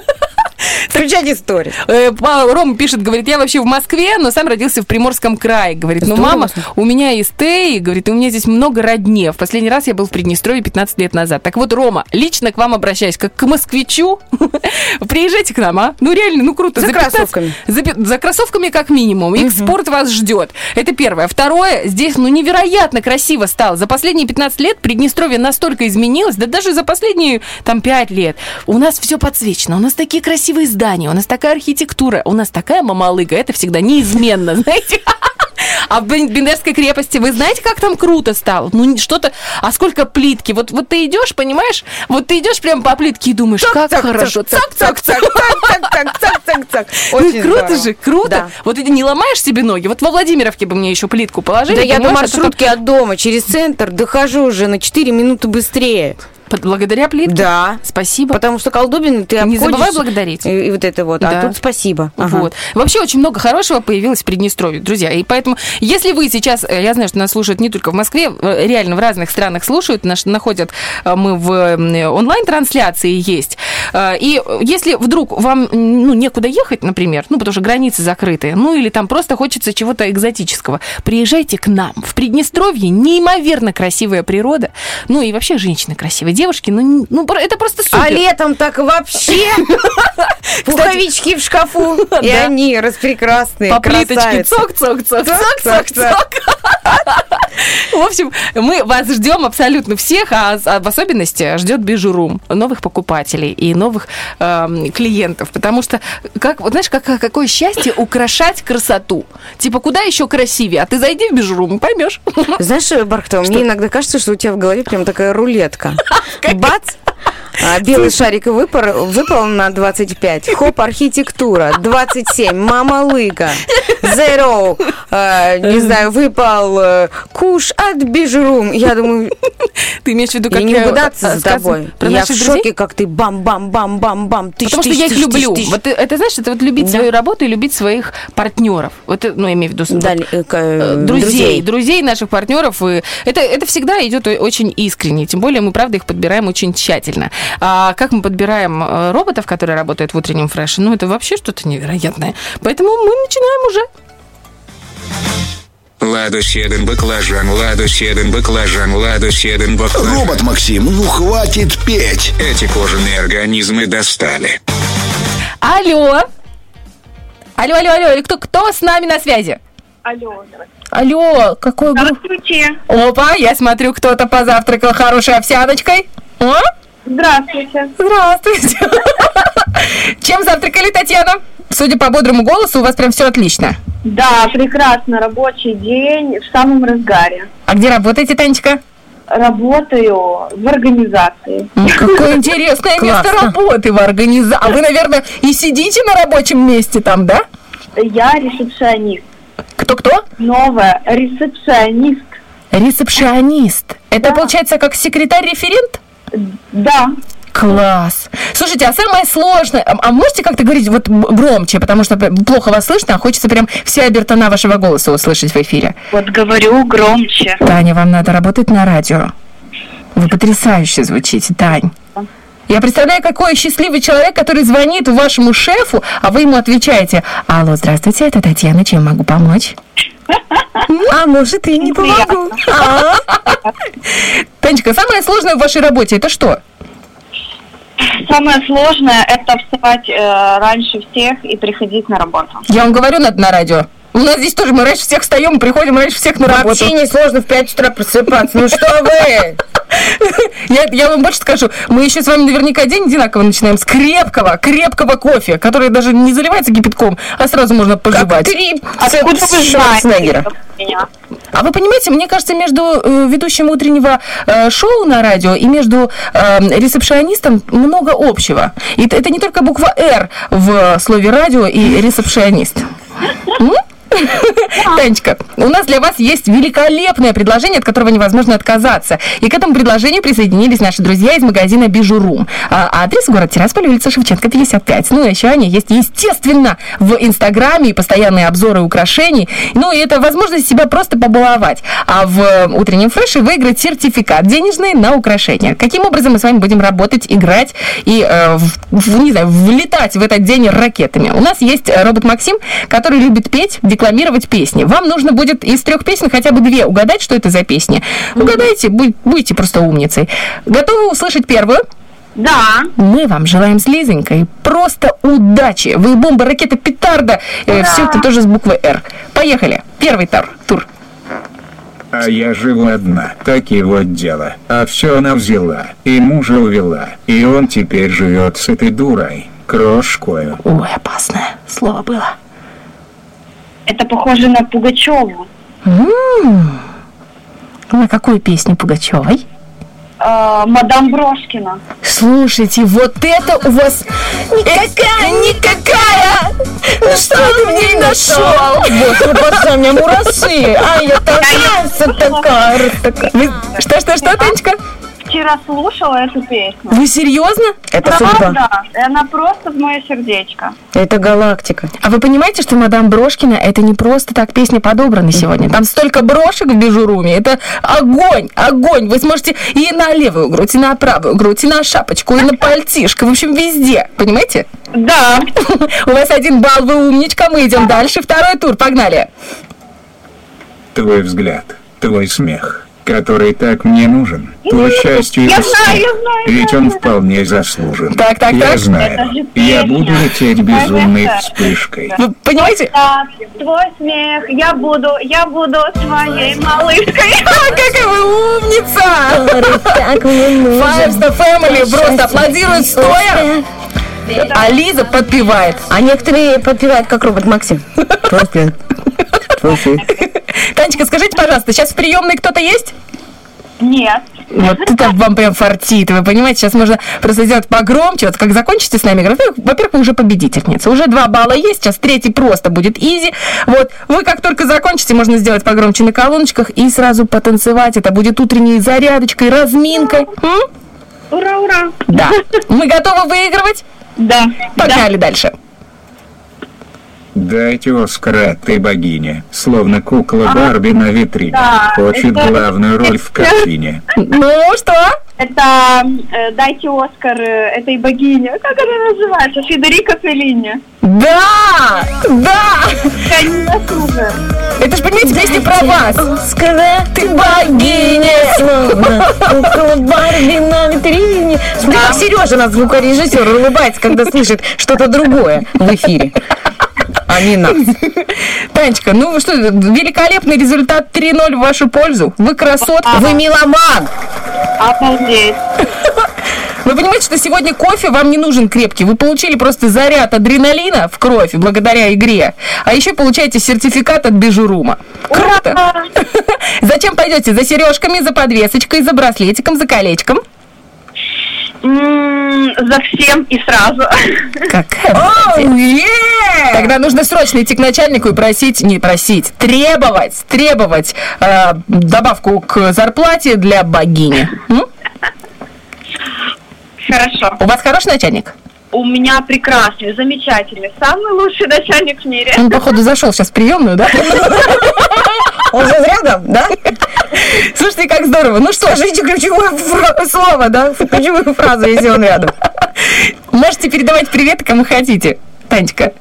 Включайте сторис. Рома пишет, говорит, я вообще в Москве, но сам родился в Приморском крае. Говорит, ну, мама, у меня из Теи, говорит, у меня здесь много родни. В последний раз я был в Приднестровье пятнадцать лет назад. Так вот, Рома, лично к вам обращаюсь, как к москвичу. Приезжайте к нам, а? Ну, реально, ну, круто. За, за кроссовками. За, за кроссовками как минимум. Экспорт вас ждет. Это первое. Второе, здесь, ну, невероятно красиво стало. За последние пятнадцать лет Приднестровье настолько изменилось, да даже за последние, там, пять лет. У нас все подсвечено, у нас такие красивые здания, у нас такая архитектура, у нас такая мамалыга, это всегда неизменно, знаете. А в Бендерской крепости, вы знаете, как там круто стало? Ну, что-то, а сколько плитки? Вот, вот ты идешь, понимаешь, вот ты идешь прямо по плитке и думаешь, как хорошо. Цак-цак-цак-цак-цак-цак-цак-цак. Ну, круто же, круто. Вот ты не ломаешь себе ноги? Вот во Владимировке бы мне еще плитку положили. Да я до маршрутки от дома через центр дохожу уже на четыре минуты быстрее. Благодаря плитке? Да. Спасибо. Потому что колдобины ты обходишь. Не забывай благодарить. И, и вот это вот. Да. А тут спасибо. Ага. Вот. Вообще очень много хорошего появилось в Приднестровье, друзья. И поэтому, если вы сейчас, я знаю, что нас слушают не только в Москве, реально в разных странах слушают, нас находят мы в онлайн-трансляции есть. И если вдруг вам ну, некуда ехать, например, ну, потому что границы закрыты, ну, или там просто хочется чего-то экзотического, приезжайте к нам. В Приднестровье неимоверно красивая природа, ну, и вообще женщины красивые. Девушки, ну, ну это просто супер. А летом так вообще пуховички в шкафу, и они распрекрасные, по плиточке цок-цок-цок-цок-цок-цок. В общем, мы вас ждем абсолютно всех, а в особенности ждет Бижурум, новых покупателей и новых э, клиентов, потому что, как, вот знаешь, как, какое счастье украшать красоту. Типа, куда еще красивее? А ты зайди в Бижурум и поймешь. Знаешь, Бархтова, мне иногда кажется, что у тебя в голове прям такая рулетка. Бац! А, белый шарик выпал, выпал на двадцать пять. Хоп, архитектура. двадцать семь. Мамалыга. Zero. А, не знаю, выпал а, куш от Бижурум. Я думаю... Ты имеешь в виду, как я... не угадаться за тобой. Я в шоке, друзей? Как ты бам-бам-бам-бам-бам. Тыщ, Потому тыщ, что я их тыщ, люблю. Тыщ, тыщ. Вот это, знаешь, это вот любить да. свою работу и любить своих партнеров. Вот, ну, я имею в виду... Да, вот, э, друзей, друзей. Друзей наших партнеров. И это, это всегда идет очень искренне. Тем более мы, правда, их подбираем очень тщательно. А как мы подбираем роботов, которые работают в утреннем фреше, ну, это вообще что-то невероятное. Поэтому мы начинаем уже. Ладу седен баклажан, ладу седен баклажан, ладу седен баклажан. Робот Максим, ну хватит петь. Эти кожаные организмы достали. Алло. Алло, алло, алло. Кто, кто с нами на связи? Алло. Алло, какой групп? Здравствуйте. Опа, я смотрю, кто-то позавтракал хорошей овсяночкой. О? Здравствуйте. Здравствуйте. Чем завтракали, Татьяна? Судя по бодрому голосу, у вас прям все отлично. Да, прекрасно. Рабочий день в самом разгаре. А где работаете, Танечка? Работаю в организации. Какое интересное место работы в организации. А вы, наверное, и сидите на рабочем месте там, да? Я ресепшионист. Кто-кто? Новая. Ресепшионист. Ресепшионист. Это, да. Получается, как секретарь-референт? Да. Класс. Слушайте, а самое сложное... А, а можете как-то говорить вот громче, потому что плохо вас слышно, а хочется прям все обертона вашего голоса услышать в эфире. Вот говорю громче. Таня, вам надо работать на радио. Вы потрясающе звучите, Тань. Я представляю, какой счастливый человек, который звонит вашему шефу, а вы ему отвечаете: алло, здравствуйте, это Татьяна, чем могу помочь? А может, и не помогу. Танечка, самое сложное в вашей работе это что? Самое сложное – это вставать э, раньше всех и приходить на работу. Я вам говорю, надо на радио. У нас здесь тоже мы раньше всех встаем, приходим раньше всех на работу. Вообще не сложно в пять утра просыпаться. Ну что вы? Я, я вам больше скажу, мы еще с вами наверняка день одинаково начинаем с крепкого, крепкого кофе, который даже не заливается кипятком, а сразу можно пожевать. Откуда вы знаете? А вы понимаете, мне кажется, между э, ведущим утреннего э, шоу на радио и между э, ресепшионистом много общего. И это, это не только буква «Р» в слове «радио» и «ресепшионист». Танечка, у нас для вас есть великолепное предложение, от которого невозможно отказаться. И к этому предложению присоединились наши друзья из магазина Bijou.ru. А адрес город Тирасполь, улица Шевченко, пятьдесят пять. Ну, и еще они есть, естественно, в Инстаграме, и постоянные обзоры украшений. Ну, и это возможность себя просто побаловать. А в утреннем фреше выиграть сертификат денежный на украшения. Каким образом мы с вами будем работать, играть и, э, в, в, не знаю, влетать в этот день ракетами? У нас есть робот Максим, который любит петь, декламировать песни. Вам нужно будет из трех песен хотя бы две угадать, что это за песни. Угадайте, будете просто умницей. Готовы услышать первую? Да. Мы вам желаем с Лизонькой просто удачи. Вы бомба, ракета, петарда. Да. Все это тоже с буквы «Р». Поехали. Первый тур. тур. А я живу одна, так и вот дело. А все она взяла, и мужа увела. И он теперь живет с этой дурой, крошкою. Ой, опасное слово было. Это похоже на Пугачеву. М-м-м. На какую песню Пугачевой? Э, Мадам Брошкина. Слушайте, вот это у вас... Никакая, никакая! Ну что ты в ней нашел? Боже, пошла мне мураши. А я такая, такая. Что-что-что, Танечка? Вчера слушала эту песню. Вы серьезно? Это Правда? судьба. И она просто в мое сердечко. Это галактика. А вы понимаете, что «Мадам Брошкина» — это не просто так песня подобрана сегодня? Там столько брошек в Bijou.ru. Это огонь, огонь. Вы сможете и на левую грудь, и на правую грудь, и на шапочку, и на пальтишко. В общем, везде. Понимаете? Да. У вас один балл, вы умничка. Мы идем дальше. Второй тур. Погнали. Твой взгляд, твой смех, который так мне нужен, твой счастью и Я весна, знаю, я знаю, ведь я он знаю. вполне заслужен. Так, так, я так. знаю, Это же я песня. буду лететь безумной Это- вспышкой. Вы понимаете? Да, твой смех, я буду, я буду твоей малышкой. А, какая вы умница! Five Star Family просто аплодируют стоя. А Лиза подпевает. А некоторые подпевают, как робот Максим. Танечка, скажите, пожалуйста, сейчас в приемной кто-то есть? Нет. Вот это вам прям фартит, вы понимаете, сейчас можно просто сделать погромче, вот как закончите с нами, во-первых, во-первых, вы уже победительница, уже два балла есть, сейчас третий просто будет изи, вот, вы как только закончите, можно сделать погромче на колоночках и сразу потанцевать, это будет утренней зарядочкой, разминкой. М? Ура, ура. Да. Мы готовы выигрывать? Да. Погнали дальше. Дайте Оскар этой богине, словно кукла Барби на витрине, Да, хочет это- главную роль в картине. Ну, что? Это э, дайте Оскар э, этой богине. Как она называется? Федерико Феллини. Да! Да! Конечно же. Это же, понимаете, песня про вас. Оскар, Ты богиня! словно кукла Барби на витрине. Смотри, как Сережа, наш звукорежиссер, улыбается, когда слышит что-то другое в эфире. А не нас. Танечка, ну что, великолепный результат три ноль в вашу пользу. Вы красотка. Вы меломан. Обалдеть. Вы понимаете, что сегодня кофе вам не нужен крепкий. Вы получили просто заряд адреналина в кровь благодаря игре. А еще получаете сертификат от Bijou.ru. Круто. Зачем пойдете? За сережками, за подвесочкой, за браслетиком, за колечком? М, За всем и сразу. Какая молодец. Тогда нужно срочно идти к начальнику и просить, не просить, требовать, требовать э, добавку к зарплате для богини. М? Хорошо. У вас хороший начальник? У меня прекрасный, замечательный, самый лучший начальник в мире. Он, походу, зашел сейчас в приемную, да? Он же рядом, да? Слушайте, как здорово. Ну что, скажите ключевое фра- слово, да? Ключевую фразу, если он рядом. Можете передавать привет кому хотите, Танечка.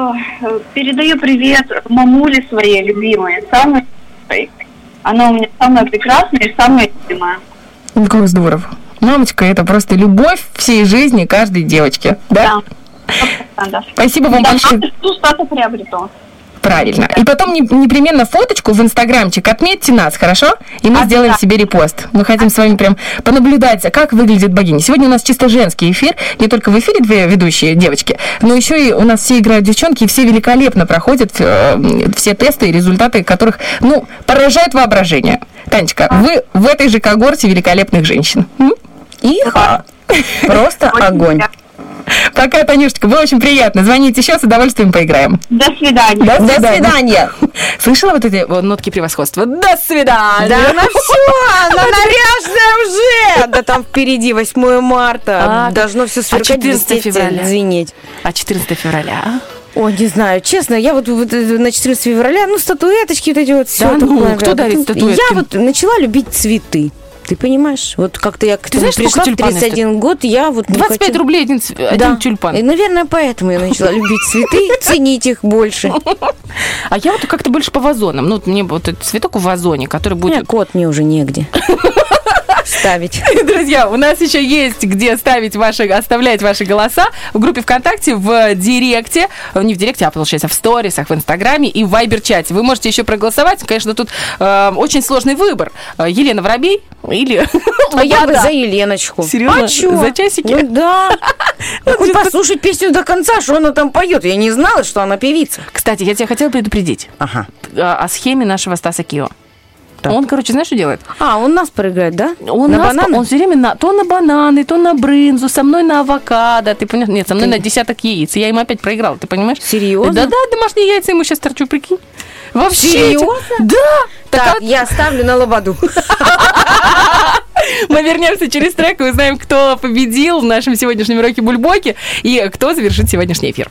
Передаю привет мамуле своей любимой, самой. Она у меня самая прекрасная и самая любимая. Как здорово. Мамочка, это просто любовь всей жизни каждой девочки, да? Да. Спасибо вам да, большое. Что-то приобрету. Правильно. И потом не, непременно фоточку в инстаграмчик отметьте нас, хорошо? И мы а сделаем да. себе репост. Мы хотим с вами прям понаблюдать, как выглядит богиня. Сегодня у нас чисто женский эфир. Не только в эфире две ведущие девочки, но еще и у нас все играют девчонки, и все великолепно проходят э, все тесты и результаты которых, ну, поражают воображение. Танечка, вы в этой же когорте великолепных женщин. Иха! Просто огонь. Пока, Танюшечка, было очень приятно. Звоните еще, с удовольствием поиграем. До свидания. До свидания. До свидания. Слышала вот эти нотки превосходства? До свидания. Да, ну все, она наряженная уже. Да там впереди восьмое марта. А, должно все сверкать, а четырнадцатое февраля. Звенеть. А четырнадцатое февраля? Ой, не знаю, честно, я вот, вот на четырнадцатое февраля, ну, статуэточки вот эти вот, все да, такое. Ну, кто дарит статуэтки? Я вот начала любить цветы. Ты понимаешь? Вот как-то я к этому пришла в тридцать один год, я вот... двадцать пять рублей один, один да. тюльпан. И, наверное, поэтому я начала любить цветы, ценить их больше. А я вот как-то больше по вазонам. Ну, вот мне вот этот цветок в вазоне, который будет... Кот мне уже негде ставить. Друзья, у нас еще есть где ставить ваши, оставлять ваши голоса в группе ВКонтакте, в Директе, не в Директе, а, получается, в сторисах, в Инстаграме и в Вайбер-чате. Вы можете еще проголосовать. Конечно, тут э, очень сложный выбор. Елена Воробей или... А я бы за Еленочку. Серьезно? А чё? За часики? Ну да. Хоть послушать песню до конца, что она там поет. Я не знала, что она певица. Кстати, я тебя хотела предупредить ага. о схеме нашего Стаса Кио. Так. Он, короче, знаешь, что делает? А, он нас проиграет, да? Он на нас, бананы? Он все время на, то на бананы, то на брынзу, со мной на авокадо. Ты понимаешь? Нет, со мной ты... на десяток яиц. Я ему опять проиграла, ты понимаешь? Серьезно? Да-да, домашние яйца ему сейчас торчу, прикинь. Вообще. Серьезно? Да. Так, так я ставлю на лободу. Мы вернемся через трек и узнаем, кто победил в нашем сегодняшнем уроке Бульбоки и кто завершит сегодняшний эфир.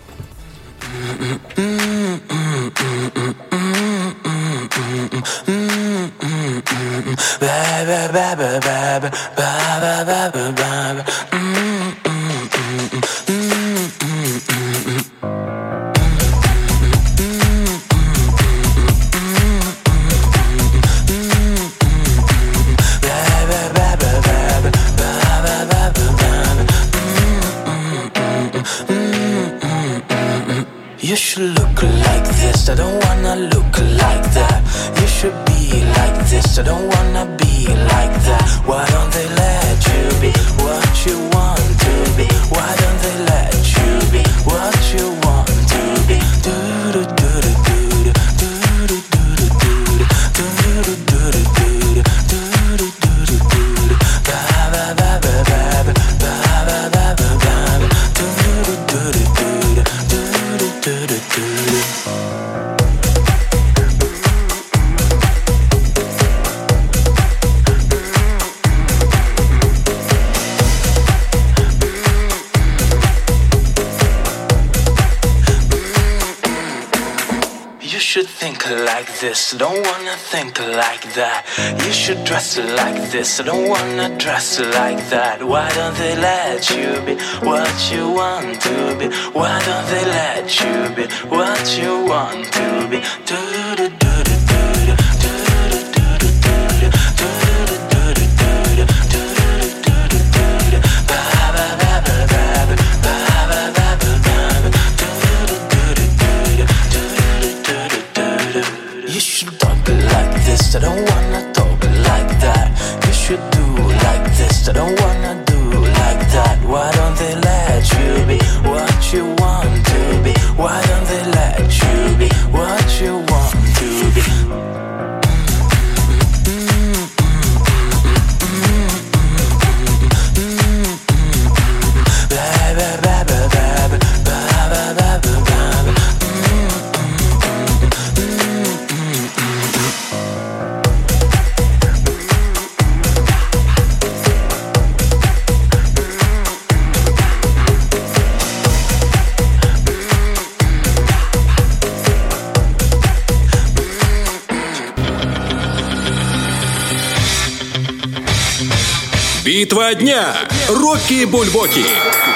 You should look like this, I don't wanna look like that. You should be like this, I don't wanna be like that. Why don't they let you be what you want to be? Why don't they let you be what you want to be? Do do do do do do do do do do do do do do do ba ba ba ba ba ba ba ba ba ba do do do do do do do do. You should think like this, I don't wanna think like that. You should dress like this, I don't wanna dress like that. Why don't they let you be what you want to be? Why don't they let you be what you want to be? Do do do do do do do do do do do do do. Ba ba ba ba ba ba ba ba ba. You should talk like this, I don't wanna talk like that. You should do like this, I don't wanna do like that. Why don't they let you be what you want to be? Why don't they let you be what you want? Битва дня. Рокки Бульбоки.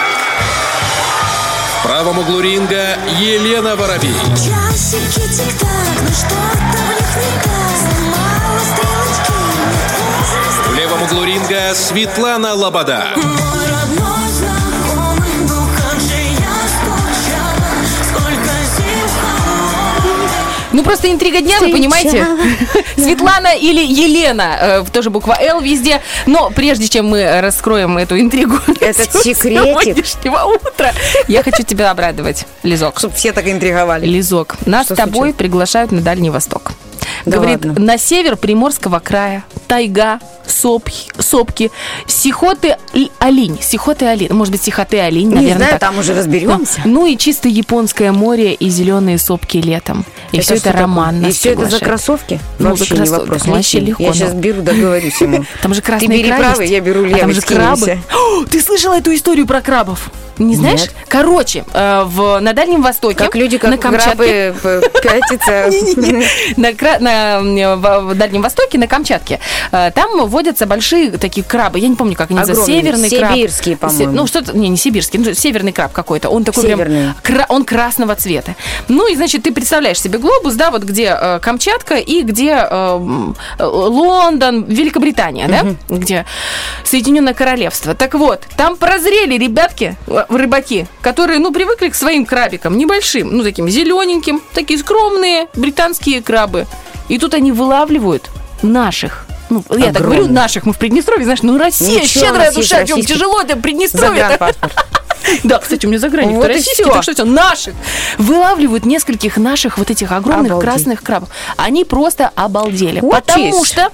В правом углу ринга Елена Воробей. Часики тик-так, но что-то в них не так. Сломала стрелочки, нет возраста. В левом углу ринга Светлана Лобода. Мой родной знакомый, ну как же я скучала, сколько зим холодных. Ну, просто интрига дня, вы понимаете? Светлана или Елена. э, Тоже буква «Л» везде. Но прежде чем мы раскроем эту интригу Этот с секретик. сегодняшнего утра, я хочу тебя обрадовать, Лизок. Чтобы все так интриговали. Лизок, нас Что с тобой случилось? приглашают на Дальний Восток. Да Говорит, ладно? на север Приморского края, тайга, сопки, сопки, Сихоты-Алинь. Сихоты-Алинь. Может быть, Сихоты-Алинь, Не наверное. знаю, так. там уже разберемся. Ну, ну и чисто японское море и зеленые сопки летом. И все что это такое? роман И нас все это за приглашает. кроссовки? Ну, Вообще за не кроссовки. вопрос. Вообще Лети. легко, Я ну. сейчас беру, договорюсь ему. Там же красные Ты бери икра правый, есть. я беру А левый, там же скинемся. крабы. О, ты слышала эту историю про крабов? Не знаешь? Нет. Короче, э, в, на Дальнем Востоке, Как люди, как на Камчатке, крабы п- пятятся. на, кра- на, э, в, в Дальнем Востоке, на Камчатке, э, там водятся большие такие крабы. Я не помню, как они называются. Огромные. Северный краб. Сибирские, по-моему. Се- Ну, что-то, не, не сибирский, ну, северный краб какой-то. Он такой Северный. прям, кра- он красного цвета. Ну, и, значит, ты представляешь себе глобус, да, вот где э, Камчатка и где э, м, э, Лондон, Великобритания, да, где Соединенное Королевство. Так вот, там прозрели ребятки, э, рыбаки, которые, ну, привыкли к своим крабикам, небольшим, ну, таким зелененьким, такие скромные британские крабы. И тут они вылавливают наших. Ну, я так Огромных. говорю, наших, мы в Приднестровье, знаешь, ну, Россия, Ничего, щедрая у нас есть душа, чем российский тяжело это Приднестровье. Загранпаспорт. Да, кстати, у меня загранник Вот и российский, всё. так что все, наших. Вылавливают нескольких наших вот этих огромных Обалдеть. красных крабов. Они просто обалдели. What Потому is? что...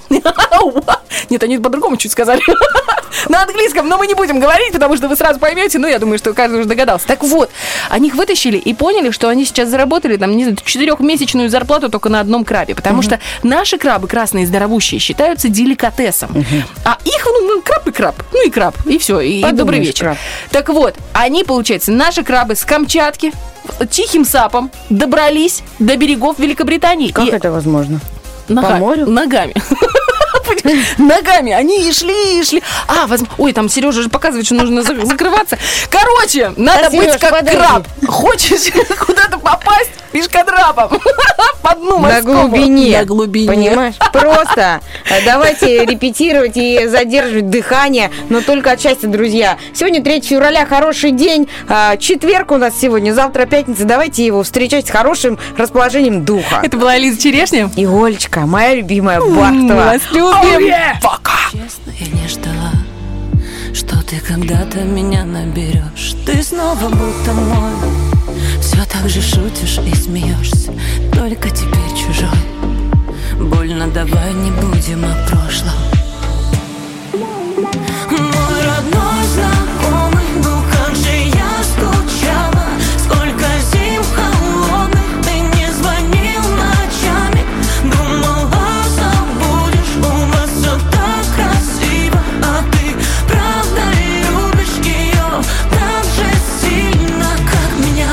Нет, они по-другому чуть сказали. На английском, но мы не будем говорить, потому что вы сразу поймете. Ну, я думаю, что каждый уже догадался. Так вот, они их вытащили и поняли, что они сейчас заработали там, не знаю, четырехмесячную зарплату только на одном крабе. Потому что наши крабы, красные, здоровущие, считаются деликатесом. А их, ну, ну, краб и краб. Ну и краб. И все. И, и Подумаешь, добрый вечер. краб. Так вот, они, получается, наши крабы с Камчатки тихим сапом добрались до берегов Великобритании. Как И это возможно? нога- По морю? Ногами. Ногами. Они и шли, и шли. А, возможно... Ой, там Сережа же показывает, что нужно за- закрываться. Короче, надо Да, быть Серёж, как подожди. краб. Хочешь куда-то попасть пешкодрабом по дну На морскому. глубине. На глубине. Понимаешь? Просто э, давайте репетировать и задерживать дыхание, но только от счастья, друзья. Сегодня третьего февраля, хороший день. А, Четверг у нас сегодня, завтра пятница. Давайте его встречать с хорошим расположением духа. Это была Лиза Черешня. И Олечка, моя любимая Мы Бахтова. вас любим. Пока. Честно, я не ждала, что ты когда-то меня наберешь. Ты снова будто мой, все так же шутишь и смеешься, только теперь чужой. Больно, давай не будем о прошлом. Мой родной знакомый, ну как же я скучала, сколько зим холодных, ты не звонил ночами, думала забудешь, у вас все так красиво, а ты правда любишь ее так же сильно, как меня.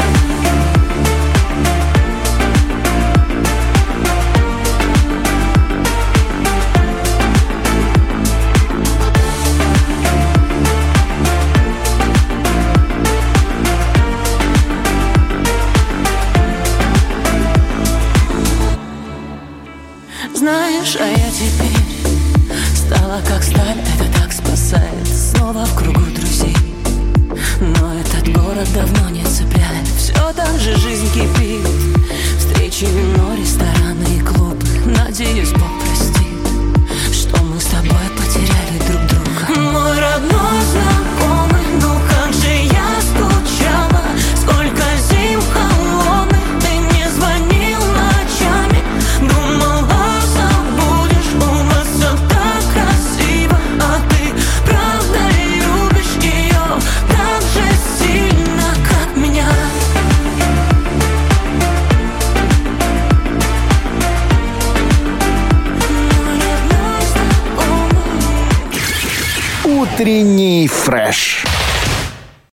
Знаешь, а я теперь стала как сталь, это так спасает. Снова в кругу друзей, но этот город давно не цепляет. Все так же жизнь кипит, встречи, вино, рестораны и клубы. Надеюсь, Бог простит, что мы с тобой потеряли друг друга. Мой родной знакомый, ну как же я скучала, сколько зим холодных, ты не звонил ночами, думала забудешь, у вас все так красиво, а ты правда любишь ее так же сильно, как меня. Утренний фреш.